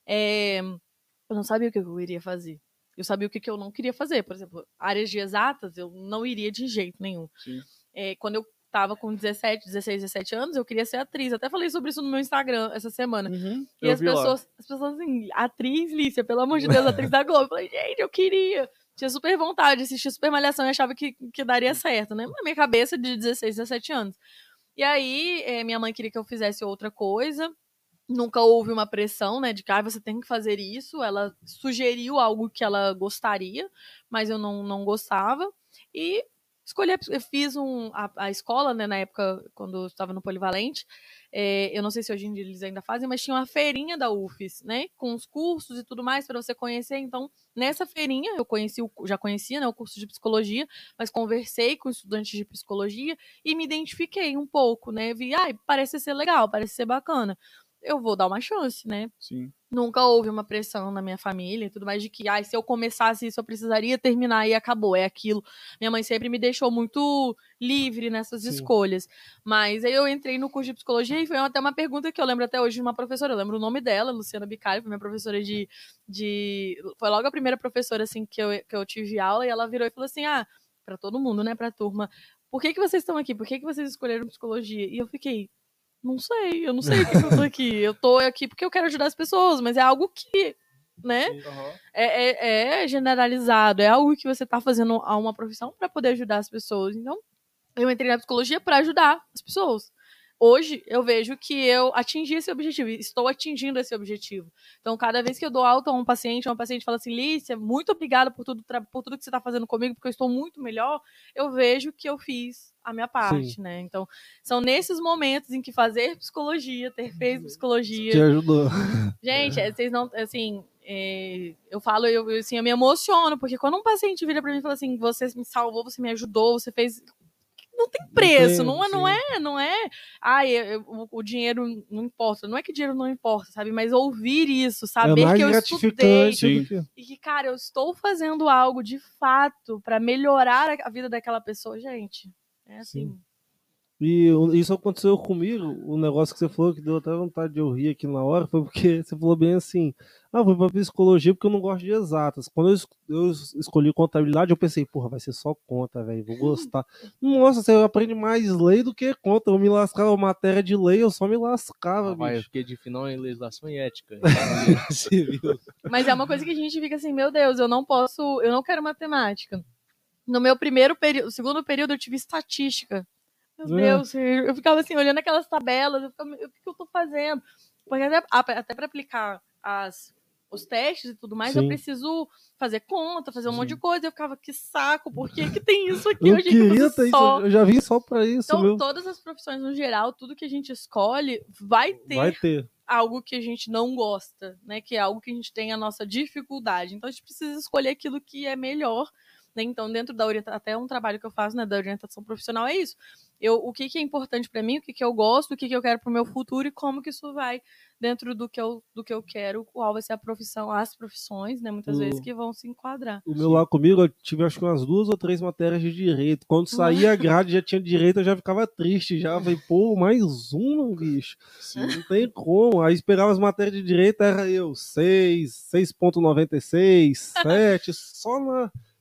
S3: é, eu não sabia o que eu iria fazer. Eu sabia o que eu não queria fazer. Por exemplo, áreas de exatas, eu não iria de jeito nenhum.
S2: Sim.
S3: É, quando eu tava com dezessete, dezesseis, dezessete anos, eu queria ser atriz. Até falei sobre isso no meu Instagram essa semana.
S2: Uhum.
S3: E
S2: Eu
S3: as
S2: vi lá.
S3: pessoas, as pessoas assim, atriz, Lícia, pelo amor de Deus, atriz da Globo. Eu falei, gente, eu queria. Tinha super vontade de assistir Super Malhação e achava que, que daria certo, né? Na minha cabeça, de dezesseis, dezessete anos. E aí, é, minha mãe queria que eu fizesse outra coisa. Nunca houve uma pressão, né, de que ah, você tem que fazer isso. Ela sugeriu algo que ela gostaria, mas eu não, não gostava. E escolhi, eu fiz um, a, a escola, né, na época, quando eu estava no Polivalente. É, eu não sei se hoje em dia eles ainda fazem, mas tinha uma feirinha da U F S, né, com os cursos e tudo mais para você conhecer. Então, nessa feirinha, eu conheci, o, já conhecia, né, o curso de psicologia, mas conversei com estudantes de psicologia e me identifiquei um pouco, né, vi, ai, parece ser legal, parece ser bacana. Eu vou dar uma chance, né?
S2: Sim.
S3: Nunca houve uma pressão na minha família e tudo mais de que, ai, se eu começasse isso, eu precisaria terminar e acabou, é aquilo. Minha mãe sempre me deixou muito livre nessas
S1: Sim.
S3: escolhas. Mas aí eu entrei no curso de psicologia e foi até uma pergunta que eu lembro até hoje de uma professora. Eu lembro o nome dela, Luciana Bicalho, foi minha professora de... de... Foi logo a primeira professora, assim, que eu, que eu tive aula, e ela virou e falou assim, ah, pra todo mundo, né, pra turma, por que que vocês estão aqui? Por que que vocês escolheram psicologia? E eu fiquei... Não sei, eu não sei por que eu tô aqui. Eu tô aqui porque eu quero ajudar as pessoas, mas é algo que, né,
S2: Uhum.
S3: é, é, é generalizado, é algo que você tá fazendo a uma profissão para poder ajudar as pessoas. Então, eu entrei na psicologia para ajudar as pessoas. Hoje, eu vejo que eu atingi esse objetivo, estou atingindo esse objetivo. Então, cada vez que eu dou alta a um paciente, uma paciente fala assim, Lícia, muito obrigada por tudo, por tudo que você está fazendo comigo, porque eu estou muito melhor, eu vejo que eu fiz a minha parte,
S1: Sim.
S3: né? Então, são nesses momentos em que fazer psicologia, ter feito psicologia...
S1: Te ajudou.
S3: Gente, é, vocês não, assim, é, eu falo, eu, assim, eu me emociono, porque quando um paciente vira pra mim e fala assim, você me salvou, você me ajudou, você fez... Não tem preço, não,
S1: tem,
S3: não, é,
S1: sim.
S3: não é, não é, ai, eu, eu, o, o dinheiro não importa, não é que dinheiro não importa, sabe, mas ouvir isso,
S1: É
S3: saber
S1: mais
S3: que eu estudei,
S1: gratificante do que...
S3: e que, cara, eu estou fazendo algo de fato pra melhorar a, a vida daquela pessoa, gente, é assim...
S1: Sim. E o- isso aconteceu comigo, o negócio que você falou, que deu até vontade de eu rir aqui na hora, foi porque você falou bem assim, ah, vou pra psicologia porque eu não gosto de exatas. Quando eu, es- eu es- escolhi contabilidade, eu pensei, porra, vai ser só conta, velho, vou gostar. Nossa, você aprende mais lei do que conta, eu me lascava matéria de lei, eu só me lascava,
S5: Ah, vai,
S1: bicho.
S5: porque de final é legislação e ética.
S1: Civil.
S3: Mas é uma coisa que a gente fica assim, meu Deus, eu não posso, eu não quero matemática. No meu primeiro período, segundo período, eu tive estatística. Meu
S1: É.
S3: Deus, eu eu ficava assim, olhando aquelas tabelas, eu ficava, o que que eu tô fazendo? Porque até, até para aplicar as, os testes e tudo mais, eu
S1: Sim.
S3: preciso fazer conta, fazer um monte
S2: Sim.
S3: de coisa. Eu ficava, que saco, por que que tem isso aqui?
S1: Eu
S3: achei
S1: queria
S3: que fosse
S1: ter isso,
S3: só.
S1: eu já vim só pra isso,
S3: Então,
S1: meu.
S3: todas as profissões no geral, tudo que a gente escolhe, vai ter
S1: Vai ter.
S3: algo que a gente não gosta, né? Que é algo que a gente tem a nossa dificuldade. Então a gente precisa escolher aquilo que é melhor, né? Então, dentro da orientação, até um trabalho que eu faço, né, da orientação profissional é isso. Eu, o que, que é importante para mim, o que, que eu gosto, o que, que eu quero pro meu futuro e como que isso vai dentro do que eu, do que eu quero, qual vai ser a profissão, as profissões, né? Muitas
S1: O-
S3: vezes que vão se enquadrar.
S1: O meu lá comigo, eu tive acho que umas duas ou três matérias de direito. Quando saía a grade já tinha direito, eu já ficava triste. Já falei, pô, mais um, bicho. Não tem como. Aí esperava as matérias de direito, era eu, seis, seis ponto noventa e seis, sete, só na.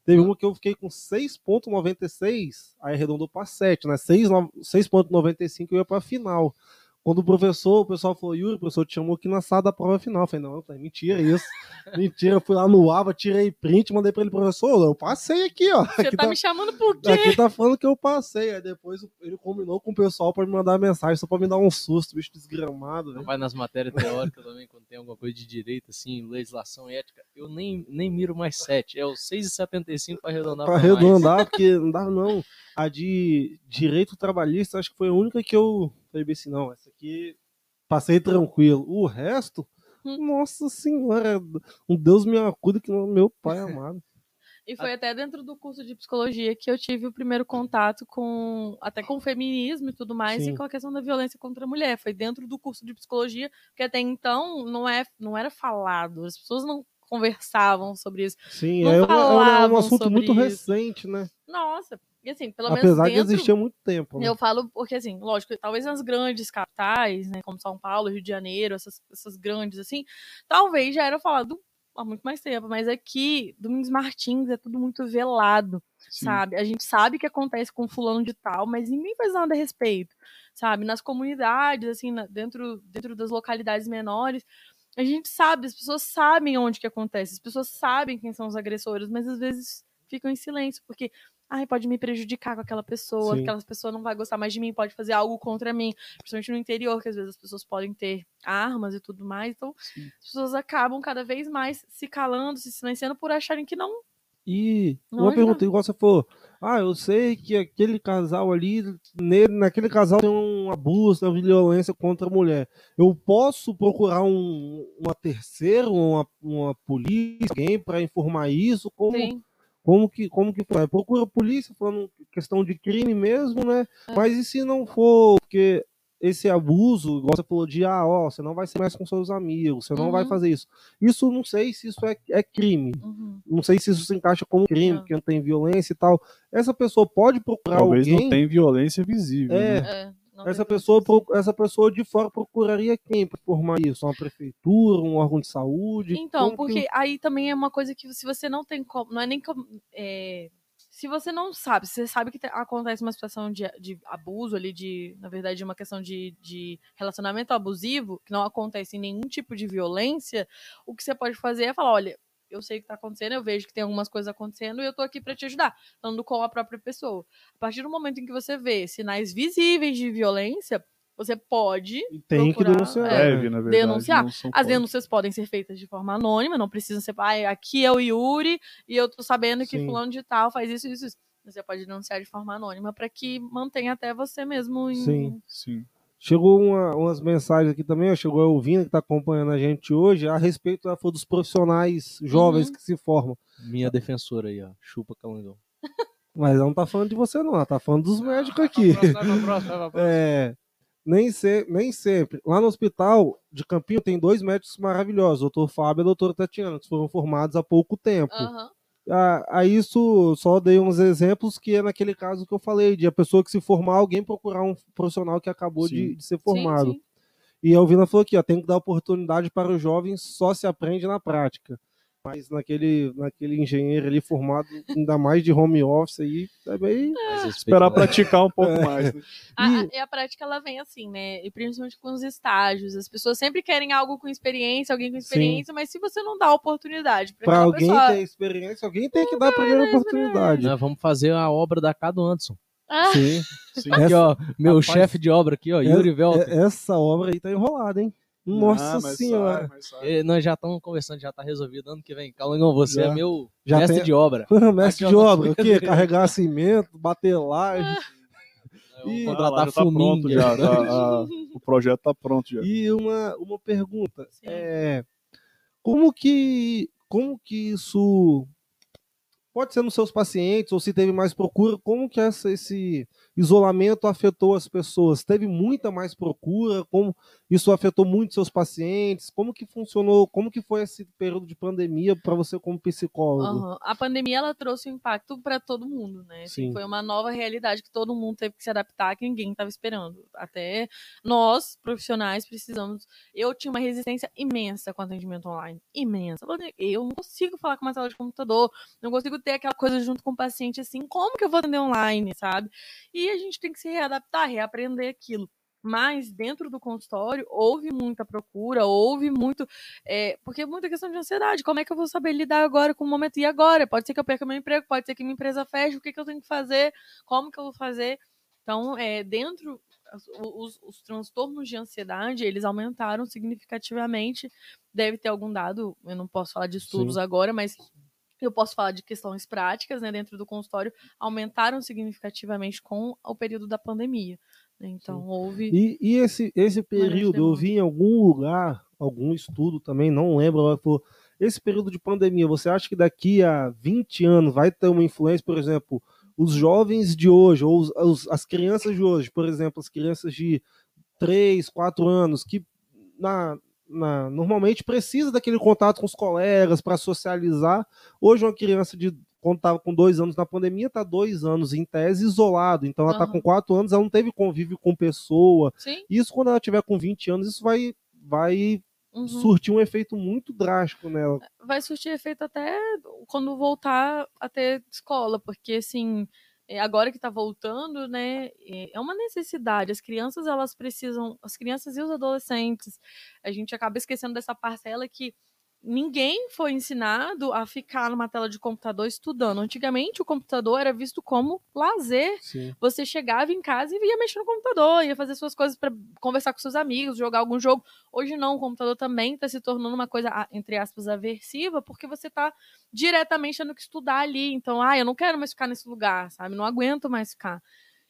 S1: Teve uma que eu fiquei com seis vírgula noventa e seis, aí arredondou para sete, né? seis vírgula noventa e cinco eu ia para a final. Quando o professor, o pessoal falou, Yuri, o professor te chamou aqui na sala da prova final. Eu falei, não, é mentira isso. Mentira, eu fui lá no Ava, tirei print, mandei pra ele, professor, eu passei aqui, ó.
S3: Você
S1: aqui
S3: tá,
S1: tá
S3: me chamando por quê?
S1: Aqui tá falando que eu passei. Aí depois ele combinou com o pessoal pra me mandar mensagem, só pra me dar um susto, bicho desgramado.
S5: Não vai nas matérias teóricas também, quando tem alguma coisa de direito, assim, legislação ética, eu nem, nem miro mais sete, é o seis vírgula setenta e cinco pra arredondar
S1: Pra
S5: pra mais.
S1: arredondar, porque não dá não. A de direito trabalhista, acho que foi a única que eu falei assim, não, essa aqui passei tranquilo. O resto,
S3: Hum.
S1: nossa senhora, um Deus me acuda que não é meu pai amado.
S3: E foi até dentro do curso de psicologia que eu tive o primeiro contato com, até com o feminismo e tudo mais,
S1: Sim.
S3: e com a questão da violência contra a mulher. Foi dentro do curso de psicologia, porque até então não, é, não era falado, as pessoas não conversavam sobre isso.
S1: Sim,
S3: Não
S1: é, um, é um- é um
S3: falavam
S1: assunto
S3: sobre
S1: muito
S3: isso.
S1: recente, né?
S3: Nossa, e assim, pelo
S1: Apesar
S3: menos
S1: de
S3: dentro...
S1: existir há muito tempo. Né?
S3: Eu falo porque, assim, lógico, talvez nas grandes capitais, né, como São Paulo, Rio de Janeiro, essas, essas grandes, assim, talvez já era falado há muito mais tempo, mas aqui, Domingos Martins, é tudo muito velado,
S2: Sim.
S3: sabe? A gente sabe que acontece com fulano de tal, mas ninguém faz nada a respeito, sabe? Nas comunidades, assim, na- dentro, dentro das localidades menores, a gente sabe, as pessoas sabem onde que acontece, as pessoas sabem quem são os agressores, mas às vezes ficam em silêncio, porque ai, pode me prejudicar com aquela pessoa,
S1: Sim.
S3: aquela pessoa não vai gostar mais de mim, pode fazer algo contra mim, principalmente no interior, que às vezes as pessoas podem ter armas e tudo mais, então
S2: Sim.
S3: as pessoas acabam cada vez mais se calando, se silenciando por acharem que não.
S1: E
S3: Não
S1: uma
S3: ajuda.
S1: pergunta, igual você falou, ah, eu sei que aquele casal ali, nele, naquele casal tem um abuso, uma violência contra a mulher. Eu posso procurar um, uma terceira, uma, uma polícia, alguém para informar isso? Como,
S3: Sim.
S1: como que como que faz? Procura a polícia, falando questão de crime mesmo, né?
S3: É.
S1: Mas e se não for, porque esse abuso, igual você falou de, ah, ó, você não vai ser mais com seus amigos, você não
S3: Uhum.
S1: vai fazer isso. Isso não sei se isso é, é crime.
S3: Uhum.
S1: Não sei se isso se encaixa como crime,
S3: Não.
S1: porque não tem violência e tal. Essa pessoa pode procurar
S2: Talvez
S1: alguém.
S2: não tenha violência visível.
S1: É,
S2: né?
S3: É, não
S1: essa
S3: tem
S1: pessoa,
S3: violência.
S1: pro- essa pessoa de fora procuraria quem para formar isso? Uma prefeitura, um órgão de saúde?
S3: Então,
S1: Como
S3: porque
S1: que...
S3: aí também é uma coisa que se você não tem como, não é nem como, é, se você não sabe, se você sabe que te- acontece uma situação de, de abuso ali, de, na verdade, uma questão de, de relacionamento abusivo, que não acontece em nenhum tipo de violência, o que você pode fazer é falar, olha, eu sei o que tá acontecendo, eu vejo que tem algumas coisas acontecendo e eu tô aqui pra te ajudar, falando com a própria pessoa. A partir do momento em que você vê sinais visíveis de violência, você pode
S1: Tem que
S3: procurar,
S1: denunciar.
S3: é,
S2: Deve, na verdade.
S3: denunciar.
S2: não são
S3: As
S2: pode.
S3: denúncias podem ser feitas de forma anônima, não precisa ser, ah, aqui é o Yuri e eu tô sabendo que
S1: Sim.
S3: fulano de tal faz isso, isso, isso. Você pode denunciar de forma anônima para que mantenha até você mesmo em...
S1: Sim.
S2: Sim.
S1: Chegou uma- umas mensagens aqui também, ó, chegou a Elvina, que está acompanhando a gente hoje, a respeito ela falou dos profissionais jovens
S3: Uhum.
S1: que se formam.
S5: Minha defensora aí, ó. Chupa calangão.
S1: Mas ela não tá falando de você, não, ela tá falando dos médicos aqui.
S5: Vai pra próxima, vai pra próxima.
S1: É, nem, se, nem sempre. Lá no hospital de Campinho tem dois médicos maravilhosos, o doutor Fábio e a doutora Tatiana, que foram formados há pouco tempo.
S3: Aham.
S1: Ah, a isso só dei uns exemplos que é naquele caso que eu falei, de a pessoa que se formar, alguém procurar um profissional que acabou
S2: Sim.
S1: de, de ser
S3: Sim,
S1: formado.
S3: sim.
S1: E a Alvina falou aqui, ó, tem que dar oportunidade para os jovens, só se aprende na prática. Mas naquele, naquele engenheiro ali formado, ainda mais de home office aí, é bem...
S5: Mais respeito,
S2: Esperar
S5: né?
S2: praticar um pouco mais. né?
S3: A, a,
S1: E-
S3: e a prática, ela vem assim, né? E principalmente com os estágios. As pessoas sempre querem algo com experiência, alguém com experiência, mas se você não dá a oportunidade para
S1: Para
S3: aquela
S1: alguém
S3: pessoa...
S1: ter experiência, alguém tem que dar a primeira oportunidade.
S5: Nós vamos fazer a obra da Cado Anderson.
S3: Ah,
S1: Sim.
S2: Sim.
S5: Aqui,
S1: Essa-
S5: ó, meu
S1: rapaz,
S5: chefe de obra aqui, ó,
S1: é-
S5: Yuri Velter.
S1: é- Essa obra aí tá enrolada, hein? Nossa
S2: Ah, mas
S1: senhora.
S2: sai, mas sai.
S5: Eh, Nós já estamos conversando, já tá resolvido. Ano que vem, Calangão, você
S1: Já.
S5: é meu
S1: Já
S5: mestre
S1: tem-
S5: de obra.
S1: Mestre
S5: Aqui,
S1: de
S5: ó,
S1: obra, o quê?
S5: brincadeira.
S1: Carregar cimento, bater laje.
S5: Vamos
S1: E-
S2: Ah, lá,
S5: contratar
S2: já tá pronto
S5: Flumingo.
S2: já. tá, a- o projeto tá pronto já.
S1: E uma, uma pergunta.
S3: Sim.
S1: É, como que como que isso pode ser nos seus pacientes ou se teve mais procura, como que essa, esse isolamento afetou as pessoas? Teve muita mais procura? Como isso afetou muito seus pacientes? Como que funcionou? Como que foi esse período de pandemia para você como psicólogo?
S3: Uhum. A pandemia ela trouxe um impacto para todo mundo, né? Assim,
S1: Sim.
S3: foi uma nova realidade que todo mundo teve que se adaptar, que ninguém estava esperando. Até nós, profissionais, precisamos. Eu tinha uma resistência imensa com atendimento online. Imensa. Eu não consigo falar com uma tela de computador, não consigo ter aquela coisa junto com o paciente assim. Como que eu vou atender online, sabe? E a gente tem que se readaptar, reaprender aquilo. Mas dentro do consultório houve muita procura, houve muito. É, porque é muita questão de ansiedade. Como é que eu vou saber lidar agora com o momento? E agora? Pode ser que eu perca meu emprego, pode ser que minha empresa feche. O que, que eu tenho que fazer? Como que eu vou fazer? Então, é, dentro. Os, os transtornos de ansiedade, eles aumentaram significativamente. Deve ter algum dado, eu não posso falar de estudos Sim. agora, mas eu posso falar de questões práticas, né, dentro do consultório, aumentaram significativamente com o período da pandemia. Então, Sim. houve...
S1: E, e esse, esse período, eu vi em algum lugar, algum estudo também, não lembro, esse período de pandemia, você acha que daqui a vinte anos vai ter uma influência, por exemplo, os jovens de hoje, ou os, os, as crianças de hoje, por exemplo, as crianças de três, quatro anos, que na, na, normalmente precisa daquele contato com os colegas para socializar. Hoje uma criança de quando estava com dois anos na pandemia, está dois anos em tese isolado. Então ela está uhum. com quatro anos, ela não teve convívio com pessoa.
S3: Sim.
S1: Isso quando ela tiver com vinte anos, isso vai, vai uhum. surtir um efeito muito drástico nela.
S3: Vai surtir efeito até quando voltar a ter escola, porque assim, agora que está voltando, né, é uma necessidade. As crianças, elas precisam, as crianças e os adolescentes, a gente acaba esquecendo dessa parcela que ninguém foi ensinado a ficar numa tela de computador estudando. Antigamente, o computador era visto como lazer.
S1: Sim.
S3: Você chegava em casa e ia mexer no computador, ia fazer suas coisas para conversar com seus amigos, jogar algum jogo. Hoje não, o computador também está se tornando uma coisa, entre aspas, aversiva, porque você está diretamente tendo que estudar ali. Então, ah, eu não quero mais ficar nesse lugar, sabe? Não aguento mais ficar.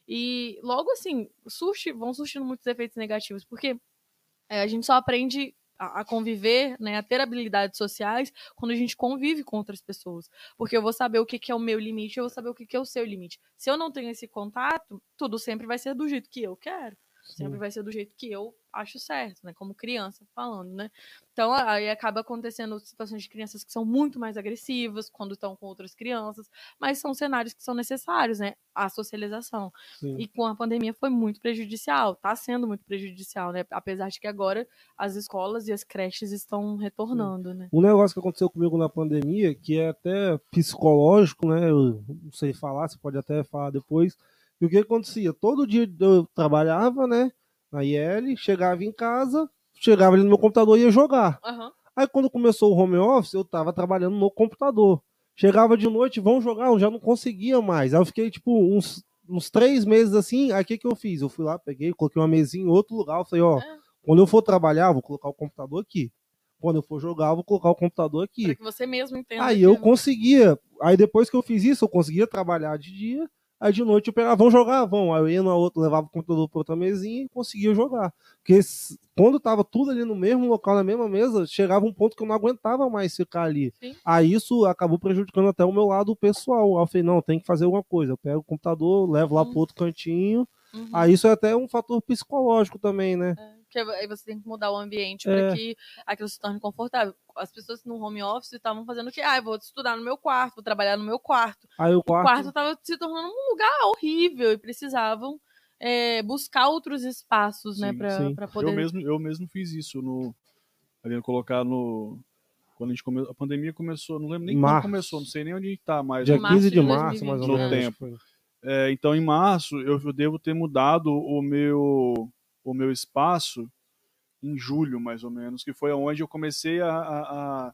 S3: E logo assim, surge, vão surgindo muitos efeitos negativos, porque é, a gente só aprende a conviver, né, a ter habilidades sociais quando a gente convive com outras pessoas. Porque eu vou saber o que, que é o meu limite, eu vou saber o que, que é o seu limite. Se eu não tenho esse contato, tudo sempre vai ser do jeito que eu quero. Sim. Sempre vai ser do jeito que eu acho certo, né? Como criança falando, né? Então, aí acaba acontecendo situações de crianças que são muito mais agressivas quando estão com outras crianças, mas são cenários que são necessários, né? A socialização.
S1: Sim.
S3: E com a pandemia foi muito prejudicial, está sendo muito prejudicial, né? Apesar de que agora as escolas e as creches estão retornando,
S1: Sim.
S3: né?
S1: Um negócio que aconteceu comigo na pandemia, que é até psicológico, né? Eu não sei falar, você pode até falar depois. E o que acontecia? Todo dia eu trabalhava, né, na I L, chegava em casa, chegava ali no meu computador e ia jogar.
S3: Uhum.
S1: Aí quando começou o home office, eu tava trabalhando no computador. Chegava de noite, vamos jogar, eu já não conseguia mais. Aí eu fiquei, tipo, uns, uns três meses assim, aí o que que eu fiz? Eu fui lá, peguei, coloquei uma mesinha em outro lugar, eu falei, ó, é. quando eu for trabalhar, eu vou colocar o computador aqui. Quando eu for jogar, eu vou colocar o computador aqui.
S3: Para que você mesmo entenda.
S1: Aí eu conseguia, aí depois que eu fiz isso, eu conseguia trabalhar de dia. Aí de noite eu pegava, vamos jogar? Vamos. Aí eu ia na outra, levava o computador para outra mesinha e conseguia jogar. Porque quando tava tudo ali no mesmo local, na mesma mesa, chegava um ponto que eu não aguentava mais ficar ali.
S3: Sim.
S1: Aí isso acabou prejudicando até o meu lado pessoal. Aí eu falei, não, tem que fazer alguma coisa. Eu pego o computador, levo lá
S3: uhum.
S1: pro outro cantinho.
S3: Uhum.
S1: Aí isso é até um fator psicológico também, né?
S3: É. Porque aí você tem que mudar o ambiente
S1: É.
S3: para que aquilo se torne confortável. As pessoas no home office estavam fazendo o quê? Ah, eu vou estudar no meu quarto, vou trabalhar no meu quarto.
S1: Aí o quarto...
S3: O quarto estava se tornando um lugar horrível e precisavam é, buscar outros espaços, sim, né, para poder...
S2: Eu mesmo, eu mesmo fiz isso, no, ali, colocar no... Quando a, gente come... a pandemia começou, não lembro nem
S1: março.
S2: quando começou, não sei nem onde está mais.
S1: Dia
S3: março
S1: quinze de
S3: de
S1: março, mais ou
S2: no
S1: menos.
S2: tempo. É, então, em março, eu, eu devo ter mudado o meu... o meu espaço em julho, mais ou menos, que foi onde eu comecei a... a, a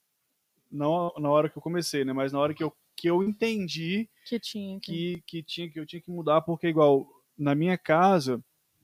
S2: não na hora que eu comecei, né, mas na hora que eu, que eu entendi
S3: que tinha que...
S2: Que, que, tinha, que eu tinha que mudar, porque igual, na minha casa,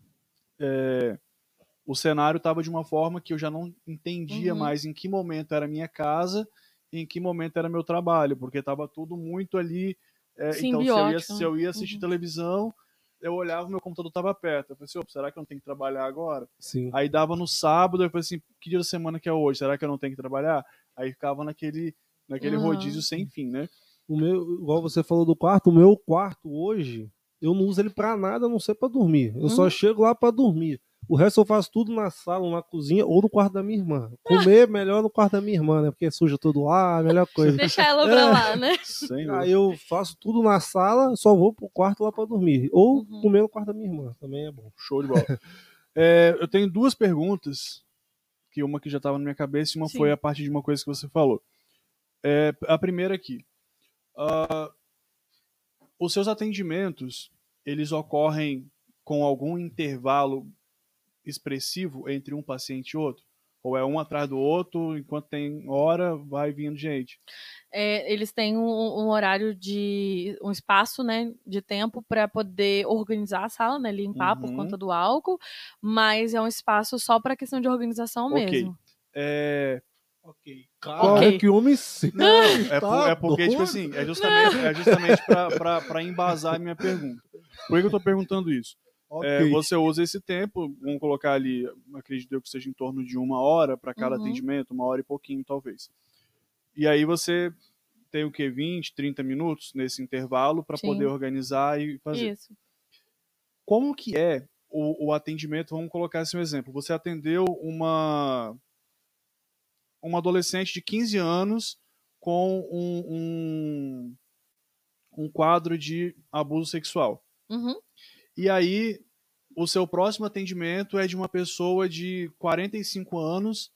S2: é, o cenário estava de uma forma que eu já não entendia
S3: uhum.
S2: mais em que momento era minha casa e em que momento era meu trabalho, porque estava tudo muito ali... É, então, se eu ia, se eu ia assistir uhum. televisão, eu olhava, meu computador estava perto. Eu falei assim, será que eu não tenho que trabalhar agora?
S1: Sim.
S2: Aí dava no sábado, eu falei assim, que dia da semana que é hoje? Será que eu não tenho que trabalhar? Aí ficava naquele, naquele uhum. rodízio sem fim, né?
S1: O meu, igual você falou do quarto, o meu quarto hoje, eu não uso ele pra nada, a não ser pra dormir. Eu
S3: Uhum.
S1: só chego lá pra dormir. O resto eu faço tudo na sala, na cozinha ou no quarto da minha irmã. Comer melhor no quarto da minha irmã, né? Porque suja tudo lá, a melhor coisa.
S3: Deixa ela pra
S1: É.
S3: lá, né?
S2: Sem
S1: Aí eu faço tudo na sala, só vou pro quarto lá pra dormir. Ou
S3: Uhum.
S1: comer no quarto da minha irmã, também é bom.
S2: Show de bola. É, eu tenho duas perguntas, que uma que já estava na minha cabeça e uma
S3: Sim.
S2: foi a partir de uma coisa que você falou. É, a primeira aqui. Uh, os seus atendimentos, eles ocorrem com algum intervalo expressivo entre um paciente e outro? Ou é um atrás do outro, enquanto tem hora, vai vindo gente?
S3: É, eles têm um, um horário de um espaço, né, de tempo para poder organizar a sala, né, limpar
S2: Uhum.
S3: por conta do álcool, mas é um espaço só para questão de organização
S2: Ok.
S3: mesmo.
S2: É...
S1: Ok.
S3: Ok.
S1: Cara, que homem sim.
S2: Não, é, por-
S1: Tá
S2: é porque, tipo
S1: doido?
S2: assim, é justamente, é justamente para embasar a minha pergunta. Por que eu estou perguntando isso?
S1: Ok.
S2: É, você usa esse tempo, vamos colocar ali, acredito eu que seja em torno de uma hora para cada
S3: Uhum.
S2: atendimento, uma hora e pouquinho, talvez. E aí você tem o quê? vinte, trinta minutos nesse intervalo para
S3: Sim.
S2: poder organizar e fazer.
S3: Isso.
S2: Como que é o, o atendimento? Vamos colocar assim um exemplo. Você atendeu uma, uma adolescente de quinze anos com um, um, um quadro de abuso sexual.
S3: Uhum.
S2: E aí, o seu próximo atendimento é de uma pessoa de quarenta e cinco anos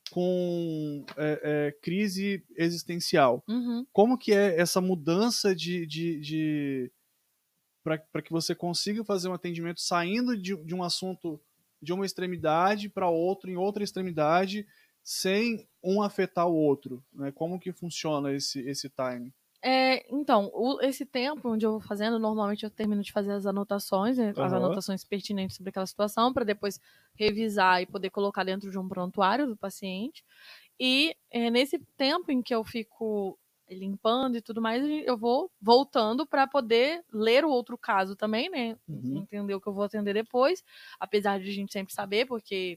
S2: com é, é, crise existencial.
S3: Uhum.
S2: Como que é essa mudança de... de, de para que você consiga fazer um atendimento saindo de, de um assunto de uma extremidade para outro, em outra extremidade, sem um afetar o outro, né? Como que funciona esse, esse time?
S3: É, então, o- esse tempo onde eu vou fazendo, normalmente eu termino de fazer as anotações, né, as
S2: Aham.
S3: anotações pertinentes sobre aquela situação, para depois revisar e poder colocar dentro de um prontuário do paciente. E é, nesse tempo em que eu fico limpando e tudo mais, eu vou voltando para poder ler o outro caso também, né?
S2: Uhum.
S3: Entender o que eu vou atender depois, apesar de a gente sempre saber, porque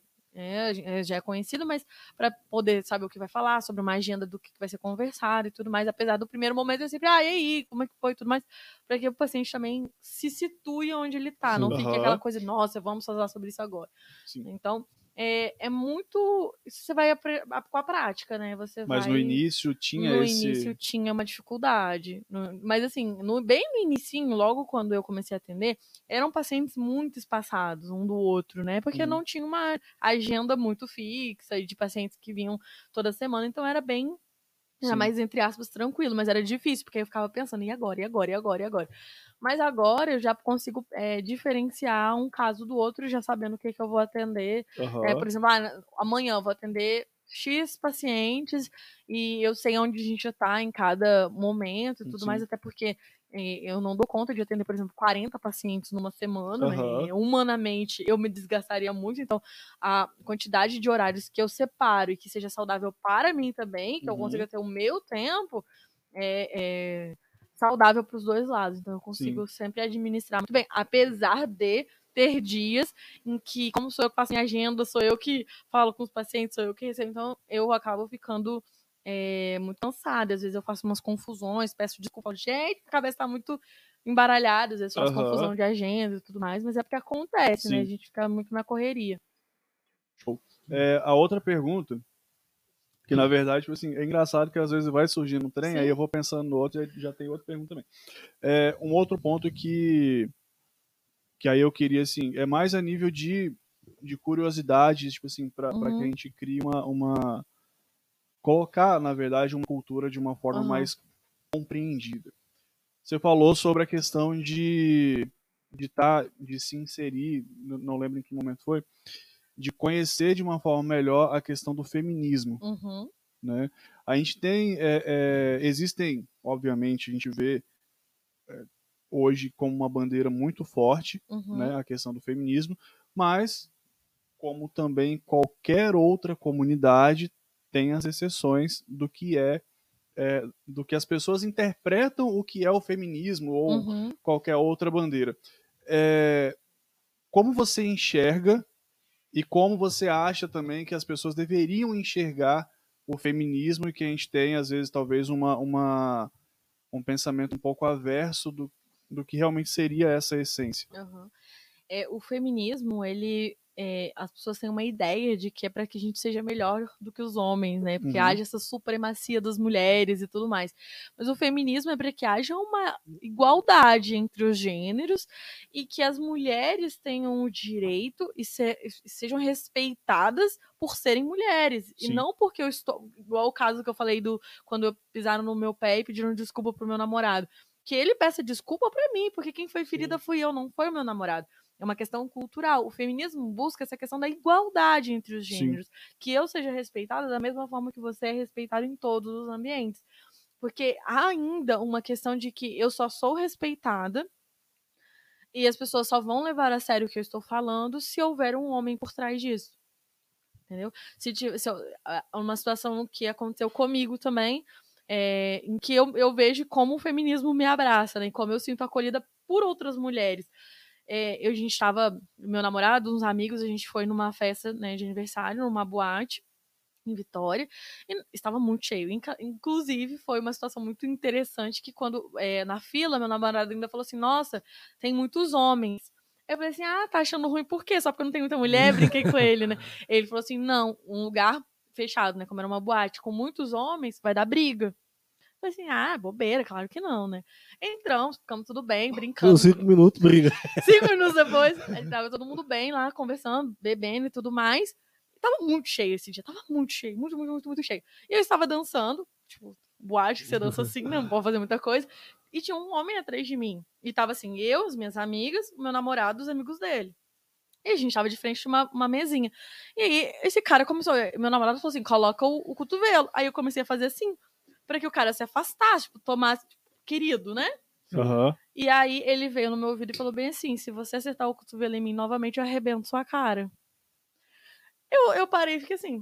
S3: é, já é conhecido, mas para poder saber o que vai falar, sobre uma agenda do que vai ser conversado e tudo mais, apesar do primeiro momento eu sempre, ah, e aí, como é que foi e tudo mais, para que o paciente também se situe onde ele tá, não
S2: Sim.
S3: fique
S2: Aham.
S3: aquela coisa, nossa, vamos falar sobre isso agora.
S2: Sim.
S3: Então, é, é muito. Isso você vai apre- com a prática, né? Você
S2: Mas
S3: vai.
S2: no início tinha
S3: No
S2: esse...
S3: início tinha uma dificuldade. No- mas assim, no, bem no inicinho, logo quando eu comecei a atender, eram pacientes muito espaçados um do outro, né? Porque
S2: Uhum.
S3: não tinha uma agenda muito fixa de pacientes que vinham toda semana, então era bem. Era
S2: Sim.
S3: mais, entre aspas, tranquilo, mas era difícil, porque eu ficava pensando, e agora, e agora, e agora, e agora? Mas agora eu já consigo é, diferenciar um caso do outro, já sabendo o que, que eu vou atender.
S2: Aham.
S3: É, por exemplo, ah, amanhã eu vou atender X pacientes e eu sei onde a gente já tá em cada momento e tudo
S2: Sim.
S3: mais, até porque é, eu não dou conta de atender, por exemplo, quarenta pacientes numa semana,
S2: Aham.
S3: né? Humanamente eu me desgastaria muito, então a quantidade de horários que eu separo e que seja saudável para mim também, que eu
S2: Uhum.
S3: consiga ter o meu tempo, é, é saudável para os dois lados. Então eu consigo sempre administrar muito bem, apesar de ter dias em que, como sou eu que faço em agenda, sou eu que falo com os pacientes, sou eu que recebo, então eu acabo ficando é, muito cansada. Às vezes eu faço umas confusões, peço desculpa, gente, a cabeça tá muito embaralhada, às vezes faço
S2: Aham.
S3: confusão de agenda e tudo mais, mas é porque acontece, né?
S2: Sim.
S3: A gente fica muito na correria.
S2: Show. É, a outra pergunta, que na verdade, tipo assim, é engraçado que às vezes vai surgindo um trem,
S3: Sim.
S2: aí eu vou pensando no outro e já tem outra pergunta também. É, um outro ponto que, que aí eu queria, assim, é mais a nível de, de curiosidade, tipo assim, para
S3: Uhum.
S2: que a gente crie uma, uma... colocar, na verdade, uma cultura de uma forma
S3: Uhum.
S2: mais compreendida. Você falou sobre a questão de de, tá, de se inserir, não lembro em que momento foi, de conhecer de uma forma melhor a questão do feminismo.
S3: Uhum.
S2: Né? A gente tem, é, é, existem, obviamente, a gente vê é, hoje como uma bandeira muito forte,
S3: Uhum.
S2: né, a questão do feminismo, mas como também qualquer outra comunidade tem as exceções do que é, é do que as pessoas interpretam o que é o feminismo ou
S3: Uhum.
S2: qualquer outra bandeira. É, como você enxerga e como você acha também que as pessoas deveriam enxergar o feminismo e que a gente tem, às vezes, talvez uma, uma, um pensamento um pouco averso do, do que realmente seria essa essência.
S3: Uhum. É, o feminismo, ele, é, as pessoas têm uma ideia de que é para que a gente seja melhor do que os homens, né? Porque
S2: Uhum.
S3: haja essa supremacia das mulheres e tudo mais. Mas o feminismo é para que haja uma igualdade entre os gêneros e que as mulheres tenham o direito e, se, e sejam respeitadas por serem mulheres.
S2: Sim.
S3: E não porque eu estou... Igual o caso que eu falei do quando eu pisaram no meu pé e pediram desculpa pro meu namorado. Que ele peça desculpa pra mim, porque quem foi ferida fui eu, não foi o meu namorado. É uma questão cultural. O feminismo busca essa questão da igualdade entre os gêneros. Sim. Que eu seja respeitada da mesma forma que você é respeitado em todos os ambientes. Porque há ainda uma questão de que eu só sou respeitada e as pessoas só vão levar a sério o que eu estou falando se houver um homem por trás disso. Entendeu? Se, se eu, uma situação que aconteceu comigo também, é, em que eu, eu vejo como o feminismo me abraça, né? Como eu sinto acolhida por outras mulheres. É, eu, a gente estava, meu namorado, uns amigos, a gente foi numa festa, né, de aniversário, numa boate em Vitória, e estava muito cheio. Inclusive, foi uma situação muito interessante que quando, é, na fila, meu namorado ainda falou assim, nossa, tem muitos homens. Eu falei assim, ah, tá achando ruim por quê? Só porque não tem muita mulher? Brinquei com ele, né? Ele falou assim, não, um lugar fechado, né, como era uma boate, com muitos homens, vai dar briga. Eu falei assim, ah, bobeira, claro que não, né? Entramos, ficamos tudo bem, brincando.
S1: Cinco minutos, briga.
S3: Cinco minutos depois, tava todo mundo bem lá, conversando, bebendo e tudo mais. E tava muito cheio esse dia, tava muito cheio, muito, muito, muito, muito cheio. E eu estava dançando, tipo, boate que você dança assim, né? Não pode fazer muita coisa. E tinha um homem atrás de mim. E tava assim, eu, as minhas amigas, o meu namorado, os amigos dele. E a gente tava de frente de uma, uma mesinha. E aí, esse cara começou, meu namorado falou assim, coloca o, o cotovelo. Aí eu comecei a fazer assim, pra que o cara se afastasse, tipo, tomasse, tipo, querido, né?
S2: Uhum.
S3: E aí ele veio no meu ouvido e falou bem assim, se você acertar o cotovelo em mim novamente, eu arrebento sua cara. Eu, eu parei e fiquei assim.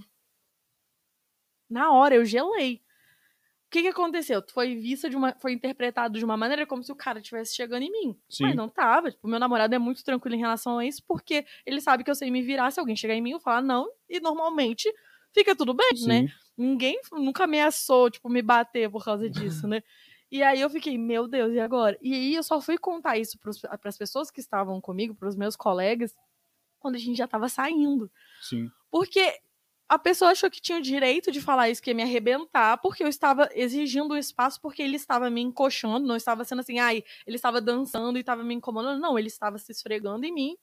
S3: Na hora, eu gelei. O que que aconteceu? Foi vista de uma, foi interpretado de uma maneira como se o cara estivesse chegando em mim.
S2: Sim.
S3: Mas não tava. Tipo, meu namorado é muito tranquilo em relação a isso, porque ele sabe que eu sei me virar. Se alguém chegar em mim, eu falar não. E normalmente fica tudo bem,
S2: Sim.
S3: né? Ninguém nunca ameaçou, tipo, me bater por causa disso, né? E aí eu fiquei, meu Deus, e agora? E aí eu só fui contar isso para as pessoas que estavam comigo, para os meus colegas, quando a gente já tava saindo.
S2: Sim.
S3: Porque a pessoa achou que tinha o direito de falar isso, que ia me arrebentar, porque eu estava exigindo o espaço, porque ele estava me encoxando, não estava sendo assim, ai, ele estava dançando e estava me incomodando. Não, ele estava se esfregando em mim.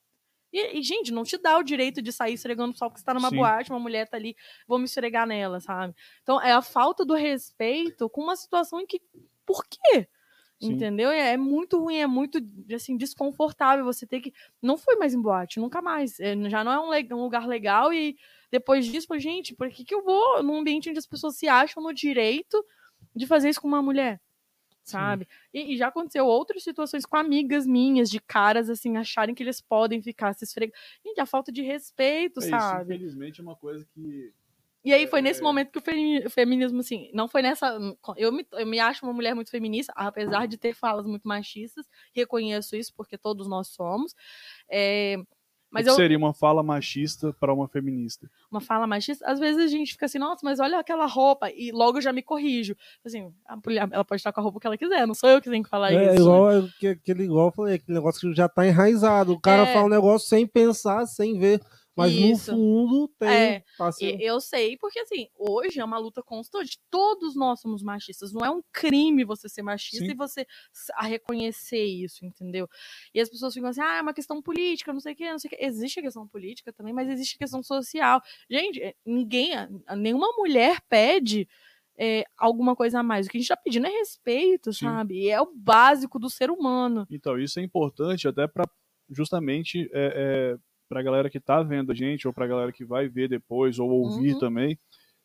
S3: E, e, gente, não te dá o direito de sair esfregando só porque você tá numa
S2: Sim.
S3: boate, uma mulher tá ali, vou me esfregar nela, sabe? Então, é a falta do respeito com uma situação em que, por quê?
S2: Sim.
S3: Entendeu? É, é muito ruim, é muito, assim, desconfortável você ter que... Não foi mais em boate, nunca mais. É, já não é um, le... um lugar legal e depois disso, pô, gente, por que que eu vou num ambiente onde as pessoas se acham no direito de fazer isso com uma mulher? Sabe? E, e já aconteceu outras situações com amigas minhas, de caras, assim, acharem que eles podem ficar se esfregando. Gente, a falta de respeito,
S2: É isso,
S3: sabe?
S2: infelizmente é uma coisa que...
S3: E aí foi
S2: É.
S3: nesse momento que o femi- o feminismo, assim, não foi nessa... Eu me, eu me acho uma mulher muito feminista, apesar de ter falas muito machistas, reconheço isso, porque todos nós somos. É, mas
S2: o que
S3: eu,
S2: seria uma fala machista para uma feminista?
S3: uma fala machista, às vezes a gente fica assim, nossa, mas olha aquela roupa, e logo eu já me corrijo. Assim, a mulher, ela pode estar com a roupa que ela quiser, não sou eu que tenho que falar
S1: É
S3: isso.
S1: igual,
S3: Né?
S1: é que- aquele, igual eu falei, aquele negócio que já tá enraizado. O cara
S3: É.
S1: fala um negócio sem pensar, sem ver. Mas
S3: Isso.
S1: no fundo tem.
S3: É,
S1: passa-
S3: e- eu sei, porque assim, hoje é uma luta constante. Todos nós somos machistas. Não é um crime você ser machista
S2: Sim.
S3: e você s- a reconhecer isso, entendeu? E as pessoas ficam assim, ah, é uma questão política, não sei o quê, não sei o quê. Existe a questão política também, mas existe a questão social. Gente, é, ninguém, a- nenhuma mulher pede é, alguma coisa a mais. O que a gente tá pedindo é respeito,
S2: Sim.
S3: sabe? E é o básico do ser humano.
S2: Então, isso é importante até para justamente é, é, para a galera que está vendo a gente, ou para a galera que vai ver depois, ou ouvir
S3: Uhum.
S2: também.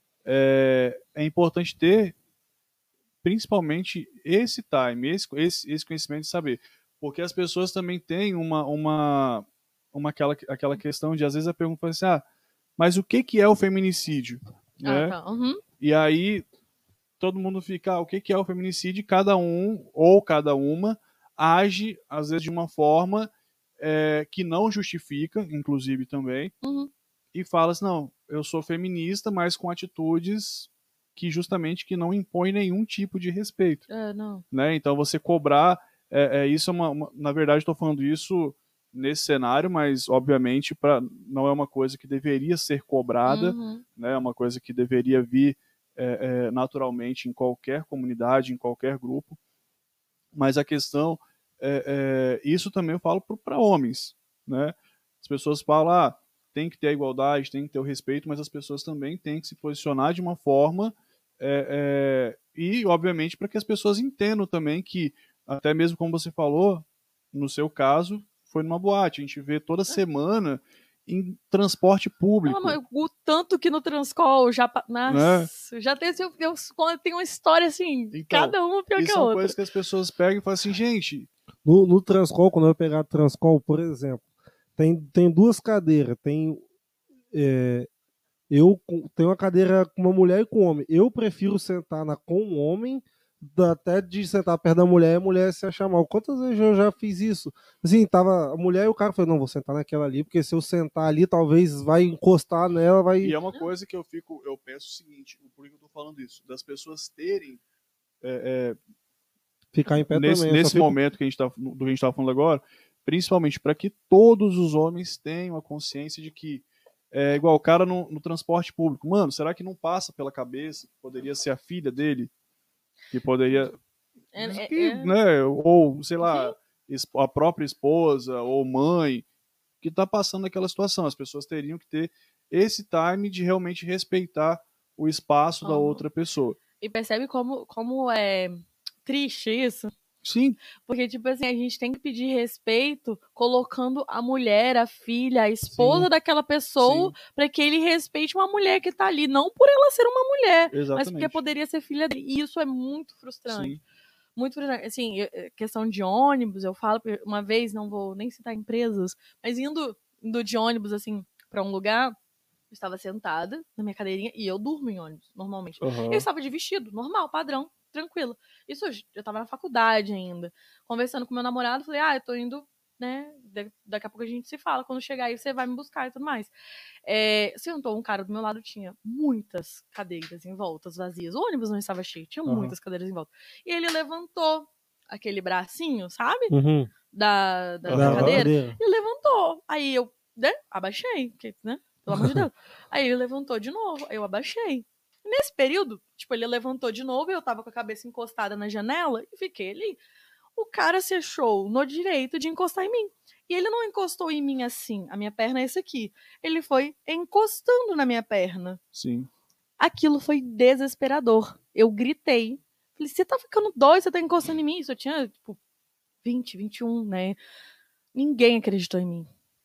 S2: É, é importante ter principalmente esse time, esse, esse, esse conhecimento de saber. Porque as pessoas também têm uma, uma, uma aquela, aquela questão de, às vezes, a pergunta assim, ah, mas o que, que é o feminicídio? Né?
S3: Ah, tá. Uhum.
S2: E aí todo mundo fica, ah, o que, que é o feminicídio? Cada um, ou cada uma, age, às vezes, de uma forma é, que não justifica, inclusive também,
S3: Uhum.
S2: e fala assim, não, eu sou feminista, mas com atitudes que justamente que não impõem nenhum tipo de respeito.
S3: É, não.
S2: Né? Então você cobrar é, é isso é uma, uma, na verdade, estou falando isso nesse cenário, mas obviamente pra, não é uma coisa que deveria ser cobrada,
S3: Uhum.
S2: né? É uma coisa que deveria vir é, é, naturalmente em qualquer comunidade, em qualquer grupo. Mas a questão, é, é, isso também eu falo para homens, né? As pessoas falam, ah, tem que ter a igualdade, tem que ter o respeito, mas as pessoas também têm que se posicionar de uma forma é, é, e, obviamente, para que as pessoas entendam também que, até mesmo como você falou, no seu caso, foi numa boate. A gente vê toda semana em transporte público.
S3: Não, o tanto que no Transcol já. Nossa, né? Já tem, eu, eu, tem uma história assim, então, cada uma pior que a outra. E
S2: são coisas que as pessoas pegam e falam assim, gente.
S1: No, no Transcol, quando eu pegar Transcol, por exemplo, tem, tem duas cadeiras. Tem. É, eu tenho uma cadeira com uma mulher e com um homem. Eu prefiro sentar na, com um homem, até de sentar perto da mulher e a mulher se achar mal. Quantas vezes eu já fiz isso? Assim, tava a mulher e o cara falou, não, vou sentar naquela ali, porque se eu sentar ali, talvez vai encostar nela, vai...
S2: E é uma coisa que eu fico, eu penso o seguinte, por que eu tô falando isso? Das pessoas terem... É, é,
S1: ficar em pé
S2: nesse,
S1: também.
S2: Nesse
S1: fico...
S2: momento que a gente tá, do que a gente estava falando agora, principalmente para que todos os homens tenham a consciência de que é igual o cara no, no transporte público. Mano, será que não passa pela cabeça que poderia ser a filha dele? Que poderia...
S3: É,
S2: que,
S3: é,
S2: né, ou, sei lá, sim. a própria esposa ou mãe que está passando aquela situação. As pessoas teriam que ter esse time de realmente respeitar o espaço uhum. da outra pessoa.
S3: E percebe como, como é triste isso?
S2: Sim.
S3: Porque, tipo assim, a gente tem que pedir respeito colocando a mulher, a filha, a esposa Sim. daquela pessoa para que ele respeite uma mulher que tá ali. Não por ela ser uma mulher,
S2: Exatamente.
S3: mas porque poderia ser filha dele. E isso é muito frustrante. Sim. Muito frustrante. Assim, questão de ônibus, eu falo uma vez, não vou nem citar empresas, mas indo, indo de ônibus, assim, para um lugar, eu estava sentada na minha cadeirinha e eu durmo em ônibus, normalmente. Uhum. Eu estava de vestido, normal, padrão. Tranquilo. Isso eu tava na faculdade ainda. Conversando com meu namorado, falei, ah, eu tô indo, né? Daqui a pouco a gente se fala. Quando chegar aí, você vai me buscar e tudo mais. É, sentou um cara do meu lado, tinha muitas cadeiras em volta, vazias. O ônibus não estava cheio, tinha uhum. muitas cadeiras em volta. E ele levantou aquele bracinho, sabe?
S1: Uhum.
S3: Da, da, da cadeira. cadeira. E levantou. Aí eu, né? Abaixei, porque, né? Pelo amor de Deus. Aí ele levantou de novo, aí eu abaixei. Nesse período, tipo, ele levantou de novo e eu tava com a cabeça encostada na janela e fiquei ali. O cara se achou no direito de encostar em mim. E ele não encostou em mim assim, a minha perna é essa aqui. Ele foi encostando na minha perna.
S2: Sim.
S3: Aquilo foi desesperador. Eu gritei. Falei, você tá ficando doido, você tá encostando em mim? Isso eu tinha, tipo, vinte, vinte e um, né? Ninguém acreditou em mim.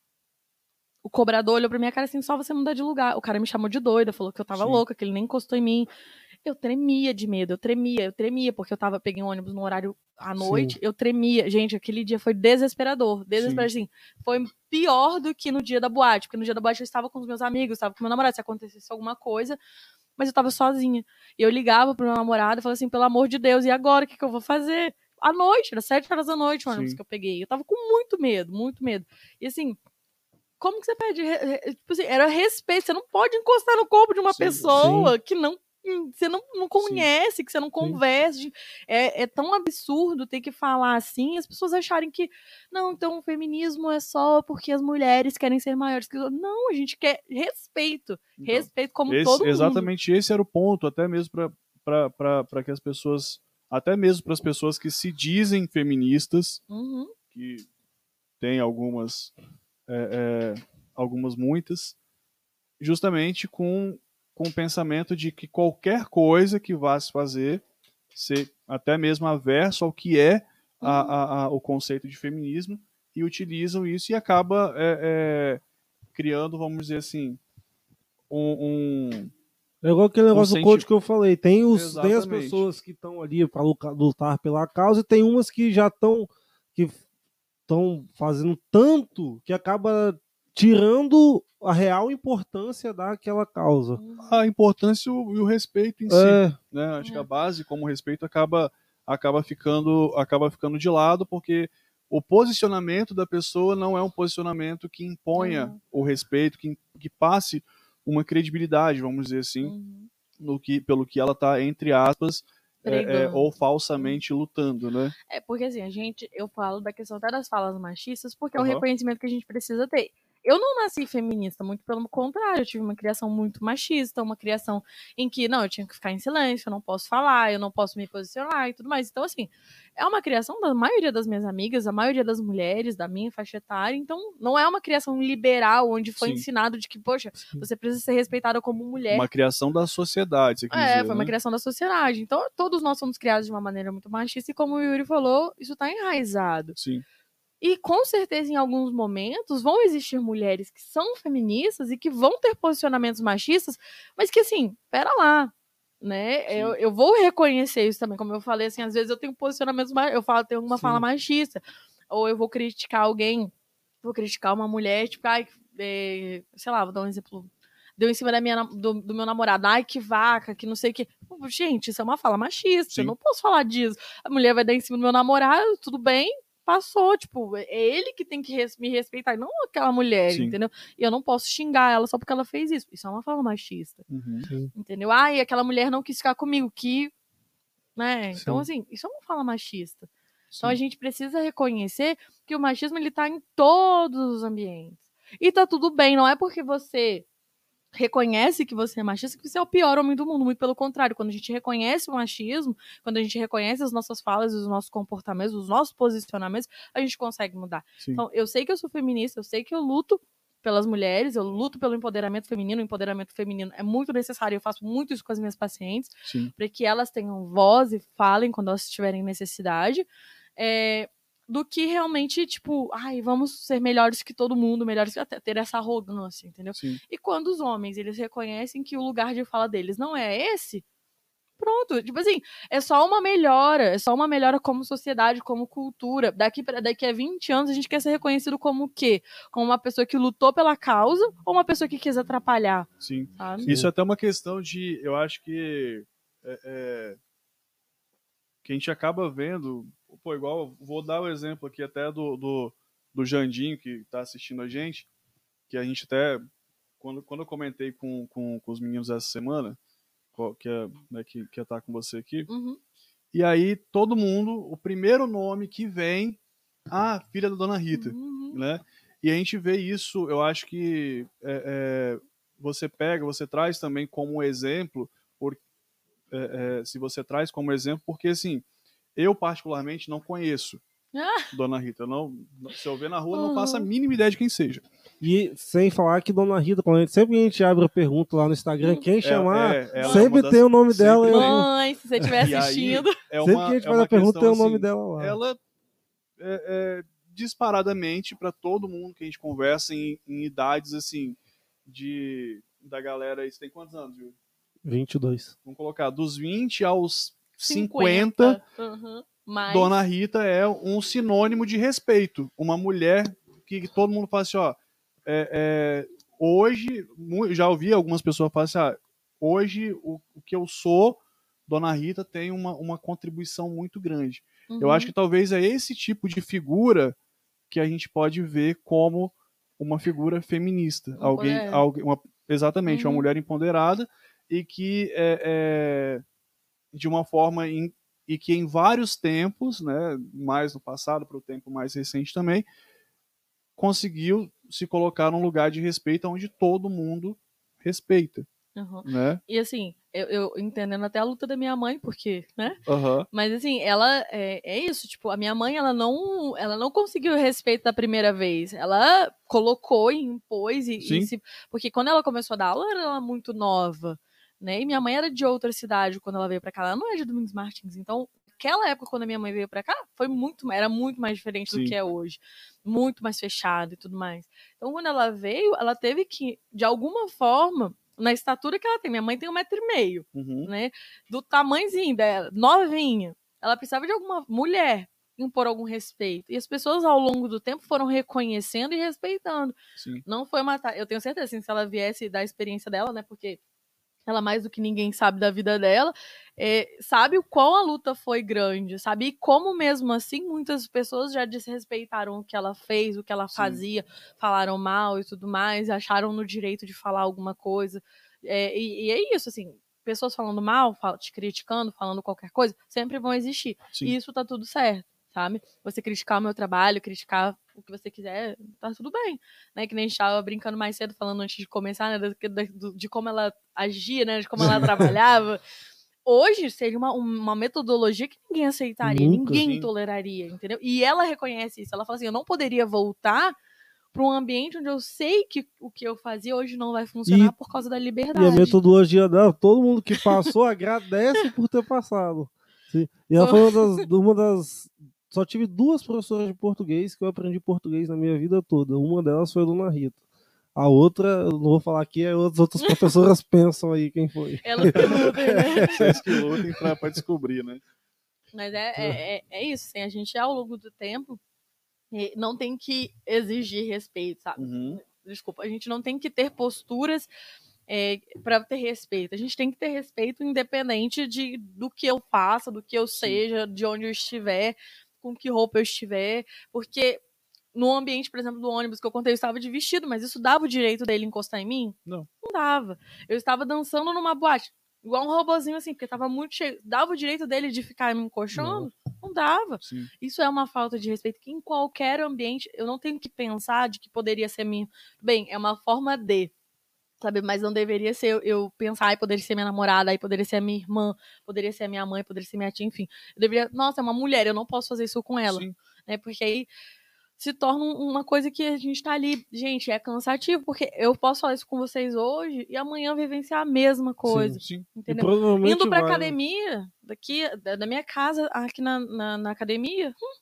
S3: O cobrador olhou pra minha cara assim, só você mudar de lugar. O cara me chamou de doida, falou que eu tava Sim. louca, que ele nem encostou em mim. Eu tremia de medo, eu tremia, eu tremia, porque eu tava, peguei um ônibus no horário à noite, Sim. eu tremia. Gente, aquele dia foi desesperador, desesperador, Sim. assim. Foi pior do que no dia da boate, porque no dia da boate eu estava com os meus amigos, estava com meu namorado, se acontecesse alguma coisa, mas eu tava sozinha. E eu ligava pro meu namorado e falava assim, pelo amor de Deus, e agora, o que que eu vou fazer? À noite, era sete horas da noite o ônibus Sim. que eu peguei. Eu tava com muito medo, muito medo. E assim... Como que você pede? Tipo assim, era respeito. Você não pode encostar no corpo de uma sim, pessoa sim. que não, você não, não conhece, sim. que você não conversa. É, é tão absurdo ter que falar assim, as pessoas acharem que não, então o feminismo é só porque as mulheres querem ser maiores que os outros. Não, a gente quer respeito. Então, respeito como
S2: esse,
S3: todo mundo.
S2: Exatamente esse era o ponto, até mesmo para que as pessoas, até mesmo para as pessoas que se dizem feministas,
S3: uhum.
S2: que tem algumas... É, é, algumas muitas, justamente com, com o pensamento de que qualquer coisa que vá se fazer, ser até mesmo averso ao que é a, a, a, o conceito de feminismo, e utilizam isso e acaba é, é, criando, vamos dizer assim, um... um
S1: é igual aquele negócio
S2: um
S1: do coach que eu falei, tem, os, tem as
S2: Exatamente.
S1: pessoas que estão ali para lutar pela causa e tem umas que já estão que estão fazendo tanto que acaba tirando a real importância daquela causa.
S2: A importância e o, o respeito em
S1: é.
S2: si. Né? Acho é. que a base, como respeito, acaba, acaba, ficando, acaba ficando de lado, porque o posicionamento da pessoa não é um posicionamento que imponha uhum. o respeito, que, que passe uma credibilidade, vamos dizer assim,
S3: uhum.
S2: no que, pelo que ela está, entre aspas, é, é,
S3: Pregando.
S2: ou falsamente lutando, né?
S3: É, porque assim, a gente, eu falo da questão até das falas machistas, porque é um
S2: Aham.
S3: reconhecimento que a gente precisa ter. Eu não nasci feminista, muito pelo contrário, eu tive uma criação muito machista, uma criação em que, não, eu tinha que ficar em silêncio, eu não posso falar, eu não posso me posicionar e tudo mais. Então, assim, é uma criação da maioria das minhas amigas, a maioria das mulheres da minha faixa etária, então não é uma criação liberal, onde foi
S2: Sim.
S3: ensinado de que, poxa, você precisa ser respeitada como mulher.
S2: Uma criação da sociedade, você quis
S3: É,
S2: dizer,
S3: foi
S2: né?
S3: uma criação da sociedade. Então, todos nós somos criados de uma maneira muito machista e, como o Yuri falou, isso tá enraizado.
S2: Sim.
S3: E, com certeza, em alguns momentos, vão existir mulheres que são feministas e que vão ter posicionamentos machistas, mas que, assim, pera lá, né?
S2: Sim.
S3: Eu, eu vou reconhecer isso também. Como eu falei, assim, às vezes eu tenho posicionamentos, ma- eu falo, tenho uma
S1: Sim.
S3: fala machista. Ou eu vou criticar alguém, vou criticar uma mulher, tipo, ai, é, sei lá, vou dar um exemplo. Deu em cima da minha, nam- do, do meu namorado, ai, que vaca, que não sei o que. Gente, isso é uma fala machista, eu
S2: Sim.
S3: não posso falar disso. A mulher vai dar em cima do meu namorado, tudo bem, passou, tipo, é ele que tem que res- me respeitar, e não aquela mulher,
S2: Sim.
S3: entendeu? E eu não posso xingar ela só porque ela fez isso. Isso é uma fala machista,
S2: Uhum.
S3: entendeu? Ai, aquela mulher não quis ficar comigo, que, né? Então,
S1: Sim.
S3: assim, isso é uma fala machista. Então
S2: Sim.
S3: a gente precisa reconhecer que o machismo ele tá em todos os ambientes. E tá tudo bem, não é porque você reconhece que você é machista que você é o pior homem do mundo, muito pelo contrário, quando a gente reconhece o machismo, quando a gente reconhece as nossas falas, os nossos comportamentos, os nossos posicionamentos, a gente consegue mudar.
S2: Sim.
S3: Então, eu sei que eu sou feminista, eu sei que eu luto pelas mulheres, eu luto pelo empoderamento feminino, o empoderamento feminino é muito necessário, eu faço muito isso com as minhas pacientes,
S2: Sim.
S3: para que elas tenham voz e falem quando elas tiverem necessidade, é, do que realmente, tipo, ai, vamos ser melhores que todo mundo, melhores que até ter essa arrogância, entendeu?
S2: Sim.
S3: E quando os homens, eles reconhecem que o lugar de fala deles não é esse, pronto, tipo assim, é só uma melhora, é só uma melhora como sociedade, como cultura. Daqui para daqui a vinte anos a gente quer ser reconhecido como o quê? Como uma pessoa que lutou pela causa ou uma pessoa que quis atrapalhar,
S2: Sim.
S3: sabe?
S2: Isso é até uma questão de, eu acho que é, é, que a gente acaba vendo, pô, igual, vou dar o exemplo aqui até do, do, do Jandinho, que está assistindo a gente, que a gente até, quando, quando eu comentei com, com, com os meninos essa semana, que, é, né, que, que ia estar com você aqui,
S3: Uhum.
S2: e aí todo mundo, o primeiro nome que vem, ah, filha da Dona Rita,
S3: Uhum.
S2: né? E a gente vê isso, eu acho que é, é, você pega, você traz também como exemplo, por, é, é, se você traz como exemplo, porque assim, eu particularmente não conheço
S3: Ah,
S2: Dona Rita. Eu não, se eu ver na rua, eu não
S3: Uhum.
S2: faço a mínima ideia de quem seja.
S1: E sem falar que Dona Rita, quando a gente, sempre que a gente abre a pergunta lá no Instagram, quem chamar,
S2: é, ela é
S1: sempre
S2: uma das-
S1: tem o nome
S2: sempre
S1: dela.
S2: tem.
S1: Eu,
S3: mãe, se você estiver
S2: E aí,
S3: assistindo.
S2: é
S1: sempre
S2: uma,
S1: que a gente
S2: é
S1: faz
S2: uma
S1: a pergunta,
S2: questão,
S1: tem o nome
S2: assim,
S1: dela lá.
S2: ela é, é, disparadamente para todo mundo que a gente conversa em, em idades assim de da galera. Você tem quantos anos, Júlio?
S1: vinte e dois.
S2: Vamos colocar dos vinte aos cinquenta.
S3: Uhum. Mas...
S2: Dona Rita é um sinônimo de respeito. Uma mulher que todo mundo fala assim, ó, é, é, hoje, mu- já ouvi algumas pessoas falar assim, ah, hoje o, o que eu sou, Dona Rita tem uma, uma contribuição muito grande.
S3: Uhum.
S2: Eu acho que talvez é esse tipo de figura que a gente pode ver como uma figura feminista.
S3: Um
S2: Alguém,
S3: poder.
S2: alguém uma, exatamente,
S3: Uhum.
S2: uma mulher empoderada e que é, é, de uma forma em, e que em vários tempos, né, mais no passado para o tempo mais recente também, conseguiu se colocar num lugar de respeito onde todo mundo respeita,
S3: Uhum.
S2: né?
S3: E assim, eu, eu entendendo até a luta da minha mãe, porque, né?
S2: Uhum.
S3: Mas assim, ela é, é isso, tipo, a minha mãe, ela não, ela não conseguiu o respeito da primeira vez. Ela colocou e impôs e,
S2: Sim.
S3: e se, porque quando ela começou a dar aula, ela era muito nova, né? E minha mãe era de outra cidade quando ela veio pra cá. Ela não é de Domingos Martins, então aquela época quando a minha mãe veio pra cá, foi muito, era muito mais diferente
S2: Sim.
S3: do que é hoje, muito mais fechado e tudo mais. Então quando ela veio, ela teve que, de alguma forma, na estatura que ela tem, minha mãe tem um metro e meio,
S2: Uhum.
S3: né? Do tamanhozinho dela, novinha. Ela precisava de alguma mulher impor algum respeito. E as pessoas, ao longo do tempo, foram reconhecendo e respeitando.
S2: Sim.
S3: Não foi matar. Eu tenho certeza, assim, se ela viesse da experiência dela, né? Porque ela, mais do que ninguém, sabe da vida dela, é, sabe o quão a luta foi grande, sabe? E como, mesmo assim, muitas pessoas já desrespeitaram o que ela fez, o que ela
S2: Sim.
S3: fazia, falaram mal e tudo mais, acharam no direito de falar alguma coisa. É, e, e é isso, assim, pessoas falando mal, fal- te criticando, falando qualquer coisa, sempre vão existir.
S2: Sim.
S3: E isso tá tudo certo, sabe? Você criticar o meu trabalho, criticar o que você quiser, tá tudo bem. Né? Que nem a gente tava brincando mais cedo, falando antes de começar, né? da- da- do- de como ela agia, né? De como ela trabalhava. Hoje seria uma, uma metodologia que ninguém aceitaria,
S1: Nunca.
S3: ninguém
S2: Sim.
S3: toleraria, entendeu? E ela reconhece isso. Ela fala assim, eu não poderia voltar para um ambiente onde eu sei que o que eu fazia hoje não vai funcionar
S1: E-
S3: por causa da
S1: E a
S3: liberdade.
S1: metodologia dela, todo mundo que passou agradece por ter passado. Sim. E ela foi uma das, uma das. Só tive duas professoras de português que eu aprendi português na minha vida toda. Uma delas foi a Dona Rita. A outra, eu não vou falar aqui, as outras professoras pensam aí quem foi.
S3: Elas que lutem, né?
S2: Vocês que lutem pra, pra descobrir, né?
S3: Mas é, é, é, é isso, assim, a gente ao longo do tempo eh, não tem que exigir respeito, sabe?
S2: Uhum.
S3: Desculpa, a gente não tem que ter posturas é, para ter respeito. A gente tem que ter respeito independente de, do que eu faça, do que eu seja, de onde eu estiver, com que roupa eu estiver, porque no ambiente, por exemplo, do ônibus que eu contei, eu estava de vestido, mas isso dava o direito dele encostar em mim?
S2: Não.
S3: Não dava. Eu estava dançando numa boate, igual um robozinho assim, porque estava muito cheio. Dava o direito dele de ficar me encoxando? Não, não dava.
S2: Sim.
S3: Isso é uma falta de respeito que em qualquer ambiente eu não tenho que pensar de que poderia ser minha. Bem, é uma forma de, sabe? Mas não deveria ser eu, eu pensar, ai, poderia ser minha namorada, aí poderia ser a minha irmã, poderia ser a minha mãe, poderia ser minha tia, enfim. Eu deveria, nossa, é uma mulher, eu não posso fazer isso com ela,
S2: Sim.
S3: né? Porque aí se torna uma coisa que a gente tá ali, gente, é cansativo, porque eu posso falar isso com vocês hoje e amanhã vivenciar a mesma coisa,
S2: Sim.
S1: E
S3: entendeu?
S1: provavelmente
S3: Indo pra
S1: vai-
S3: academia, daqui, da, da minha casa, aqui na, na, na academia, hum,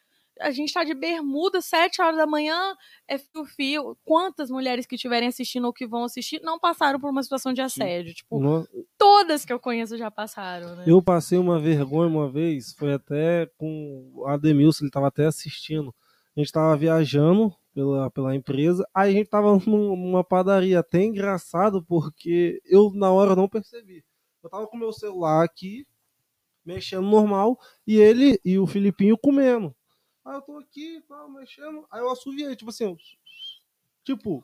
S3: a gente tá de bermuda, sete horas da manhã, é fio-fio. Quantas mulheres que estiverem assistindo ou que vão assistir não passaram por uma situação de assédio? Tipo,
S1: No-
S3: todas que eu conheço já passaram, né?
S1: Eu passei uma vergonha uma vez, foi até com o Ademilson, ele estava até assistindo. A gente estava viajando pela, pela empresa, aí a gente estava numa padaria, até engraçado, porque eu na hora não percebi. Eu estava com meu celular aqui, mexendo normal, e ele e o Filipinho comendo. Aí eu tô aqui, tava mexendo, aí eu assoviei, tipo assim, tipo,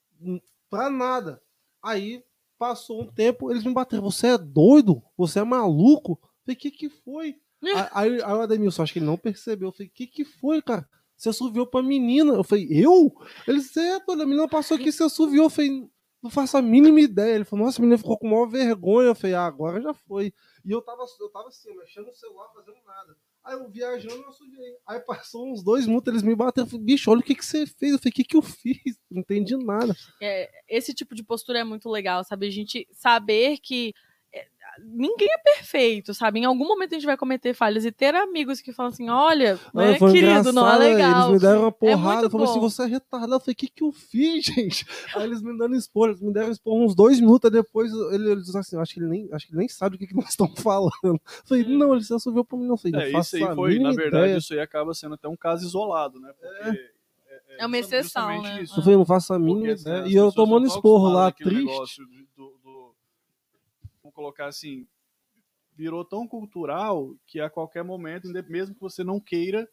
S1: pra nada. Aí passou um tempo, eles me bateram. Você é doido? Você é maluco? Eu falei, que que foi? aí, aí, aí o Ademilson, acho que ele não percebeu. Eu falei, que que foi, cara? Você assoviou pra menina. Eu falei, eu? Ele disse, é, toda a menina passou aqui, você assoviou. Eu falei, não faço a mínima ideia. Ele falou, nossa, a menina ficou com maior vergonha. Eu falei, ah, agora já foi. E eu tava, eu tava assim, mexendo no celular, fazendo nada. Aí eu viajando, eu assoviei. Aí passou uns dois minutos, eles me bateram. Eu falei, bicho, olha o que que você fez. Eu falei, o que que eu fiz? Não entendi nada.
S3: É, esse tipo de postura é muito legal, sabe? A gente saber que é, ninguém é perfeito, sabe? Em algum momento a gente vai cometer falhas e ter amigos que falam assim, olha,
S1: Ah,
S3: né,
S1: foi
S3: querido, não é
S1: engraçado,
S3: legal.
S1: eles me deram uma
S3: É
S1: porrada,
S3: muito
S1: falaram assim,
S3: bom.
S1: você é retardado. Eu falei, o que que eu fiz, gente? Aí eles me dando expor, eles me deram expor uns dois minutos, aí depois ele, eles disseram assim, acho que ele nem, acho que ele nem sabe o que, que nós estamos falando. Eu falei, não, ele se assumiu pra mim, não. Eu falei, não
S2: É,
S1: faço
S2: isso aí
S1: a
S2: foi, na
S1: mínima
S2: verdade,
S1: ideia.
S2: isso aí acaba sendo até um caso isolado, né? Porque é,
S3: É uma exceção,
S2: justamente
S3: né?
S2: isso.
S1: Eu falei, não faço a
S2: Porque,
S1: mínima
S2: assim,
S1: ideia.
S2: as
S1: E eu
S2: pessoas
S1: tomando
S2: não tão
S1: esporro lá,
S2: acostumadas àquele
S1: triste.
S2: negócio do, do- vamos colocar assim, virou tão cultural que a qualquer momento, inde- mesmo que você não queira,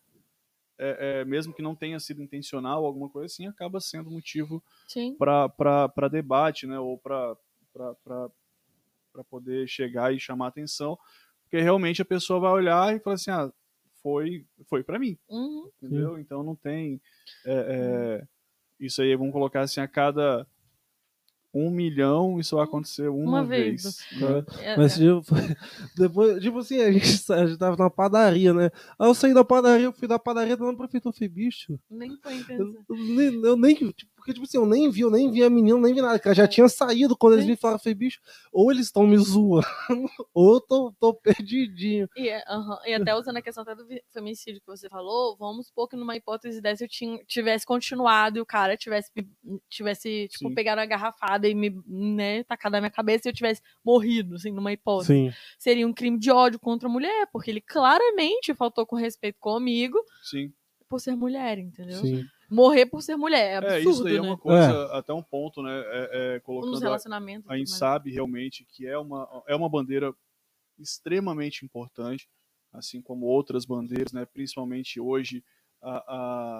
S2: é, é, mesmo que não tenha sido intencional, alguma coisa assim, acaba sendo motivo
S3: Sim.
S2: para debate, né? Ou para poder chegar e chamar atenção, porque realmente a pessoa vai olhar e falar assim, ah, foi, foi para mim,
S3: Uhum.
S2: entendeu? Então não tem é, é, isso aí, vamos colocar assim, a cada um milhão isso vai acontecer uma,
S3: Uma
S2: vez,
S3: vez.
S2: né?
S3: É,
S1: Mas
S3: é.
S1: tipo, depois, tipo assim, a gente, sa- a gente tava na padaria, né? Aí eu saí da padaria, eu fui da padaria, tava na prefeitura, eu falei, bicho,
S3: Nem foi
S1: eu,
S3: intenção.
S1: eu nem, eu nem, tipo, porque tipo assim, eu nem vi, eu nem vi a menina, nem vi nada, que ela já tinha saído quando eles
S3: Sim.
S1: me falaram, eu falei, bicho, ou eles estão me zoando, ou eu tô, tô perdidinho.
S3: E, é, aham, e até usando a questão até do vi- feminicídio que você falou, vamos supor que numa hipótese dessa eu tinha, tivesse continuado e o cara tivesse, me- tivesse tipo,
S2: Sim.
S3: pegado a garrafada e me, né, tacado na minha cabeça e eu tivesse morrido, assim, numa hipótese.
S1: Sim,
S3: Seria um crime de ódio contra a mulher, porque ele claramente faltou com respeito comigo
S2: Sim.
S3: por ser mulher, entendeu?
S1: sim.
S3: Morrer por ser mulher, é absurdo,
S2: É, isso daí é
S3: né?
S2: uma coisa, até um ponto, né? É, é,
S3: Nos
S2: colocando a,
S3: relacionamentos.
S2: a gente
S3: tudo mais.
S2: sabe realmente que é uma, é uma bandeira extremamente importante, assim como outras bandeiras, né? Principalmente hoje a, a,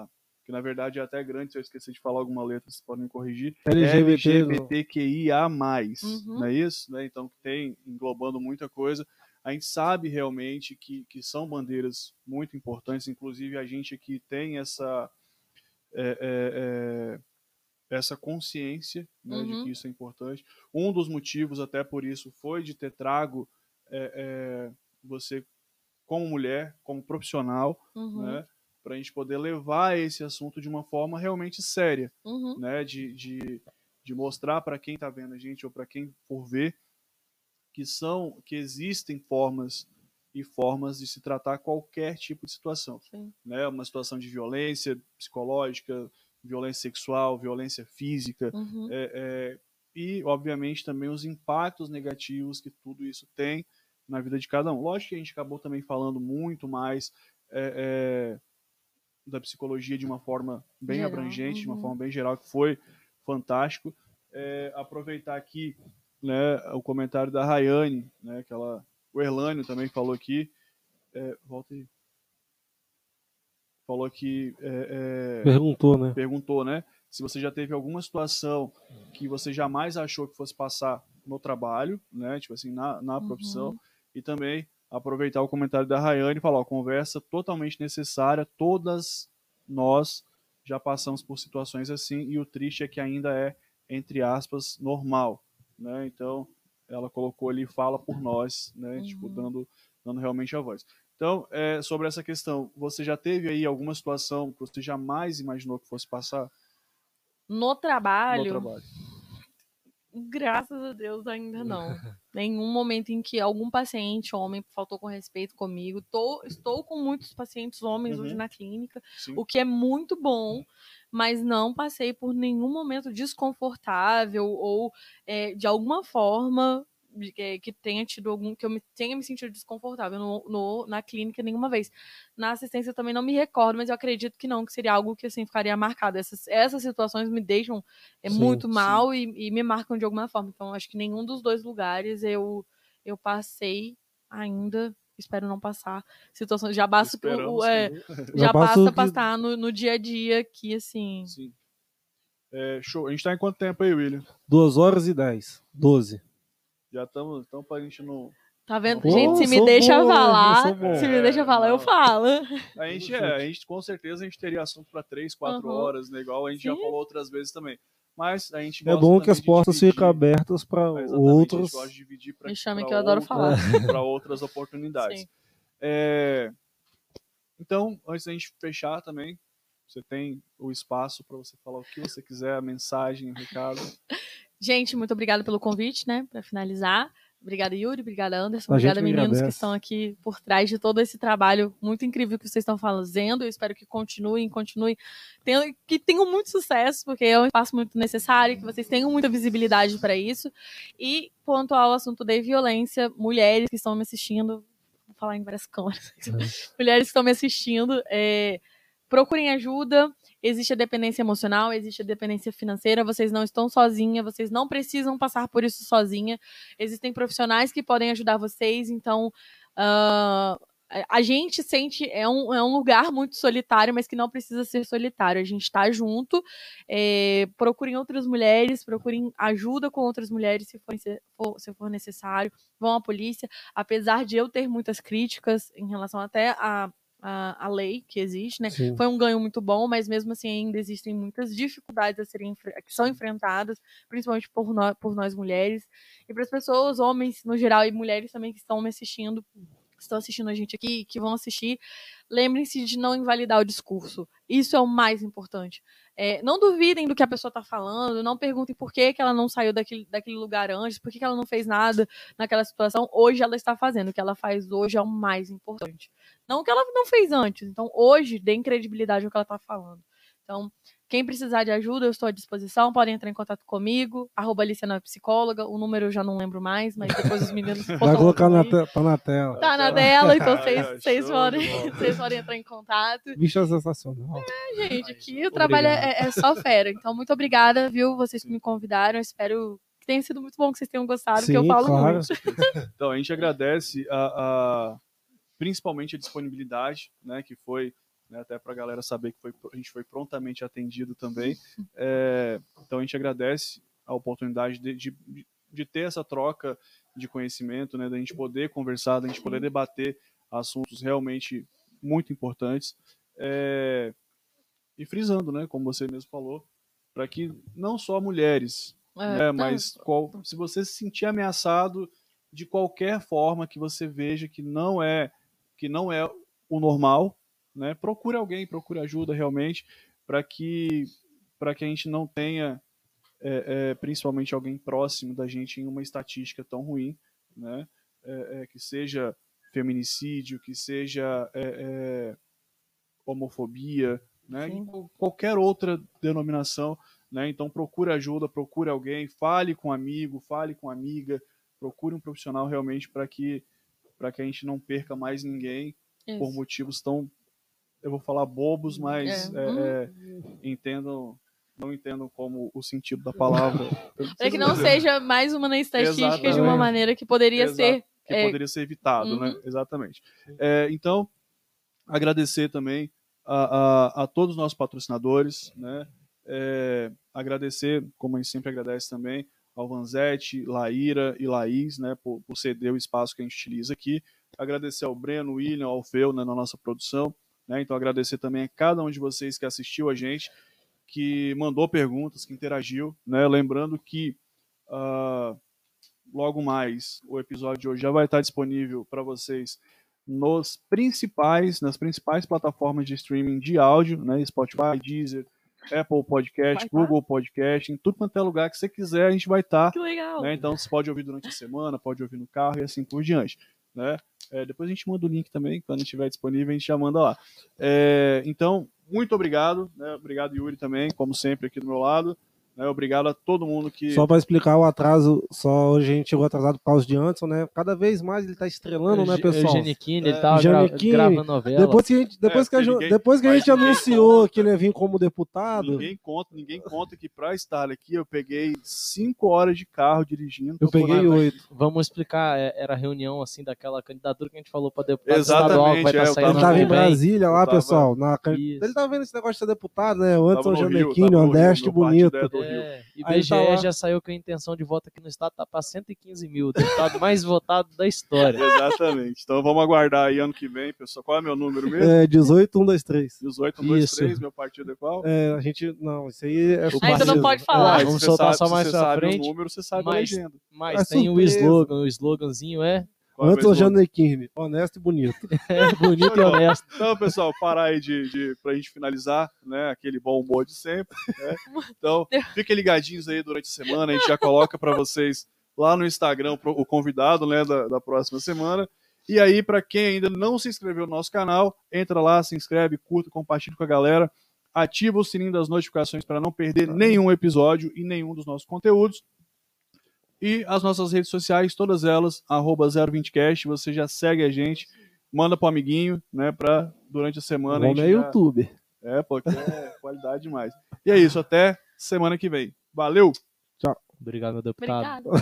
S2: que na verdade é até grande, se eu esquecer de falar alguma letra, vocês podem me corrigir.
S1: L G B T,
S2: L G B T Q I A mais,
S3: Uhum.
S2: não é isso? Né? Então, que tem englobando muita coisa. A gente sabe realmente que, que são bandeiras muito importantes, inclusive a gente aqui tem essa, é, é, é, essa consciência, né,
S3: Uhum.
S2: de que isso é importante. Um dos motivos até por isso foi de ter trago é, é, você como mulher, como profissional,
S3: Uhum.
S2: né, para a gente poder levar esse assunto de uma forma realmente séria,
S3: Uhum.
S2: né, de, de, de mostrar para quem está vendo a gente ou para quem for ver que são que existem formas e formas de se tratar qualquer tipo de situação,
S3: Sim.
S2: né, uma situação de violência psicológica, violência sexual, violência física,
S3: Uhum.
S2: é, é, e obviamente também os impactos negativos que tudo isso tem na vida de cada um. Lógico que a gente acabou também falando muito mais é, é, da psicologia de uma forma bem
S3: Geral.
S2: abrangente, de uma
S3: Uhum.
S2: forma bem geral, que foi fantástico. É, aproveitar aqui, né, o comentário da Rayane, né, que ela, o Erlânio também falou aqui, é, volta aí, falou que é, é,
S1: Perguntou, né?
S2: perguntou, né, se você já teve alguma situação que você jamais achou que fosse passar no trabalho, né, tipo assim, na, na profissão,
S3: Uhum.
S2: e também aproveitar o comentário da Rayane e falar, ó, conversa totalmente necessária, todas nós já passamos por situações assim, e o triste é que ainda é, entre aspas, normal, né, então ela colocou ali, fala por nós, né,
S3: Uhum.
S2: tipo, dando, dando realmente a voz. Então, é, sobre essa questão, você já teve aí alguma situação que você jamais imaginou que fosse passar
S3: No trabalho,
S2: no trabalho?
S3: graças a Deus ainda não. Nenhum momento em que algum paciente homem faltou com respeito comigo. Tô, estou com muitos pacientes homens
S2: Uhum.
S3: hoje na clínica,
S2: Sim.
S3: o que é muito bom, mas não passei por nenhum momento desconfortável ou é, de alguma forma de- é, que tenha tido algum, que eu me, tenha me sentido desconfortável no, no- na clínica nenhuma vez. Na assistência eu também não me recordo, mas eu acredito que não, que seria algo que assim ficaria marcado. Essas, essas situações me deixam é,
S1: Sim,
S3: muito
S2: sim.
S3: mal e, e me marcam de alguma forma. Então acho que nenhum dos dois lugares eu, eu passei ainda. Espero não passar situações. Já basta que o, o-
S2: Esperamos
S3: é,
S2: que não.
S3: já
S1: Já basta
S3: basta
S1: que-
S3: passar no, no dia a dia que assim.
S2: Sim. É, show. A gente tá em quanto tempo aí, William?
S1: duas horas e dez. doze.
S2: Já estamos, então pra gente não...
S3: Tá vendo?
S2: Pô,
S3: Gente, se me
S1: sou
S3: deixa
S1: bom,
S3: falar,
S1: eu sou bom.
S3: se me deixa falar, eu
S2: não.
S3: falo.
S2: A gente, é, a gente, com certeza, a gente teria assunto para três, quatro
S3: Uhum.
S2: horas, né? Igual a gente já
S3: Sim.
S2: falou outras vezes também. Mas a gente
S1: É
S2: gosta
S1: bom que
S2: também
S1: as
S2: de
S1: portas
S2: dividir-
S1: ficam abertas para
S2: É, exatamente, a
S1: outros.
S2: gente gosta de dividir para
S3: Me chamem que eu adoro falar.
S2: outras oportunidades.
S3: Sim.
S2: É, então, antes da gente fechar também, você tem o espaço para você falar o que você quiser, a mensagem, o recado.
S3: Gente, muito obrigada pelo convite, né? Para finalizar. Obrigada, Yuri. Obrigada, Anderson.
S1: A gente
S3: Obrigada,
S1: que
S3: meninos
S1: agradece.
S3: que estão aqui por trás de todo esse trabalho muito incrível que vocês estão fazendo. Eu espero que continuem, continuem, tenham, que tenham muito sucesso, porque é um espaço muito necessário, que vocês tenham muita visibilidade para isso. E quanto ao assunto da violência, mulheres que estão me assistindo, vou falar em várias câmeras,
S1: É.
S3: mulheres que estão me assistindo, é, procurem ajuda. Existe a dependência emocional, existe a dependência financeira, vocês não estão sozinhas, vocês não precisam passar por isso sozinha. Existem profissionais que podem ajudar vocês, então uh, a gente sente, é um, é um lugar muito solitário, mas que não precisa ser solitário. A gente está junto, é, procurem outras mulheres, procurem ajuda com outras mulheres se for, se for, se for necessário, vão à polícia. Apesar de eu ter muitas críticas em relação até a A, a lei que existe, né?
S1: Sim.
S3: Foi um ganho muito bom, mas mesmo assim ainda existem muitas dificuldades a serem, que são enfrentadas, principalmente por nós, por nós mulheres. E para as pessoas, homens no geral, e mulheres também que estão me assistindo, que estão assistindo a gente aqui, que vão assistir, lembrem-se de não invalidar o discurso. Isso é o mais importante. É, não duvidem do que a pessoa está falando, não perguntem por que, que ela não saiu daquele, daquele lugar antes, por que, que ela não fez nada naquela situação. Hoje ela está fazendo, o que ela faz hoje é o mais importante. Não o que ela não fez antes. Então, hoje, deem credibilidade ao que ela está falando. Então, quem precisar de ajuda, eu estou à disposição. Podem entrar em contato comigo. Arroba Alicia Psicóloga. O número eu já não lembro mais, mas depois os meninos
S1: Vai colocar na,
S3: aí.
S1: te tá na tela.
S3: Tá na tela, então vocês,
S2: Ai,
S3: vocês,
S2: show
S3: podem,
S2: de bola.
S3: vocês podem entrar em contato.
S1: Bicho é sensacional.
S3: Gente, aqui o trabalho é, é só fera. Então, muito obrigada, viu? Vocês que me convidaram. Eu espero que tenha sido muito bom, que vocês tenham gostado,
S1: Sim,
S3: porque eu falo
S1: claro.
S3: muito.
S2: Então, a gente agradece a, a- principalmente a disponibilidade, né, que foi né, até para a galera saber que foi, a gente foi prontamente atendido também. É, então a gente agradece a oportunidade de, de, de ter essa troca de conhecimento, né, da gente poder conversar, da gente poder debater assuntos realmente muito importantes. É, e frisando, né, como você mesmo falou, para que não só mulheres,
S3: É,
S2: né, mas qual, se você se sentir ameaçado de qualquer forma que você veja que não é, que não é o normal, né, procure alguém, procure ajuda realmente, para que, para que a gente não tenha, é, é, principalmente alguém próximo da gente em uma estatística tão ruim, né, é, é, que seja feminicídio, que seja é, é, homofobia, né,
S3: Sim.
S2: e qualquer outra denominação, né, então procure ajuda, procure alguém, fale com um amigo, fale com amiga, procure um profissional realmente para que, para que a gente não perca mais ninguém por
S3: Isso.
S2: motivos tão, eu vou falar bobos, mas
S3: É.
S2: é, é, entendam, não entendam como o sentido da palavra.
S3: Para que não seja mais uma na estatística de uma
S2: Exatamente.
S3: maneira que poderia
S2: Exato,
S3: ser.
S2: que
S3: é,
S2: poderia ser evitado,
S3: Uhum.
S2: né? Exatamente. É, então, agradecer também a, a, a todos os nossos patrocinadores, né? É, agradecer, como a gente sempre agradece também, ao Vanzetti, Laíra e Laís, né, por, por ceder o espaço que a gente utiliza aqui. Agradecer ao Breno, William, ao Feu, né, na nossa produção. Né? Então, agradecer também a cada um de vocês que assistiu a gente, que mandou perguntas, que interagiu. Né? Lembrando que uh, logo mais o episódio de hoje já vai estar disponível para vocês nos principais, nas principais plataformas de streaming de áudio, né? Spotify, Deezer, Apple Podcast,
S3: Vai
S2: Google Podcast, em tudo quanto é lugar que você quiser, a gente vai estar.
S3: Que legal.
S2: Né? Então você pode ouvir durante a semana, pode ouvir no carro e assim por diante. Né? É, depois a gente manda o link também, quando estiver disponível, a gente já manda lá. É, então, muito obrigado. Né? Obrigado, Yuri, também, como sempre, aqui do meu lado. Né? Obrigado a todo mundo que...
S1: Só para explicar o atraso, só hoje a gente chegou atrasado por causa de Anderson, né? Cada vez mais ele tá estrelando, né, pessoal?
S5: Eugeniquini, ele tava gra
S1: Giannichini,
S5: gravando novela.
S1: Depois que a gente, depois
S2: É,
S1: que a,
S2: porque
S1: ju-
S2: ninguém-
S1: depois que a
S2: mas
S1: gente
S2: ninguém
S1: anunciou
S2: conta.
S1: que ele ia vir como deputado,
S2: Ninguém conta, ninguém conta que para estar aqui eu peguei cinco horas de carro dirigindo.
S1: eu
S2: pra
S1: peguei
S2: poder-
S1: oito.
S5: Vamos explicar, é, era a reunião assim daquela candidatura que a gente falou para deputado
S2: Exatamente,
S5: estadual, que vai
S2: é,
S5: estar
S2: eu
S5: saindo
S1: Ele
S2: não,
S1: tava
S5: ano
S1: em
S5: que vem.
S1: Brasília lá,
S2: Eu tava-
S1: pessoal. Na...
S5: Isso.
S1: Ele tava vendo esse negócio de ser deputado, né? O
S2: Tava
S1: Anderson
S2: no Rio,
S1: Giannichini,
S2: tava
S1: o
S2: no Rio,
S1: Nordeste
S2: no
S1: bonito.
S2: Partido do Rio.
S5: É, e o
S1: Aí ele
S5: B G
S1: tá
S5: E
S1: lá.
S5: já saiu que a intenção de voto aqui no estado tá para cento e quinze mil, o deputado mais votado da história.
S2: Exatamente. Então vamos aguardar aí ano que vem, pessoal. Qual é meu número mesmo?
S1: É, dezoito, um, dois, três.
S2: dezoito, um, dois,
S5: Isso.
S2: três, meu partido é qual?
S1: É, a gente. Não, isso aí é.
S5: O
S3: Aí você não
S5: partido-
S3: pode falar.
S2: Mas
S5: Vamos
S2: se você
S5: soltar
S2: sabe-
S5: só
S2: se
S5: mais
S2: você
S5: pra
S2: sabe
S5: frente.
S2: o número, você sabe
S5: Mas-
S2: a legenda.
S5: Mas
S1: É
S5: tem o
S1: surpresa.
S5: slogan, o sloganzinho é,
S2: Qual é o
S1: Anderson
S2: meu slogan?
S1: Giannichini, honesto e bonito.
S5: é bonito e honesto.
S2: Então, pessoal, parar aí de, de, pra gente finalizar, né? Aquele bom humor de sempre. Né? Então, fiquem ligadinhos aí durante a semana. A gente já coloca para vocês lá no Instagram o convidado, né, da, da próxima semana. E aí, para quem ainda não se inscreveu no nosso canal, entra lá, se inscreve, curta, compartilha com a galera. Ativa o sininho das notificações para não perder nenhum episódio e nenhum dos nossos conteúdos. E as nossas redes sociais, todas elas, arroba zero vinte cast, você já segue a gente, manda pro amiguinho, né, pra durante a
S1: O
S2: semana a
S1: homem
S2: gente
S1: é
S2: já...
S1: youtuber.
S2: É, porque é qualidade demais. E é isso, até semana que vem. Valeu!
S5: Obrigado, meu deputado.
S3: Obrigada.